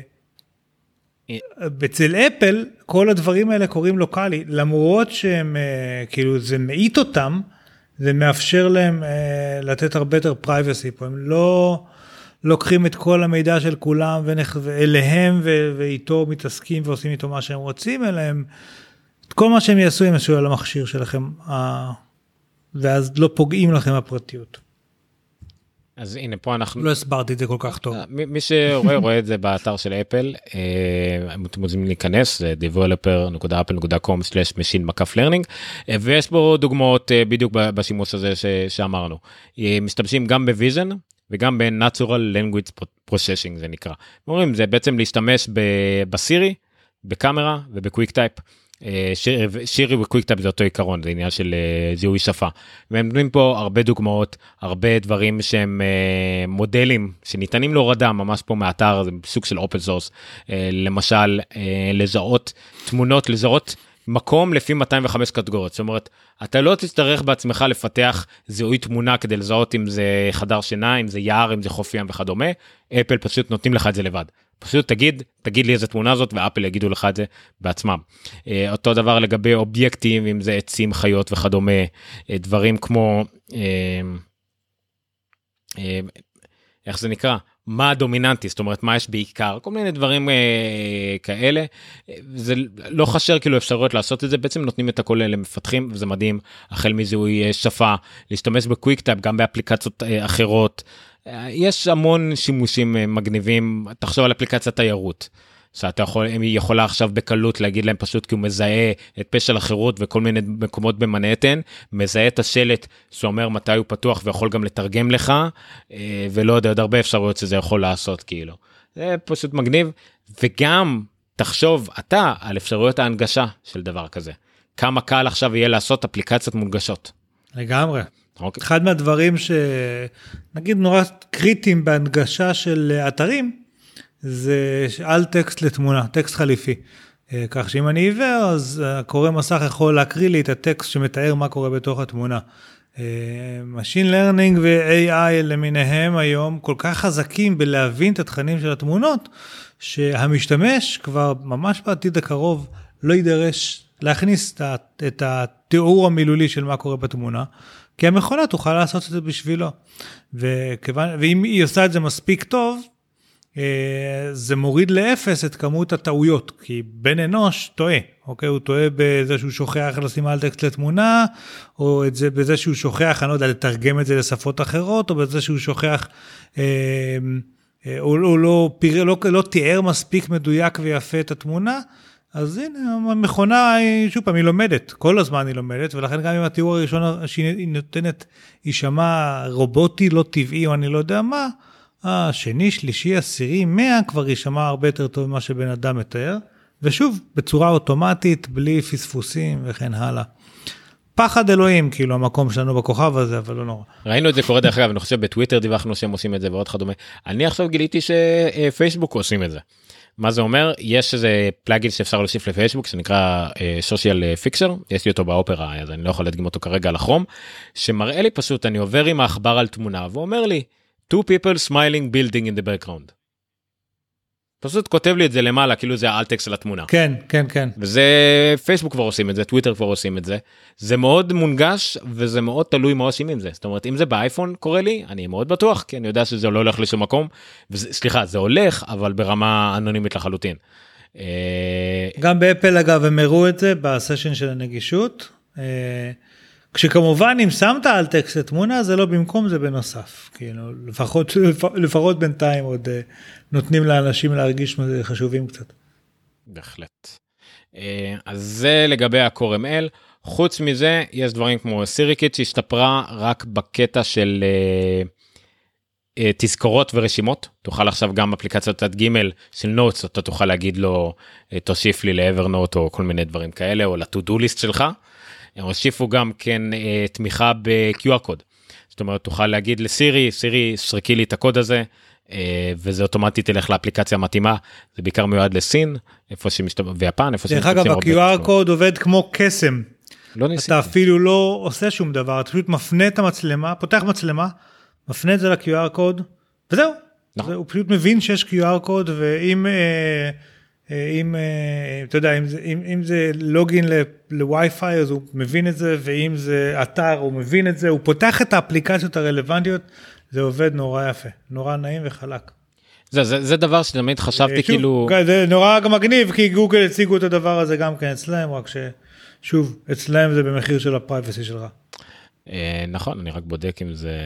S3: אצל אפל, כל הדברים האלה קוראים לוקלי, למרות שהם, כאילו, זה מעיט אותם, זה מאפשר להם לתת הרבה יותר privacy פה, הם לא לוקחים את כל המידע של כולם, ואליהם ואיתו מתעסקים ועושים איתו מה שהם רוצים, אלא הם, את כל מה שהם יעשו, הם יעשו על המכשיר שלכם, ואז לא פוגעים לכם הפרטיות.
S2: אז הנה פה אנחנו...
S3: לא הסברתי את זה כל כך טוב.
S2: מי שרואה את זה באתר של אפל, אתם רוצים להיכנס, זה developer.apple.com/machine-learning, ויש פה דוגמאות בדיוק בשימוש הזה שאמרנו. משתמשים גם בוויז'ן, וגם ב-Natural Language Processing זה נקרא. אומרים, זה בעצם להשתמש בסירי, בקאמרה ובקוויק טייפ. שירי וקוויק טייפ זה אותו עיקרון, זה עניין של זיהוי שפה. והם נותנים פה הרבה דוגמאות, הרבה דברים שהם מודלים שניתנים להורדה, ממש פה מאתר, זה סוג של אופן סורס, למשל לזהות תמונות, לזהות מקום לפי 205 קטגוריות, זאת אומרת, אתה לא תצטרך בעצמך לפתח זיהוי תמונה כדי לזהות אם זה חדר שינה, אם זה יער, אם זה חוף ים וכדומה, אפל פשוט נותנים לך את זה לבד. פשוט תגיד לי איזה תמונה הזאת, ואפל יגידו לך את זה בעצמם. אותו דבר לגבי אובייקטים, אם זה עצים, חיות וכדומה, דברים כמו, איך זה נקרא? מה הדומיננטי, זאת אומרת, מה יש בעיקר, כל מיני דברים כאלה, זה לא חשר כאילו אפשרויות לעשות את זה, בעצם נותנים את הכל למפתחים, וזה מדהים, החל מזיהוי שפה, להשתמש בקוויק טייפ, גם באפליקציות אחרות, יש המון שימושים מגניבים, תחשוב על אפליקציית תיירות, היא יכולה עכשיו בקלות להגיד להם פשוט כי הוא מזהה את פה של החירות וכל מיני מקומות במנהטן, מזהה את השלט שאומר מתי הוא פתוח ויכול גם לתרגם לך, ולא יודע, עוד הרבה אפשרויות שזה יכול לעשות כאילו. זה פשוט מגניב, וגם תחשוב אתה על אפשרויות ההנגשה של דבר כזה. כמה קל עכשיו יהיה לעשות אפליקציות מונגשות.
S3: לגמרי. Okay. אחד מהדברים שנגיד נורא קריטיים בהנגשה של אתרים, זה על טקסט לתמונה, טקסט חליפי. כך שאם אני עיוור, אז קורא מסך יכול להקריא לי את הטקסט שמתאר מה קורה בתוך התמונה. Machine Learning ו-AI למיניהם היום כל כך חזקים בלהבין את התכנים של התמונות, שהמשתמש כבר ממש בעתיד הקרוב לא יידרש להכניס את התיאור המילולי של מה קורה בתמונה, כי המכונה תוכל לעשות את זה בשבילו. ואם היא עושה את זה מספיק טוב, זה מוריד לאפס את כמות הטעויות, כי בן אנוש טועה, אוקיי? הוא טועה בזה שהוא שוכח לשים על טקסט לתמונה, או בזה שהוא שוכח, אני לא יודע, לתרגם את זה לשפות אחרות, או בזה שהוא שוכח, הוא לא תיאר מספיק מדויק ויפה את התמונה, אז הנה, המכונה, שוב פעם, היא לומדת, כל הזמן היא לומדת, ולכן גם אם התיאור הראשון שהיא נותנת, היא שמע רובוטי, לא טבעי, או אני לא יודע מה, השני, שלישי, עשירי, 100 כבר יישמע הרבה יותר טוב ממה שבן אדם מתאר, ושוב, בצורה אוטומטית, בלי פספוסים וכן הלאה. פחד אלוהים, כאילו, המקום שלנו בכוכב הזה, אבל לא נורא.
S2: ראינו את זה קורה דרך אגב, אני חושב בטוויטר דיווחנו שהם עושים את זה ועוד כדומה. אני עכשיו גיליתי שפייסבוק עושים את זה. מה זה אומר? יש איזה פלאגין שאפשר להוסיף לפייסבוק, שנקרא Social Fixer, יש לי אותו באופרה, אז אני לא יכול להדגים אותו כרגע לחרום, שמראה לי פשוט, אני עובר עם העכבר על תמונה, ואומר לי, two people smiling building in the background. פשוט כותב לי את זה למעלה, כאילו זה האלטקסט של התמונה.
S3: כן, כן, כן.
S2: וזה, פייסבוק כבר עושים את זה, טוויטר כבר עושים את זה. זה מאוד מונגש, וזה מאוד תלוי מה עושים עם זה. זאת אומרת, אם זה באייפון קורה לי, אני מאוד בטוח, כי אני יודע שזה לא הולך לשום מקום. סליחה, זה הולך, אבל ברמה אנונימית לחלוטין.
S3: גם באפל, אגב, הם הראו את זה בסשן של הנגישות. כשכמובן, אם שמת על טקסט לתמונה, זה לא במקום, זה בנוסף. כאילו, לפחות בינתיים עוד נותנים לאנשים להרגיש חשובים קצת.
S2: בהחלט. אז זה לגבי ה-Core ML. חוץ מזה, יש דברים כמו סיריקית שהשתפרה רק בקטע של תזכורות ורשימות. תוכל עכשיו גם אפליקציות עד ג' של נוטס, אתה תוכל להגיד לו, תוסיף לי לאברנוט או כל מיני דברים כאלה, או ל-to-do list שלך. הם הוסיפו גם כן תמיכה ב-QR קוד. זאת אומרת, תוכל להגיד לסירי, סירי, שרקי לי את הקוד הזה, וזה אוטומטית תלך לאפליקציה המתאימה, זה בעיקר מיועד לסין, איפה שמשתמש, ויפן, איפה
S3: שמשתמשים. דרך אגב, ה-QR קוד עובד כמו קסם.
S2: לא ניסיתי.
S3: אתה אפילו לא עושה שום דבר, אתה פשוט מפנה את המצלמה, פותח מצלמה, מפנה את זה ל-QR קוד, וזהו. הוא פשוט מבין שיש QR קוד, ואם אתה יודע, אם זה לוגין לווי-פיי, אז הוא מבין את זה, ואם זה אתר, הוא מבין את זה, הוא פותח את האפליקציות הרלוונטיות, זה עובד נורא יפה, נורא נעים וחלק.
S2: זה דבר שתמיד חשבתי כאילו...
S3: זה נורא גם מגניב, כי גוגל הציגו את הדבר הזה גם כן אצלהם, רק ששוב, אצלהם זה במחיר של הפרייבסי שלך.
S2: נכון, אני רק בודק אם זה...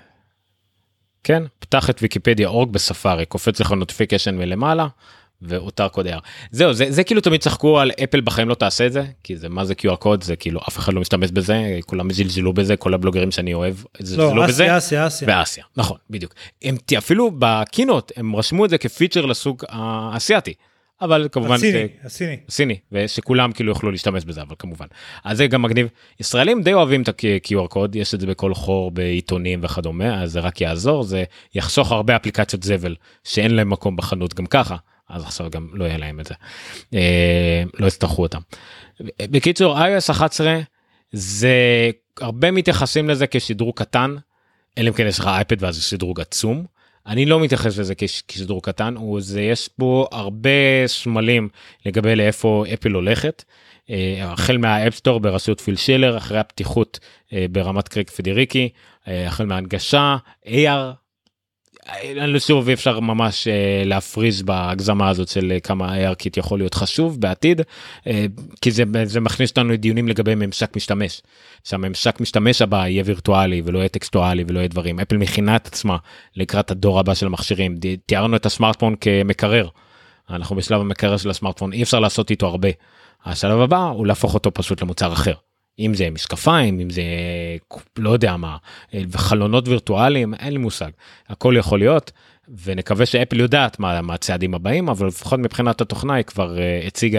S2: כן, פתח את ויקיפדיה אורג בספארי, קופץ לך נוטיפיקיישן מלמעלה, ואותר קוד AR. זהו, זה כאילו תמיד צחקו על אפל בחיים לא תעשה את זה, כי זה מה זה QR קוד, זה כאילו אף אחד לא משתמש בזה, כולם זלזלו בזה, כל הבלוגרים שאני אוהב זלזלו בזה.
S3: לא, אסיה.
S2: באסיה, נכון, בדיוק. הם אפילו בקינות, הם רשמו את זה כפיצ'ר לסוג האסייתי, אבל כמובן... הסיני, ושכולם כאילו יוכלו להשתמש בזה, אבל כמובן. אז זה גם מגניב. ישראלים די אוהבים את ה-QR קוד, יש את זה בכל חור, בעיתונים וכדומה, אז זה רק יעזור, זה יחסוך הרבה אפליקציות זבל, שאין להם מקום בחנות גם ככה. אז עכשיו גם לא יהיה להם את זה, לא יצטרכו אותם. בקיצור, iOS 11, זה הרבה מתייחסים לזה כשדרוג קטן, אלא אם כן יש לך אייפד ואז זה שדרוג עצום, אני לא מתייחס לזה כשדרוג קטן, יש בו הרבה סמלים לגבי לאיפה אפל הולכת, החל מהאפסטור בראשות פיל שילר, אחרי הפתיחות ברמת קריג פדריקי, החל מההנגשה, AR, שוב אפשר ממש להפריז בהגזמה הזאת של כמה AR קיט יכול להיות חשוב בעתיד, כי זה מכניס אותנו לדיונים לגבי ממשק משתמש, שהממשק משתמש הבא יהיה וירטואלי ולא יהיה טקסטואלי ולא יהיה דברים, אפל מכינה את עצמה לקראת הדור הבא של המכשירים, תיארנו את הסמארטפון כמקרר, אנחנו בשלב המקרר של הסמארטפון, אי אפשר לעשות איתו הרבה, השלב הבא הוא להפוך אותו פשוט למוצר אחר. אם זה משקפיים, אם זה לא יודע מה, וחלונות וירטואליים, אין לי מושג. הכל יכול להיות, ונקווה שאפל יודעת מה הצעדים הבאים, אבל לפחות מבחינת התוכנה היא כבר הציגה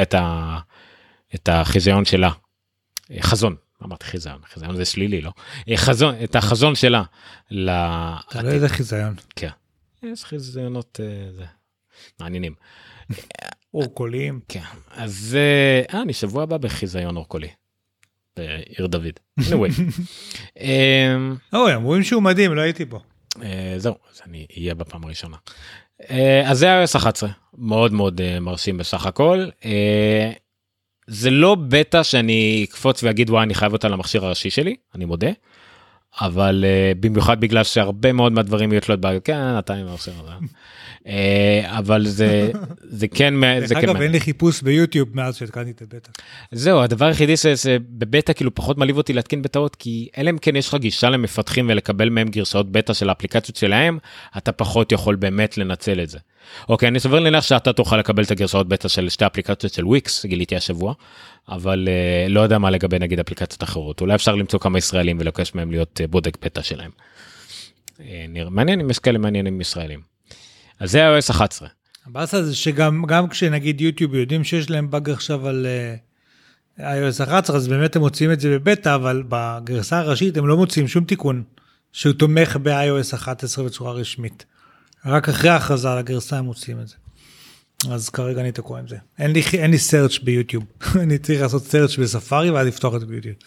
S2: את החיזיון שלה. חזון, אמרתי חיזיון זה שלילי, לא? את החזון שלה.
S3: אתה לא יודע חיזיון.
S2: כן, יש חיזיונות מעניינים.
S3: אורקוליים.
S2: כן, אז אני שבוע הבא בחיזיון אורקולי. עיר דוד. anyway.
S3: הם רואים שהוא מדהים, לא הייתי פה.
S2: זהו, אז אני אהיה בפעם הראשונה. אז זה iOS 11, מאוד מאוד מרשים בסך הכל. זה לא בטא שאני אקפוץ ואגיד וואי אני חייב אותה למכשיר הראשי שלי, אני מודה, אבל במיוחד בגלל שהרבה מאוד מהדברים יהיו תלות כן, אתה עם המכשיר הזה. אבל זה כן...
S3: אגב, אין לי חיפוש ביוטיוב מאז שהתקנתי את הבטא.
S2: זהו, הדבר היחידי שבבטא כאילו פחות מליב אותי להתקין בטאות, כי אלה אם כן יש לך גישה למפתחים ולקבל מהם גרסאות בטא של האפליקציות שלהם, אתה פחות יכול באמת לנצל את זה. אוקיי, אני סובר להניח שאתה תוכל לקבל את הגרסאות בטא של שתי אפליקציות של וויקס, גיליתי השבוע, אבל לא יודע מה לגבי נגיד אפליקציות אחרות. אולי אפשר למצוא כמה ישראלים ולקש מהם להיות בודק בטא שלהם. מעניין אם יש כאלה מעניינים ישראלים. אז זה iOS 11.
S3: הבאסה זה שגם כשנגיד יוטיוב יודעים שיש להם באג עכשיו על iOS 11, אז באמת הם מוצאים את זה בבטא, אבל בגרסה הראשית הם לא מוצאים שום תיקון שהוא תומך ב-iOS 11 בצורה רשמית. רק אחרי ההכרזה על הגרסה הם מוצאים את זה. אז כרגע אני תקוע עם זה. אין לי search ביוטיוב. אני צריך לעשות search בספארי ואז לפתוח את זה ביוטיוב.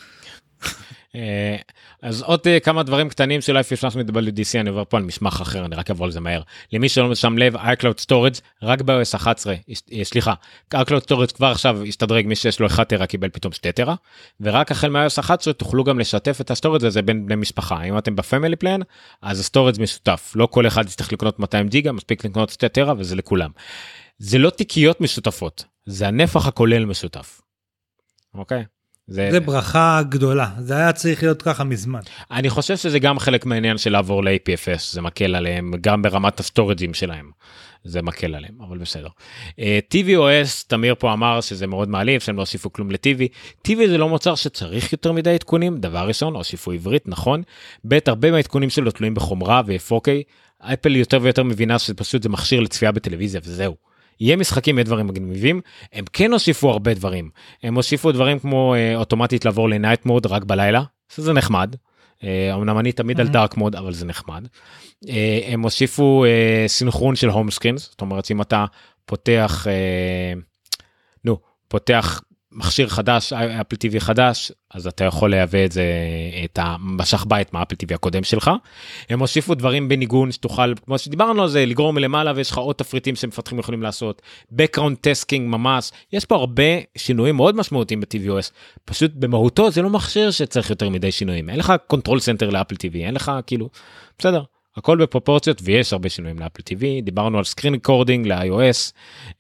S2: אז עוד כמה דברים קטנים שאולי פספסנו ב-WDC, אני עובר פה על מסמך אחר, אני רק אעבור על זה מהר. למי שלא שם לב, iCloud Storage רק ב-iOS 11, סליחה, iCloud Storage כבר עכשיו השתדרג, מי שיש לו 1 טרה קיבל פתאום 2 טרה, ורק החל מ-iOS 11 תוכלו גם לשתף את הסטורג' הזה בין בני משפחה. אם אתם בפמילי פלן, אז הסטורג' משותף, לא כל אחד יצטרך לקנות 200 ג'יגה, מספיק לקנות 2 טרה וזה לכולם. זה לא תיקיות משותפות, זה הנפח הכולל משותף. אוקיי?
S3: זה ברכה גדולה, זה היה צריך להיות ככה מזמן.
S2: אני חושב שזה גם חלק מהעניין של לעבור ל-APFS, זה מקל עליהם, גם ברמת הסטורג'ים שלהם, זה מקל עליהם, אבל בסדר. tvOS, תמיר פה אמר שזה מאוד מעליב, שהם לא הוסיפו כלום ל-TV, TV זה לא מוצר שצריך יותר מדי עדכונים, דבר ראשון, הוסיפו עברית, נכון, הרבה מהעדכונים שלו תלויים בחומרה ו-4K, אפל יותר ויותר מבינה שפשוט זה מכשיר לצפייה בטלוויזיה, וזהו. יהיה משחקים מדברים מגניבים, הם כן הוסיפו הרבה דברים, הם הוסיפו דברים כמו אוטומטית לעבור לנייט מוד רק בלילה, שזה נחמד, אמנם אני תמיד על דארק מוד, אבל זה נחמד, הם הוסיפו סינכרון של הום סקרינס, זאת אומרת אם אתה פותח, פותח מכשיר חדש, אפל TV חדש, אז אתה יכול להביא את זה, את המשך בית מהאפל TV הקודם שלך. הם הוסיפו דברים בניגון שתוכל, כמו שדיברנו על זה, לגרור מלמעלה, ויש לך עוד תפריטים שמפתחים יכולים לעשות, background tasking ממש, יש פה הרבה שינויים מאוד משמעותיים ב-tvOS, פשוט במהותו זה לא מכשיר שצריך יותר מדי שינויים, אין לך קונטרול סנטר לאפל TV, אין לך כאילו, בסדר, הכל בפרופורציות, ויש הרבה שינויים לאפל TV, דיברנו על screen recording ל-iOS,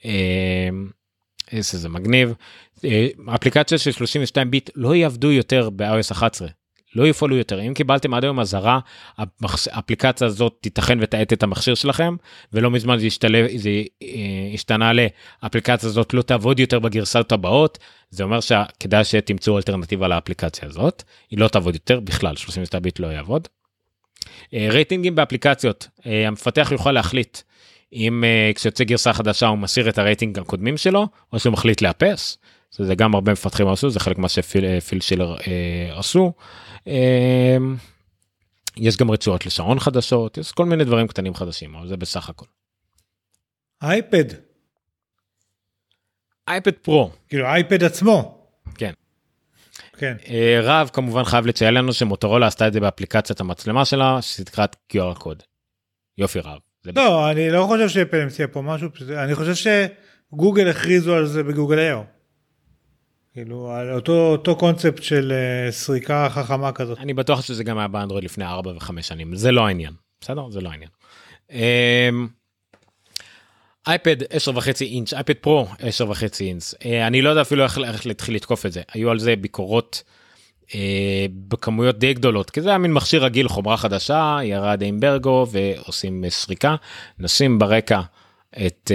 S2: זה מגניב, האפליקציות של 32 ביט לא יעבדו יותר ב-iOS 11, לא יפעלו יותר, אם קיבלתם עד היום הזרה, האפליקציה הזאת תיתכן ותעט את המכשיר שלכם, ולא מזמן זה השתנה לאפליקציה הזאת לא תעבוד יותר בגרסאות הבאות, זה אומר שכדאי שתמצאו אלטרנטיבה לאפליקציה הזאת, היא לא תעבוד יותר, בכלל 32 ביט לא יעבוד. רייטינגים באפליקציות, המפתח יוכל להחליט, אם כשיוצא גרסה חדשה הוא מסיר את הרייטינג הקודמים שלו, או שהוא מחליט לאפס, זה גם הרבה מפתחים עשו, זה חלק מה שפיל שילר עשו, יש גם רצועות לשעון חדשות, יש כל מיני דברים קטנים חדשים, אבל זה בסך הכל.
S3: אייפד.
S2: אייפד פרו.
S3: כאילו אייפד עצמו.
S2: כן.
S3: כן.
S2: רב כמובן חייב לציין לנו שמוטורולה עשתה את זה באפליקציית המצלמה שלה, שתקראת QR קוד. יופי רב.
S3: לא, אני לא חושב שאפל המציאה פה משהו, אני חושב שגוגל הכריזו על זה בגוגל אייר. כאילו, על אותו קונספט של סריקה חכמה כזאת.
S2: אני בטוח שזה גם היה באנדרואיד לפני 4 ו5 שנים, זה לא העניין, בסדר? זה לא העניין. אייפד 10.5 אינץ', אייפד פרו 10.5 אינץ', אני לא יודע אפילו איך להתחיל לתקוף את זה, היו על זה ביקורות בכמויות די גדולות, כי זה היה מין מכשיר רגיל, חומרה חדשה, ירד עם ברגו ועושים סריקה, נשים ברקע את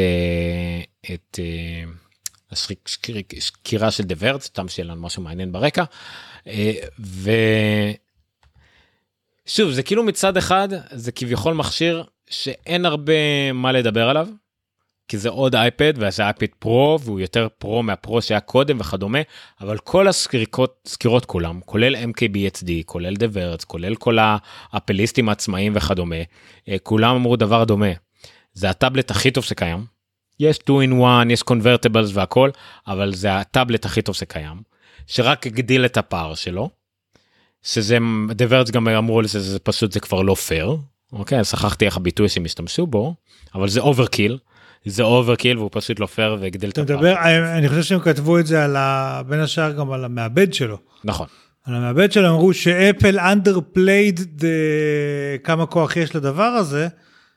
S2: השקירה של דברט, סתם שיהיה לנו משהו מעניין ברקע, ושוב, זה כאילו מצד אחד, זה כביכול מכשיר שאין הרבה מה לדבר עליו, כי זה עוד אייפד, וזה אייפד פרו, והוא יותר פרו מהפרו שהיה קודם וכדומה, אבל כל הסקירות כולם, כולל MKBHD, כולל דברט, כולל כל האפליסטים העצמאיים וכדומה, כולם אמרו דבר דומה, זה הטאבלט הכי טוב שקיים, יש 2-in-1, יש convertibles והכל, אבל זה הטאבלט הכי טוב שקיים, שרק הגדיל את הפער שלו, שזה, The Verge גם אמרו לזה, זה פשוט, זה כבר לא פייר, אוקיי, אז שכחתי איך הביטוי שהם השתמשו בו, אבל זה אוברקיל, והוא פשוט לא פייר והגדיל את הפער.
S3: אני חושב שהם כתבו את זה בין השאר גם על המעבד שלו.
S2: נכון.
S3: על המעבד שלו אמרו שאפל underplayed כמה כוח יש לדבר הזה,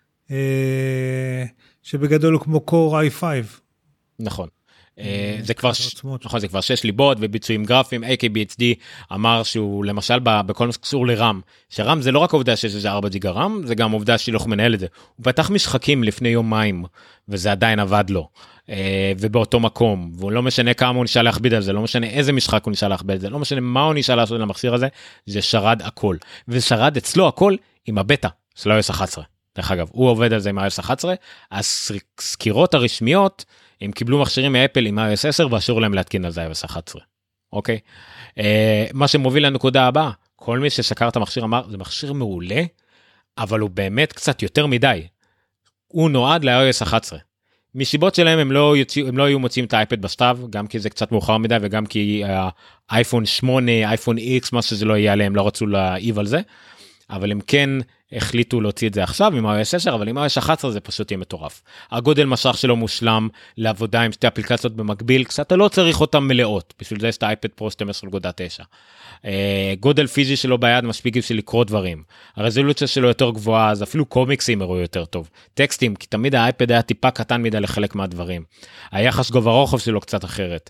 S3: שבגדול הוא כמו Core i5.
S2: נכון. זה כבר 6 ליבות וביצועים גרפיים. AKBHD אמר שהוא למשל בכל מה שקשור לרם, שרם זה לא רק עובדה שיש איזה 4 ג'יגה רם, זה גם עובדה שלא מנהל את זה. הוא פתח משחקים לפני יומיים וזה עדיין עבד לו, ובאותו מקום, והוא לא משנה כמה הוא נשאר להכביד על זה, לא משנה איזה משחק הוא נשאר להכביד על זה, לא משנה מה הוא נשאר לעשות למכשיר הזה, זה שרד הכל, ושרד אצלו הכל עם הבטא של iOS 11. דרך אגב, הוא עובד על זה עם iOS 11, הסקירות הרשמיות, הם קיבלו מכשירים מאפל עם iOS 10, ואשור להם להתקין על זה iOS 11. אוקיי? מה שמוביל לנקודה הבאה, כל מי ששקר את המכשיר אמר, זה מכשיר מעולה, אבל הוא באמת קצת יותר מדי. הוא נועד ל-iOS 11. מסיבות שלהם הם לא היו מוצאים את האייפד בשטב, גם כי זה קצת מאוחר מדי, וגם כי האייפון 8, אייפון X, מה שזה לא יהיה עליהם, לא רצו להעיב על זה, אבל הם כן החליטו להוציא את זה עכשיו עם iOS 10, אבל עם iOS 11 זה פשוט יהיה מטורף. הגודל משך שלו מושלם לעבודה עם שתי אפליקציות במקביל, קצת אתה לא צריך אותם מלאות, בשביל זה יש את האייפד פרו 12.9. גודל פיזי שלו ביד מספיק בשביל לקרוא דברים. הרזולוציה שלו יותר גבוהה, אז אפילו קומיקסים יראו יותר טוב. טקסטים, כי תמיד האייפד היה טיפה קטן מדי לחלק מהדברים. היחס גובה רוחב שלו קצת אחרת.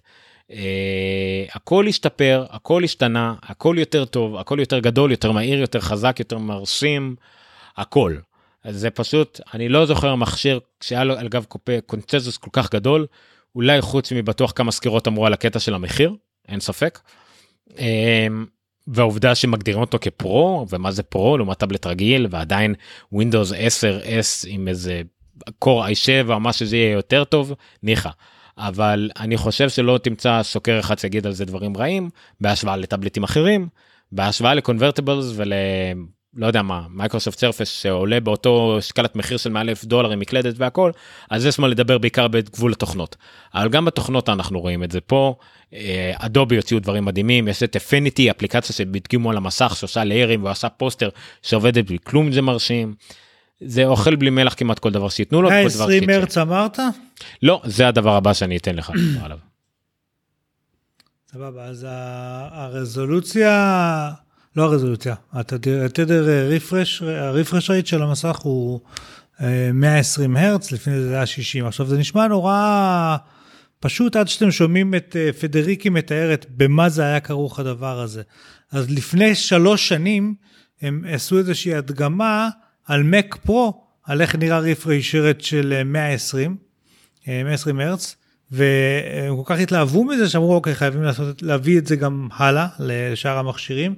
S2: הכל השתפר, הכל השתנה, הכל יותר טוב, הכל יותר גדול, יותר מהיר, יותר חזק, יותר מרשים, הכל. אז זה פשוט, אני לא זוכר מכשיר שהיה לו על גב קונצנזוס כל כך גדול, אולי חוץ מבטוח כמה סקירות אמרו על הקטע של המחיר, אין ספק. והעובדה שמגדירים אותו כפרו, ומה זה פרו, לעומת טאבלט רגיל, ועדיין Windows 10S עם איזה Core i7 או מה שזה יהיה יותר טוב, ניחה. אבל אני חושב שלא תמצא סוקר אחד שיגיד על זה דברים רעים, בהשוואה לטאבלטים אחרים, בהשוואה לקונברטיבלס לא יודע מה, מייקרוסופט סרפס שעולה באותו שקלת מחיר של $100,000 עם מקלדת והכל, אז יש מה לדבר בעיקר בגבול התוכנות. אבל גם בתוכנות אנחנו רואים את זה פה, אדובי יוציאו דברים מדהימים, יש את Affinity, אפליקציה שבדגימו על המסך, שעושה ליירים ועושה פוסטר שעובדת בלי כלום, זה מרשים. זה אוכל בלי מלח כמעט כל דבר שיתנו לו.
S3: 20 מרץ אמרת?
S2: לא, זה הדבר הבא שאני אתן לך עליו.
S3: סבבה, אז הרזולוציה, לא הרזולוציה, התדר הרפרש רייט של המסך הוא 120 הרץ, לפני זה היה 60. עכשיו זה נשמע נורא פשוט עד שאתם שומעים את פדריקי מתארת במה זה היה כרוך הדבר הזה. אז לפני 3 שנים הם עשו איזושהי הדגמה על Mac Pro, על איך נראה רפרש רייט של 120 הרץ, והם כל כך התלהבו מזה, שאמרו, אוקיי, חייבים להביא את זה גם הלאה, לשאר המכשירים,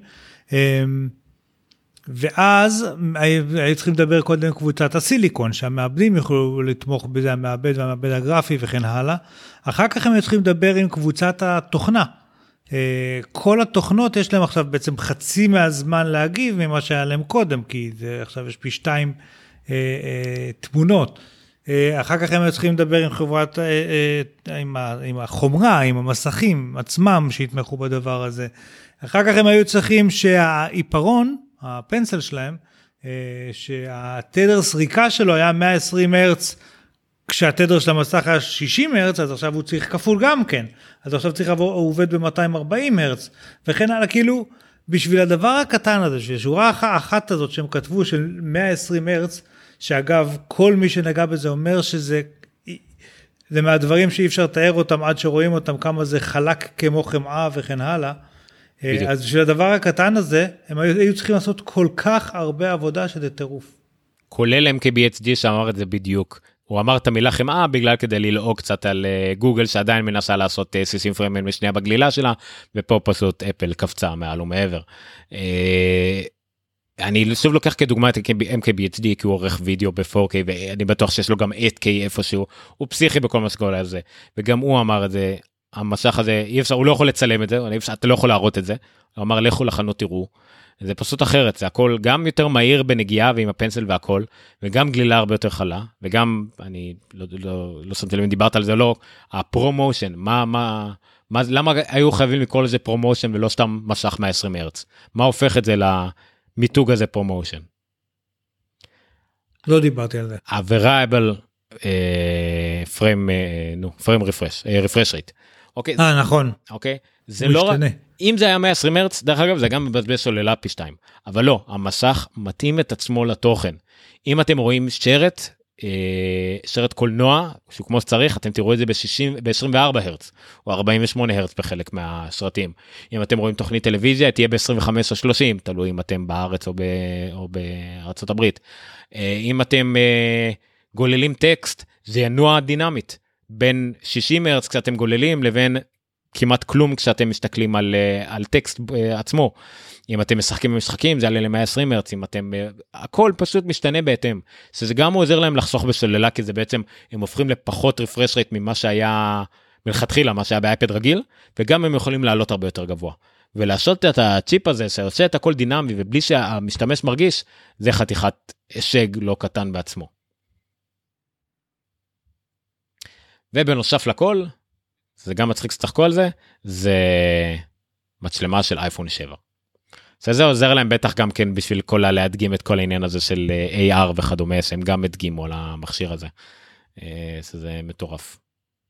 S3: ואז היו צריכים לדבר קודם קבוצת הסיליקון, שהמעבדים יוכלו לתמוך בזה, המעבד והמעבד הגרפי וכן הלאה, אחר כך הם היו צריכים לדבר עם קבוצת התוכנה, כל התוכנות יש להם עכשיו בעצם חצי מהזמן להגיב ממה שהיה להם קודם, כי זה, עכשיו יש פי 2 תמונות, אחר כך הם צריכים לדבר עם חברת, עם החומרה, עם המסכים עצמם שהתמכו בדבר הזה. אחר כך הם היו צריכים שהעיפרון, הפנסל שלהם, שהתדר סריקה שלו היה 120 הרץ, כשהתדר של המסך היה 60 הרץ, אז עכשיו הוא צריך כפול גם כן. אז עכשיו צריך לעבור, הוא עובד ב-240 הרץ, וכן הלאה, כאילו, בשביל הדבר הקטן הזה, ששורה אחת הזאת שהם כתבו של 120 הרץ, שאגב, כל מי שנגע בזה אומר שזה מהדברים שאי אפשר לתאר אותם עד שרואים אותם, כמה זה חלק כמו חמאה וכן הלאה. בדיוק. אז בשביל הדבר הקטן הזה, הם היו צריכים לעשות כל כך הרבה עבודה שזה טירוף.
S2: כולל MKBHD שאמר את זה בדיוק. הוא אמר את המילה חמאה בגלל כדי ללעוג קצת על גוגל, שעדיין מנסה לעשות סיסים פריימים משנייה בגלילה שלה, ופה פשוט אפל קפצה מעל ומעבר. אני שוב לוקח כדוגמה את MKBHD, כי הוא עורך וידאו ב-4K, ואני בטוח שיש לו גם 8K איפשהו, הוא פסיכי בכל מה שקורה על זה, וגם הוא אמר את זה, המשך הזה, אי אפשר, הוא לא יכול לצלם את זה, אתה לא יכול להראות את זה, הוא אמר, לכו לחנות תראו, זה פשוט אחרת, זה הכל גם יותר מהיר בנגיעה ועם הפנסל והכל, וגם גלילה הרבה יותר חלה, וגם, אני לא שמתי לב אם דיברת על זה, לא, הפרומושן, למה היו חייבים לקרוא לזה פרומושן ולא סתם משך 120 הרץ? מה הופך את זה למיתוג הזה פרומושן?
S3: לא דיברתי על זה.
S2: ה-variable frame refresh rate. אוקיי.
S3: נכון.
S2: אוקיי. זה לא רק, אם זה היה 120 הרץ, דרך אגב, זה גם מבזבז סוללה פי 2. אבל לא, המסך מתאים את עצמו לתוכן. אם אתם רואים שרת קולנוע, שהוא כמו שצריך, אתם תראו את זה ב-24 הרץ, או 48 הרץ בחלק מהשרתים. אם אתם רואים תוכנית טלוויזיה, תהיה ב-25 או 30, תלוי אם אתם בארץ או בארצות הברית. אם אתם גוללים טקסט, זה ינוע דינמית, בין 60 הרץ כשאתם גוללים, לבין כמעט כלום כשאתם מסתכלים על טקסט עצמו. אם אתם משחקים במשחקים, זה עלה ל-120 הרץ, אם אתם, הכל פשוט משתנה בהתאם. שזה גם עוזר להם לחסוך בסוללה, כי זה בעצם, הם הופכים לפחות רפרש רייט ממה שהיה מלכתחילה, מה שהיה באייפד רגיל, וגם הם יכולים לעלות הרבה יותר גבוה. ולעשות את הצ'יפ הזה, שעושה את הכל דינמי, ובלי שהמשתמש מרגיש, זה חתיכת השג לא קטן בעצמו. ובנוסף לכל, זה גם מצחיק שצחקו על זה, זה מצלמה של אייפון 7. זה עוזר להם בטח גם כן בשביל להדגים את כל העניין הזה של AR וכדומה, שהם גם הדגימו על המכשיר הזה. זה מטורף.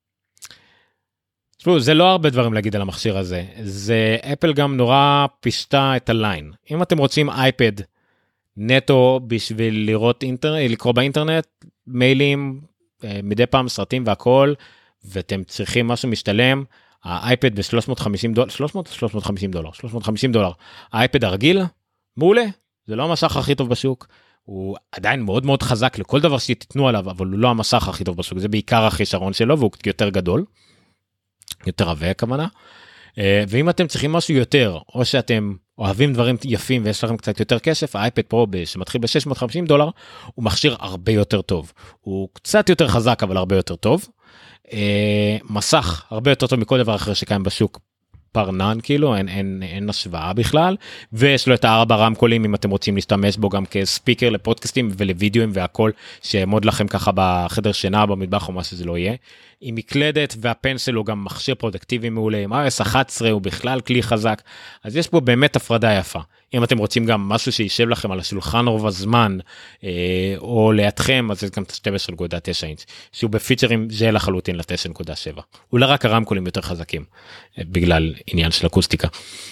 S2: זה לא הרבה דברים להגיד על המכשיר הזה, זה אפל גם נורא פישטה את הליין. אם אתם רוצים אייפד נטו בשביל לקרוא באינטרנט, מיילים, מדי פעם סרטים והכל, ואתם צריכים משהו משתלם, האייפד ב-$350, 350 דולר, האייפד הרגיל, מעולה, זה לא המשך הכי טוב בשוק, הוא עדיין מאוד מאוד חזק לכל דבר שתיתנו עליו, אבל הוא לא המשך הכי טוב בשוק, זה בעיקר החישרון שלו, והוא יותר גדול, יותר עבה כמובן, ואם אתם צריכים משהו יותר, או שאתם אוהבים דברים יפים ויש לכם קצת יותר כסף, האייפד פרו שמתחיל ב-$650, הוא מכשיר הרבה יותר טוב, הוא קצת יותר חזק אבל הרבה יותר טוב, מסך הרבה יותר טוב מכל דבר אחר שקיים בשוק פרנן, כאילו אין השוואה בכלל, ויש לו את 4 רמקולים אם אתם רוצים להשתמש בו גם כספיקר לפודקאסטים ולוידאוים והכל, שיעמוד לכם ככה בחדר שינה במטבח או מה שזה לא יהיה, עם מקלדת, והפנסל הוא גם מכשיר פרודקטיבי מעולה, עם iOS 11 הוא בכלל כלי חזק, אז יש פה באמת הפרדה יפה. אם אתם רוצים גם משהו שישב לכם על השולחן רוב הזמן, או לידכם, אז זה גם 12.9 אינץ', שהוא בפיצ'רים זה לחלוטין ל-9.7. אולי רק הרמקולים יותר חזקים, בגלל עניין של אקוסטיקה.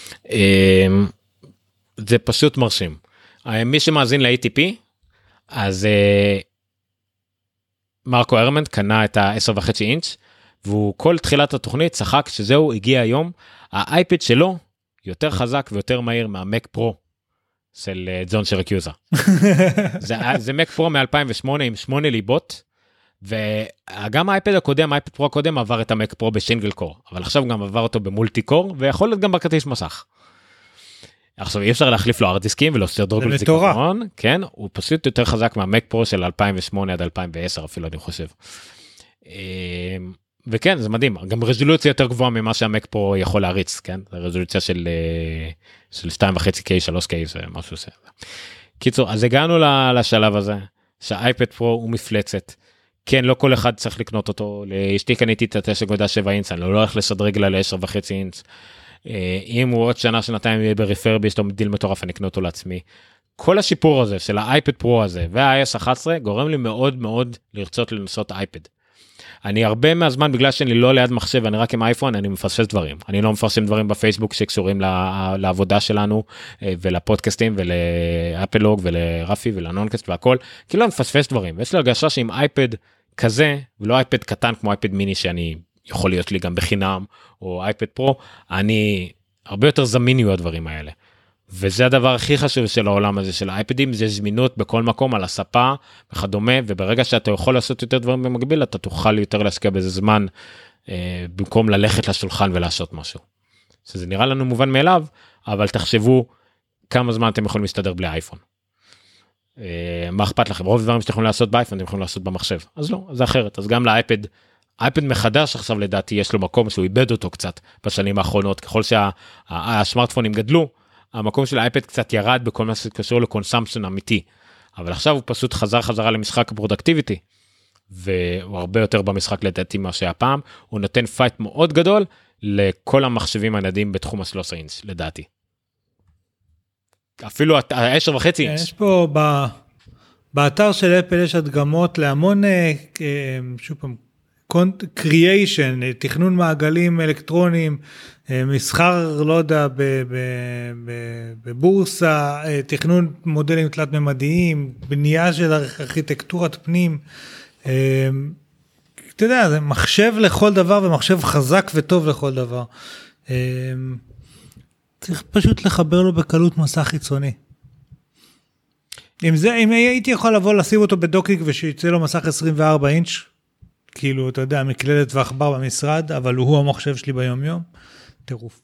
S2: זה פשוט מרשים. מי שמאזין ל-ATP, אז מרקו הרמנט קנה את ה-10.5 אינץ', והוא כל תחילת התוכנית צחק שזהו, הגיע היום, האייפד שלו יותר חזק ויותר מהיר מהמק פרו של ג'ון שרקיוזה. זה מק פרו מ-2008 עם 8 ליבות, וגם האייפד הקודם, האייפד פרו הקודם עבר את המק פרו בשינגל קור, אבל עכשיו גם עבר אותו במולטי קור, ויכול להיות גם בכרטיס מסך. עכשיו אי אפשר להחליף לו ארדיסקים ולהוסיף דרוגל זיכרון, כן, הוא פשוט יותר חזק מהמק פרו של 2008 עד 2010 אפילו אני חושב. וכן, זה מדהים, גם רזולוציה יותר גבוהה ממה שהמק פרו יכול להריץ, כן, רזולוציה של 2.5K, 3K, זה משהו עושה. קיצור, אז הגענו לשלב הזה, שהאייפד פרו הוא מפלצת, כן, לא כל אחד צריך לקנות אותו, לאשתי קניתי את ה-9.7 אינץ, אני לא הולך לסדרג לה ל-10.5 אינץ, אם הוא עוד שנה, שנתיים יהיה ברפרבי, יש לו דיל מטורף, אני אקנה אותו לעצמי. כל השיפור הזה של האייפד פרו הזה וה-iOS 11 גורם לי מאוד מאוד לרצות לנסות אייפד. אני הרבה מהזמן, בגלל שאני לא ליד מחשב, אני רק עם אייפון, אני מפספס דברים. אני לא מפרסם דברים בפייסבוק שקשורים לעבודה שלנו, ולפודקאסטים, ולאפלוג, ולרפי, ולנונקסט והכל, כי לא מפספס דברים. ויש לי הרגשה שעם אייפד כזה, ולא אייפד קטן כמו אייפד מיני, שאני יכול להיות לי גם בחינם, או אייפד פרו, אני הרבה יותר זמין יהיו הדברים האלה. וזה הדבר הכי חשוב של העולם הזה של האייפדים, זה זמינות בכל מקום על הספה וכדומה, וברגע שאתה יכול לעשות יותר דברים במקביל, אתה תוכל יותר להשקיע בזה זמן, במקום ללכת לשולחן ולעשות משהו. זה נראה לנו מובן מאליו, אבל תחשבו כמה זמן אתם יכולים להסתדר בלי אייפון. מה אכפת לכם? רוב הדברים שאתם יכולים לעשות באייפון, אתם יכולים לעשות במחשב. אז לא, זה אחרת. אז גם לאייפד אייפד מחדש עכשיו לדעתי יש לו מקום שהוא איבד אותו קצת בשנים האחרונות, ככל שהסמארטפונים גדלו, המקום של האייפד קצת ירד בכל מה שקשור לקונסמפשן אמיתי, אבל עכשיו הוא פשוט חזרה למשחק הפרודקטיביטי, והוא הרבה יותר במשחק לדעתי מה שהיה פעם, הוא נותן פייט מאוד גדול לכל המחשבים הניידים בתחום ה-13 אינץ' לדעתי. אפילו ה-10.5 אינץ'.
S3: יש פה באתר של אפל יש הדגמות להמון, שוב פעם, קריאיישן, תכנון מעגלים אלקטרוניים, מסחר, לא יודע, בבורסה, תכנון מודלים תלת-ממדיים, בנייה של ארכיטקטורת פנים, אתה יודע, זה מחשב לכל דבר, ומחשב חזק וטוב לכל דבר. צריך פשוט לחבר לו בקלות מסך חיצוני. אם הייתי יכול לבוא לשים אותו בדוקינג, ושיצא לו מסך 24 אינץ', כאילו, אתה יודע, מקלדת ועכבר במשרד, אבל הוא המחשב שלי ביום יום, טירוף.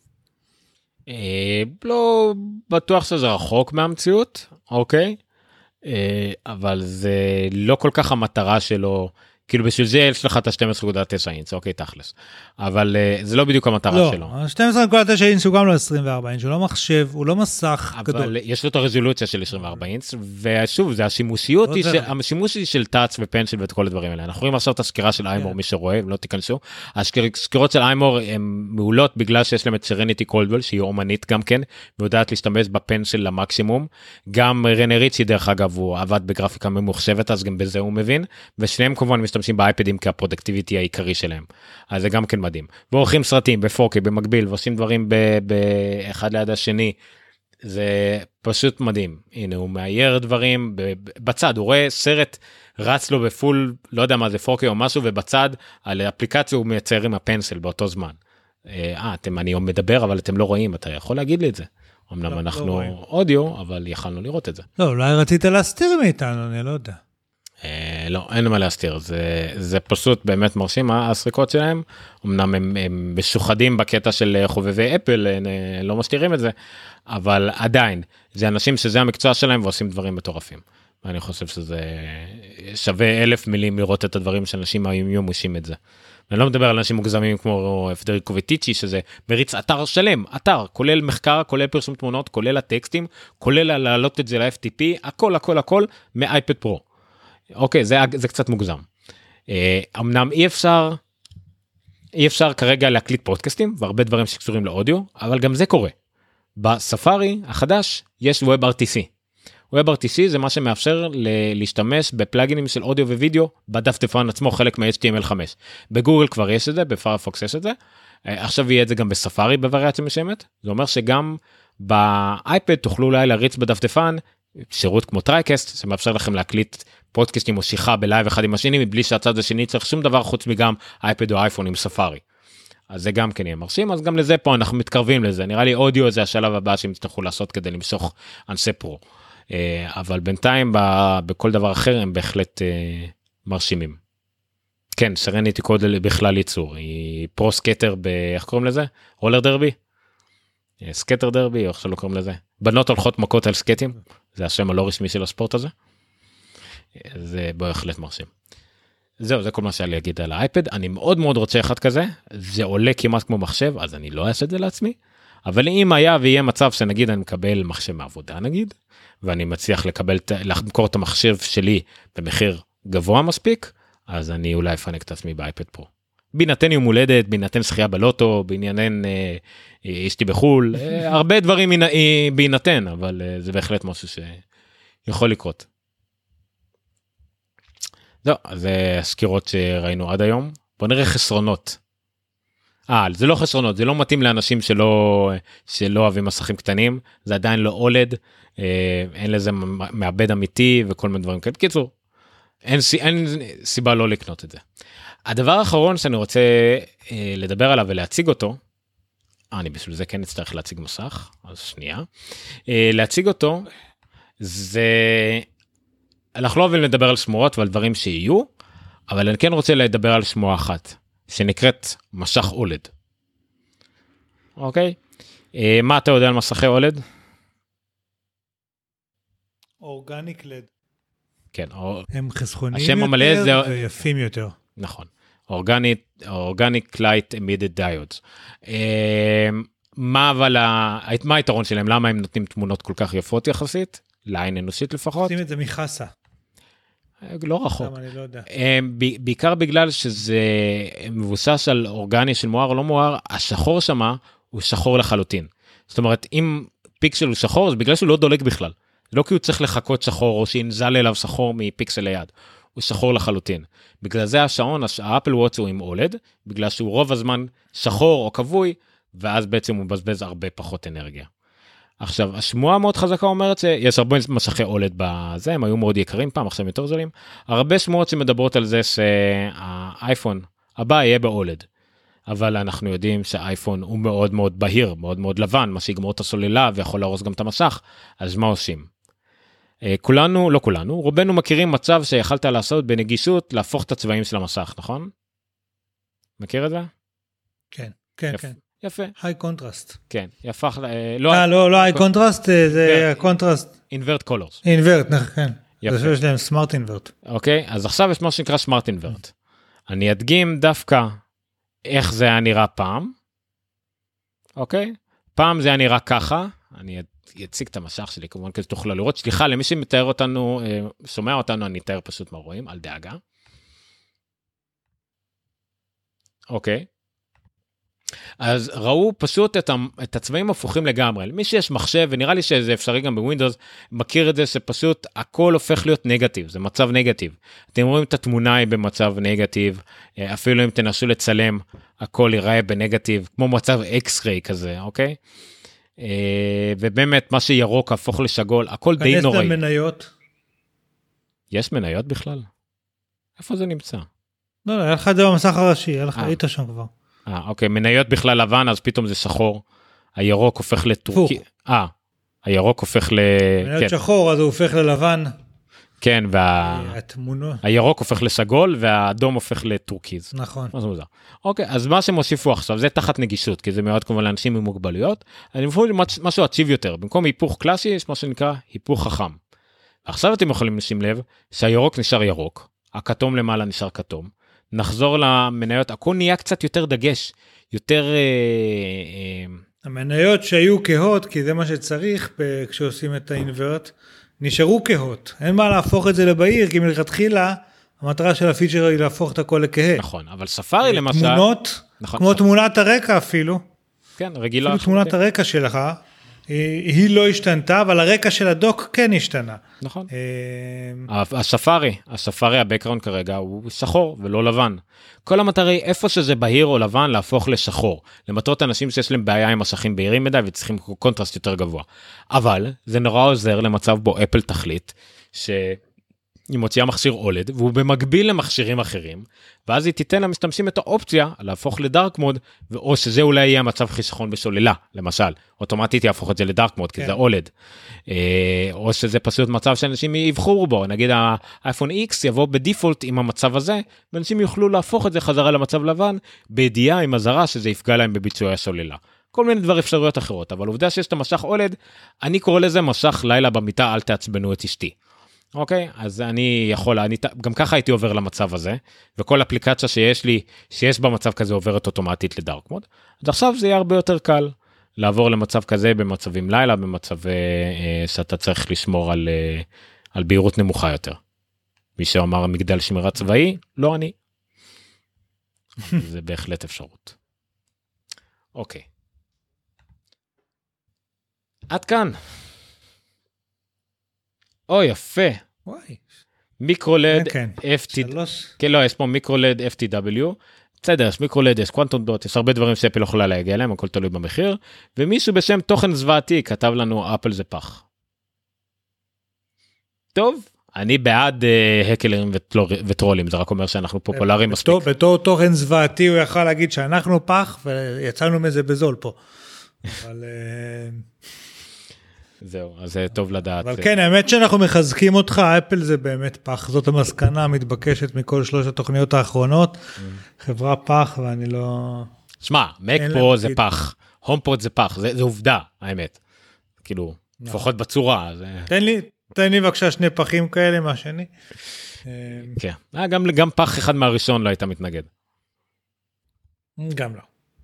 S2: לא בטוח שזה רחוק מהמציאות, אוקיי? אבל זה לא כל כך המטרה שלו, כאילו בשביל זה יש לך את ה-12.9 אינץ', אוקיי, תכלס. אבל זה לא בדיוק המטרה שלו.
S3: לא, 12.9 אינץ' הוא גם לא 24 אינץ', הוא לא מחשב, הוא לא מסך גדול.
S2: אבל יש לו את הרזולוציה של 24 אינץ', ושוב, זה השימושיות, השימוש של טאץ' ופנסיל ואת כל הדברים האלה. אנחנו רואים עכשיו את הסקירה של איימור, מי שרואה, אם לא תיכנסו. הסקירות של איימור הן מעולות בגלל שיש להם את סרניטי קולדוול, שהיא אומנית גם כן, ויודעת להשתמש בפנסיל למקסימום. גם רנה ריצ'י, דרך אגב, הוא עבד בגרפיקה ממוחשבת, אז גם בזה הוא מבין. ושניהם כמובן משתמשים באייפדים כפרודקטיביטי העיקרי שלהם. אז זה גם כן מדהים. ועורכים סרטים ב-4K במקביל, ועושים דברים באחד ליד השני. זה פשוט מדהים. הנה, הוא מאייר דברים בצד, הוא רואה סרט רץ לו בפול, לא יודע מה זה 4K או משהו, ובצד על אפליקציה הוא מייצר עם הפנסל באותו זמן. אני מדבר, אבל אתם לא רואים, אתה יכול להגיד לי את זה. אמנם אנחנו אודיו, אבל יכלנו לראות את זה.
S3: לא, אולי רצית להסתיר מאיתנו, אני לא יודע.
S2: לא, אין מה להסתיר, זה פשוט באמת מרשים, הסריקות שלהם, אמנם הם משוחדים בקטע של חובבי אפל, לא מסתירים את זה, אבל עדיין, זה אנשים שזה המקצוע שלהם ועושים דברים מטורפים, ואני חושב שזה שווה 1000 מילים לראות את הדברים שאנשים היום עושים את זה. אני לא מדבר על אנשים מוגזמים כמו פדריקו וטיצ'י, שזה מריץ אתר שלם, אתר, כולל מחקר, כולל פרסום תמונות, כולל הטקסטים, כולל להעלות את זה ל-FTP, הכל מאייפד פרו. אוקיי, זה קצת מוגזם. אמנם אי אפשר כרגע להקליט פודקאסטים, והרבה דברים שקשורים לאודיו, אבל גם זה קורה. בספארי החדש יש WebRTC. WebRTC זה מה שמאפשר להשתמש בפלאגינים של אודיו ווידאו, בדפדפן עצמו חלק מה-HTML5. בגוגל כבר יש את זה, בפיירפוקס יש את זה, עכשיו יהיה את זה גם בספארי בווריאציה משמת, זה אומר שגם באייפד תוכלו אולי להריץ בדפדפן, שירות כמו טרייקסט, שמאפשר לכם להקליט פודקאסטים או שיחה בלייב אחד עם השני, מבלי שהצד השני צריך שום דבר חוץ מגם אייפד או אייפון עם ספארי. אז זה גם כן יהיה מרשים, אז גם לזה פה אנחנו מתקרבים לזה, נראה לי אודיו זה השלב הבא שהם יצטרכו לעשות כדי למשוך אנשי פרו. אבל בינתיים בכל דבר אחר הם בהחלט מרשימים. כן, סרניטי קודל בכלל ייצור, היא פרו סקטר איך קוראים לזה? רולר דרבי? סקטר דרבי, או איך שלא קוראים לזה? בנות הולכות מכות על סקטים, זה השם הלא רשמי של הספורט הזה. זה בהחלט מרשים. זהו, זה כל מה שהיה לי להגיד על האייפד. אני מאוד מאוד רוצה אחד כזה, זה עולה כמעט כמו מחשב, אז אני לא אעשה את זה לעצמי. אבל אם היה ויהיה מצב שנגיד אני מקבל מחשב מעבודה נגיד, ואני מצליח למכור את המחשב שלי במחיר גבוה מספיק, אז אני אולי אפנק את עצמי באייפד פרו. בהינתן יום הולדת, בהינתן שחייה בלוטו, בעניינן אשתי בחול, הרבה דברים בהינתן, אבל זה בהחלט משהו שיכול לקרות. זהו, אז זה הסקירות שראינו עד היום. בוא נראה חסרונות. זה לא חסרונות, זה לא מתאים לאנשים שלא אוהבים מסכים קטנים, זה עדיין לא אולד, אין לזה מעבד אמיתי וכל מיני דברים כאלה. בקיצור, אין סיבה לא לקנות את זה. הדבר האחרון שאני רוצה לדבר עליו ולהציג אותו, אני בשביל זה כן אצטרך להציג מסך, אז שנייה. להציג אותו, זה, אנחנו לא אוהבים לדבר על שמועות ועל דברים שיהיו, אבל אני כן רוצה לדבר על שמועה אחת, שנקראת משך אולד. אוקיי? מה אתה יודע על מסכי אולד?
S3: אורגניק לד.
S2: כן.
S3: הם חסכוניים יותר ויפים יותר.
S2: נכון. Organic Light Emitted Diodes. מה היתרון שלהם? למה הם נותנים תמונות כל כך יפות יחסית? לעין אנושית לפחות?
S3: עושים את זה מחסה.
S2: לא רחוק.
S3: אני לא יודע.
S2: בעיקר בגלל שזה מבוסס על אורגני של מואר או לא מואר, השחור שמה הוא שחור לחלוטין. זאת אומרת, אם פיקסל הוא שחור, זה בגלל שהוא לא דולק בכלל. לא כי הוא צריך לחכות שחור, או שינזל אליו שחור מפיקסל ליד. הוא שחור לחלוטין. בגלל זה השעון, האפל וואץ' הוא עם אולד, בגלל שהוא רוב הזמן שחור או כבוי, ואז בעצם הוא מבזבז הרבה פחות אנרגיה. עכשיו, השמועה מאוד חזקה אומרת שיש הרבה משכי אולד בזה, הם היו מאוד יקרים פעם, עכשיו יותר זולים. הרבה שמועות שמדברות על זה שהאייפון הבא יהיה באולד. אבל אנחנו יודעים שהאייפון הוא מאוד מאוד בהיר, מאוד מאוד לבן, מה שיגמור את הסוללה ויכול להרוס גם את המסך, אז מה עושים? כולנו, לא כולנו, רובנו מכירים מצב שיכלת לעשות בנגישות, להפוך את הצבעים של המסך, נכון? מכיר את זה?
S3: כן, כן, כן.
S2: יפה.
S3: היי קונטרסט.
S2: כן, יפך,
S3: לא היי קונטרסט, זה קונטרסט.
S2: אינברט קולורס.
S3: אינברט, כן. זה יש להם סמארט אינברט.
S2: אוקיי, אז עכשיו יש מה שנקרא סמארט אינברט. אני אדגים דווקא איך זה היה נראה פעם. אוקיי? פעם זה היה נראה ככה. אני אציג את המשך שלי, כמובן כזה תוכלו לראות. סליחה, למי שמתאר אותנו, שומע אותנו, אני אתאר פשוט מה רואים, על דאגה. אוקיי. אז ראו פשוט את הצבעים הפוכים לגמרי. מי שיש מחשב, ונראה לי שזה אפשרי גם בווינדוס, מכיר את זה שפשוט הכל הופך להיות נגטיב, זה מצב נגטיב. אתם רואים את התמונה היא במצב נגטיב, אפילו אם תנסו לצלם, הכל ייראה בנגטיב, כמו מצב אקס-ריי כזה, אוקיי? ובאמת מה שירוק הפוך לשגול, הכל די נוראי.
S3: כנס למניות.
S2: יש מניות בכלל? איפה זה נמצא?
S3: לא, היה לך את זה במסך הראשי, היית שם כבר.
S2: אוקיי, מניות בכלל לבן, אז פתאום זה שחור. הירוק הופך לטורקי. הירוק הופך
S3: מניות שחור, אז הוא הופך ללבן.
S2: כן, הירוק הופך לסגול, והאדום הופך לטורקיז.
S3: נכון.
S2: מה זה מוזר? אוקיי, אז מה שהם הוסיפו עכשיו, זה תחת נגישות, כי זה מאוד כמובן לאנשים עם מוגבלויות. אני מפעיל משהו עציב יותר. במקום היפוך קלאסי, יש מה שנקרא היפוך חכם. עכשיו אתם יכולים לשים לב, שהירוק נשאר ירוק, הכתום למעלה נשאר כתום. נחזור למניות, הכל נהיה קצת יותר דגש, יותר...
S3: המניות שהיו כהות, כי זה מה שצריך כשעושים את האינברט, נשארו כהות. אין מה להפוך את זה לבהיר, כי מלכתחילה, המטרה של הפיצ'ר היא להפוך את הכל לכהה.
S2: נכון, אבל ספארי למשל...
S3: תמונות,
S2: נכון,
S3: כמו תמונת הרקע אפילו.
S2: כן, רגילה.
S3: אפילו תמונת הרקע שלך, היא לא השתנתה, אבל הרקע של הדוק כן השתנה.
S2: נכון. הספארי הבקראונד כרגע הוא שחור ולא לבן. כל המטרה היא איפה שזה בהיר או לבן להפוך לשחור. למטרות אנשים שיש להם בעיה עם משכים בהירים מדי וצריכים קונטרסט יותר גבוה. אבל זה נורא עוזר למצב בו אפל תחליט היא מוציאה מכשיר אולד, והוא במקביל למכשירים אחרים, ואז היא תיתן למשתמשים את האופציה להפוך לדארק מוד, או שזה אולי יהיה המצב חיסכון בשוללה, למשל, אוטומטית יהפוך את זה לדארק מוד, כי זה אולד, או שזה פשוט מצב שאנשים יבחרו בו, נגיד האייפון X יבוא בדיפולט עם המצב הזה, ואנשים יוכלו להפוך את זה חזרה למצב לבן, בידיעה עם הזרה שזה יפגע להם בביצועי השוללה. כל מיני דבר אפשרויות אחרות, אבל עובדה שיש את המשך אולד, אני קורא לזה משך לילה במיטה, אל תעצבנו את אשתי. אוקיי, אז אני יכול, גם ככה הייתי עובר למצב הזה, וכל אפליקציה שיש לי, שיש במצב כזה עוברת אוטומטית לדארק מוד, אז עכשיו זה יהיה הרבה יותר קל לעבור למצב כזה במצבים לילה, במצב שאתה צריך לשמור על בהירות נמוכה יותר. מי שאומר מגדל שמירה צבאי, לא אני. זה בהחלט אפשרות. אוקיי. עד כאן. או יפה, מיקרולד FTW, כן לא, יש פה מיקרולד FTW, בסדר, יש מיקרולד, יש קוונטום דוט, יש הרבה דברים שאפל יכולה להגיע אליהם, הכל תלוי במחיר, ומישהו בשם תוכן זוועתי כתב לנו אפל זה פח. טוב, אני בעד הקלרים וטרולים, זה רק אומר שאנחנו פופולריים מספיק.
S3: בתור תוכן זוועתי הוא יכל להגיד שאנחנו פח, ויצאנו מזה בזול פה. אבל...
S2: זהו, אז זה טוב לדעת.
S3: אבל כן, האמת שאנחנו מחזקים אותך, אפל זה באמת פח, זאת המסקנה המתבקשת מכל 3 התוכניות האחרונות, חברה פח ואני לא...
S2: שמע, מק פרו זה פח, הום פוד זה פח, זה עובדה, האמת. כאילו, לפחות בצורה.
S3: תן לי בבקשה 2 פחים כאלה מהשני.
S2: כן, גם פח אחד מהראשון לא היית מתנגד.
S3: גם לא.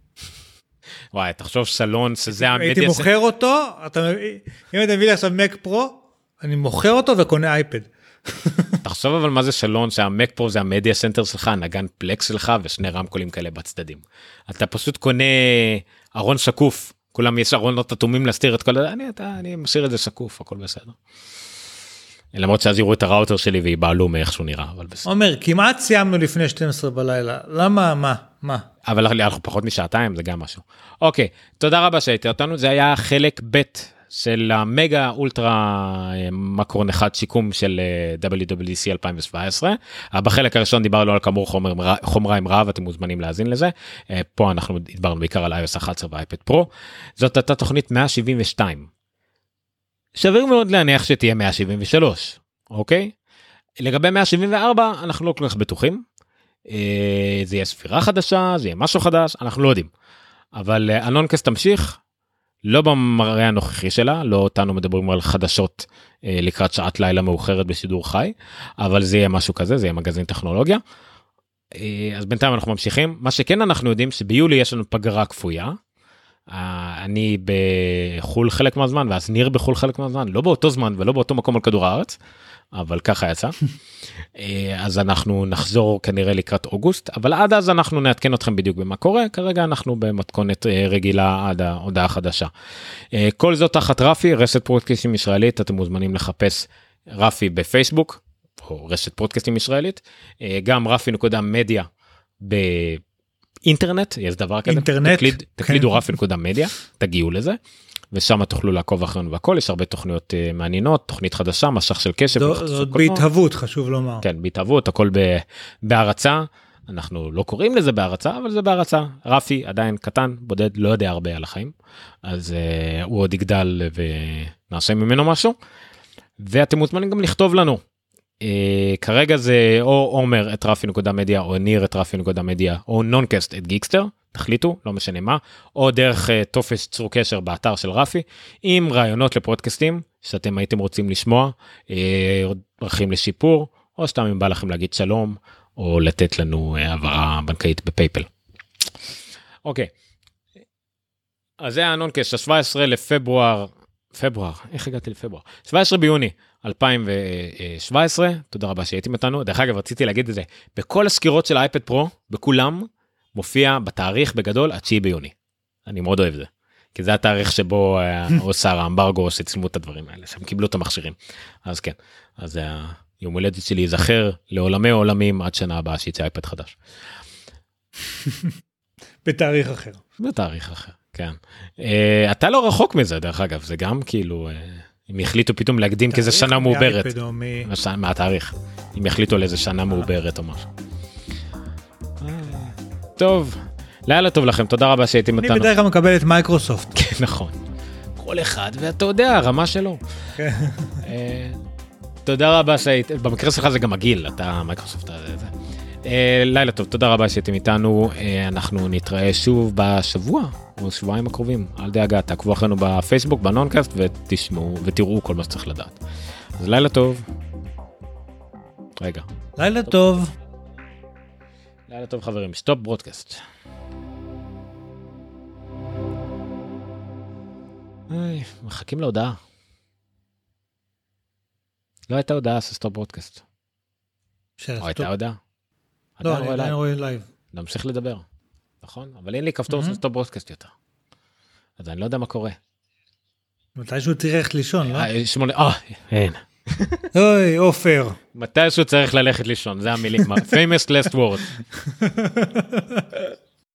S2: וואי, תחשוב סלון, שזה המדיה...
S3: הייתי מוכר אותו, אם אתה מביא לי עכשיו מק פרו, אני מוכר אותו וקונה אייפד.
S2: תחשוב אבל מה זה סלון, שהמק פרו זה המדיה סנטר שלך, נגן פלקס שלך ושני רמקולים כאלה בצדדים. אתה פשוט קונה ארון שקוף, כולם יש ארונות אטומים להסתיר את כל זה, אני משאיר את זה שקוף, הכל בסדר. למרות שאז יראו את הראוטר שלי ויבעלו מאיך שהוא נראה, אבל בסדר.
S3: אומר, כמעט סיימנו לפני 12 בלילה, למה, מה?
S2: אבל אנחנו פחות משעתיים, זה גם משהו. אוקיי, תודה רבה שהייתי אותנו, זה היה חלק ב' של המגה אולטרה מקרון אחד שיקום של WWDC 2017. בחלק הראשון דיברנו על כאמור חומרה עם רעב, אתם מוזמנים להאזין לזה. פה אנחנו דיברנו בעיקר על iOS 11 ואייפד פרו. זאת הייתה תוכנית 172. שווה מאוד להניח שתהיה 173, אוקיי? לגבי 174 אנחנו לא כל כך בטוחים. זה יהיה ספירה חדשה, זה יהיה משהו חדש, אנחנו לא יודעים. אבל הנונקאסט תמשיך, לא במראה הנוכחי שלה, לא אותנו מדברים על חדשות לקראת שעת לילה מאוחרת בשידור חי, אבל זה יהיה משהו כזה, זה יהיה מגזין טכנולוגיה. אז בינתיים אנחנו ממשיכים. מה שכן אנחנו יודעים שביולי יש לנו פגרה כפויה, אני בחול חלק מהזמן, ואז ניר בחול חלק מהזמן, לא באותו זמן ולא באותו מקום על כדור הארץ, אבל ככה יצא. אז אנחנו נחזור כנראה לקראת אוגוסט, אבל עד אז אנחנו נעדכן אתכם בדיוק במה קורה, כרגע אנחנו במתכונת רגילה עד ההודעה החדשה. כל זאת תחת רפי, רשת פודקאסטים ישראלית, אתם מוזמנים לחפש רפי בפייסבוק, או רשת פודקאסטים ישראלית, גם רפי.מדיה באינטרנט, יש דבר כזה, תקלידו רפי.מדיה, תגיעו לזה. ושם תוכלו לעקוב אחרינו והכל, יש הרבה תוכניות מעניינות, תוכנית חדשה, משך של קשב.
S3: זאת בהתהוות, חשוב לומר.
S2: כן, בהתהוות, הכל בהרצה, אנחנו לא קוראים לזה בהרצה, אבל זה בהרצה. רפי עדיין קטן, בודד, לא יודע הרבה על החיים, אז הוא עוד יגדל ונעשה ממנו משהו, ואתם מוזמנים גם לכתוב לנו. כרגע זה או עומר את רפי.מדיה, או ניר את רפי.מדיה, או נונקאסט את גיקסטר, תחליטו, לא משנה מה, או דרך טופס צרו קשר באתר של רפי, עם רעיונות לפודקאסטים שאתם הייתם רוצים לשמוע, דרכים לשיפור, או סתם אם בא לכם להגיד שלום, או לתת לנו העברה בנקאית בפייפל. אוקיי, אז זה הנונקאסט, 17 לפברואר, איך הגעתי לפברואר? 17 ביוני 2017, תודה רבה שהייתם איתנו. דרך אגב, רציתי להגיד את זה, בכל הסקירות של האייפד פרו, בכולם, מופיע בתאריך בגדול, 9 ביוני. אני מאוד אוהב זה. כי זה התאריך שבו עושה האמברגו שצילמו את הדברים האלה, שהם קיבלו את המכשירים. אז כן, אז יום הולדת שלי ייזכר לעולמי עולמים עד שנה הבאה שיצא אייפד חדש.
S3: בתאריך אחר.
S2: בתאריך אחר, כן. אתה לא רחוק מזה, דרך אגב, זה גם כאילו, אם יחליטו פתאום להקדים כזה שנה מעוברת. מהתאריך. אם יחליטו על איזה שנה מעוברת או משהו. טוב, לילה טוב לכם, תודה רבה שהייתם איתנו.
S3: אני בדרך כלל מקבל את מייקרוסופט.
S2: כן, נכון. כל אחד, ואתה יודע, הרמה שלו. תודה רבה שהייתם, במקרה שלך זה גם הגיל, אתה מייקרוסופט. לילה טוב, תודה רבה שהייתם איתנו, אנחנו נתראה שוב בשבוע, או שבועיים הקרובים, אל דאגה, תעקבו אחרינו בפייסבוק, בנונקאסט, ותשמעו, ותראו כל מה שצריך לדעת. אז לילה טוב. רגע.
S3: לילה טוב.
S2: לילה טוב חברים, סטופ ברודקאסט. מחכים להודעה. לא הייתה הודעה של סטופ ברודקאסט. או הייתה הודעה?
S3: לא, אני עדיין רואה לייב.
S2: נמשיך לדבר, נכון? אבל אין לי כפתור של סטופ ברודקאסט יותר. אז אני לא יודע מה קורה.
S3: מתישהו צריך ללכת לישון, לא?
S2: אין.
S3: אוי, אופר.
S2: מתישהו צריך ללכת לישון, זה המילים. famous last word.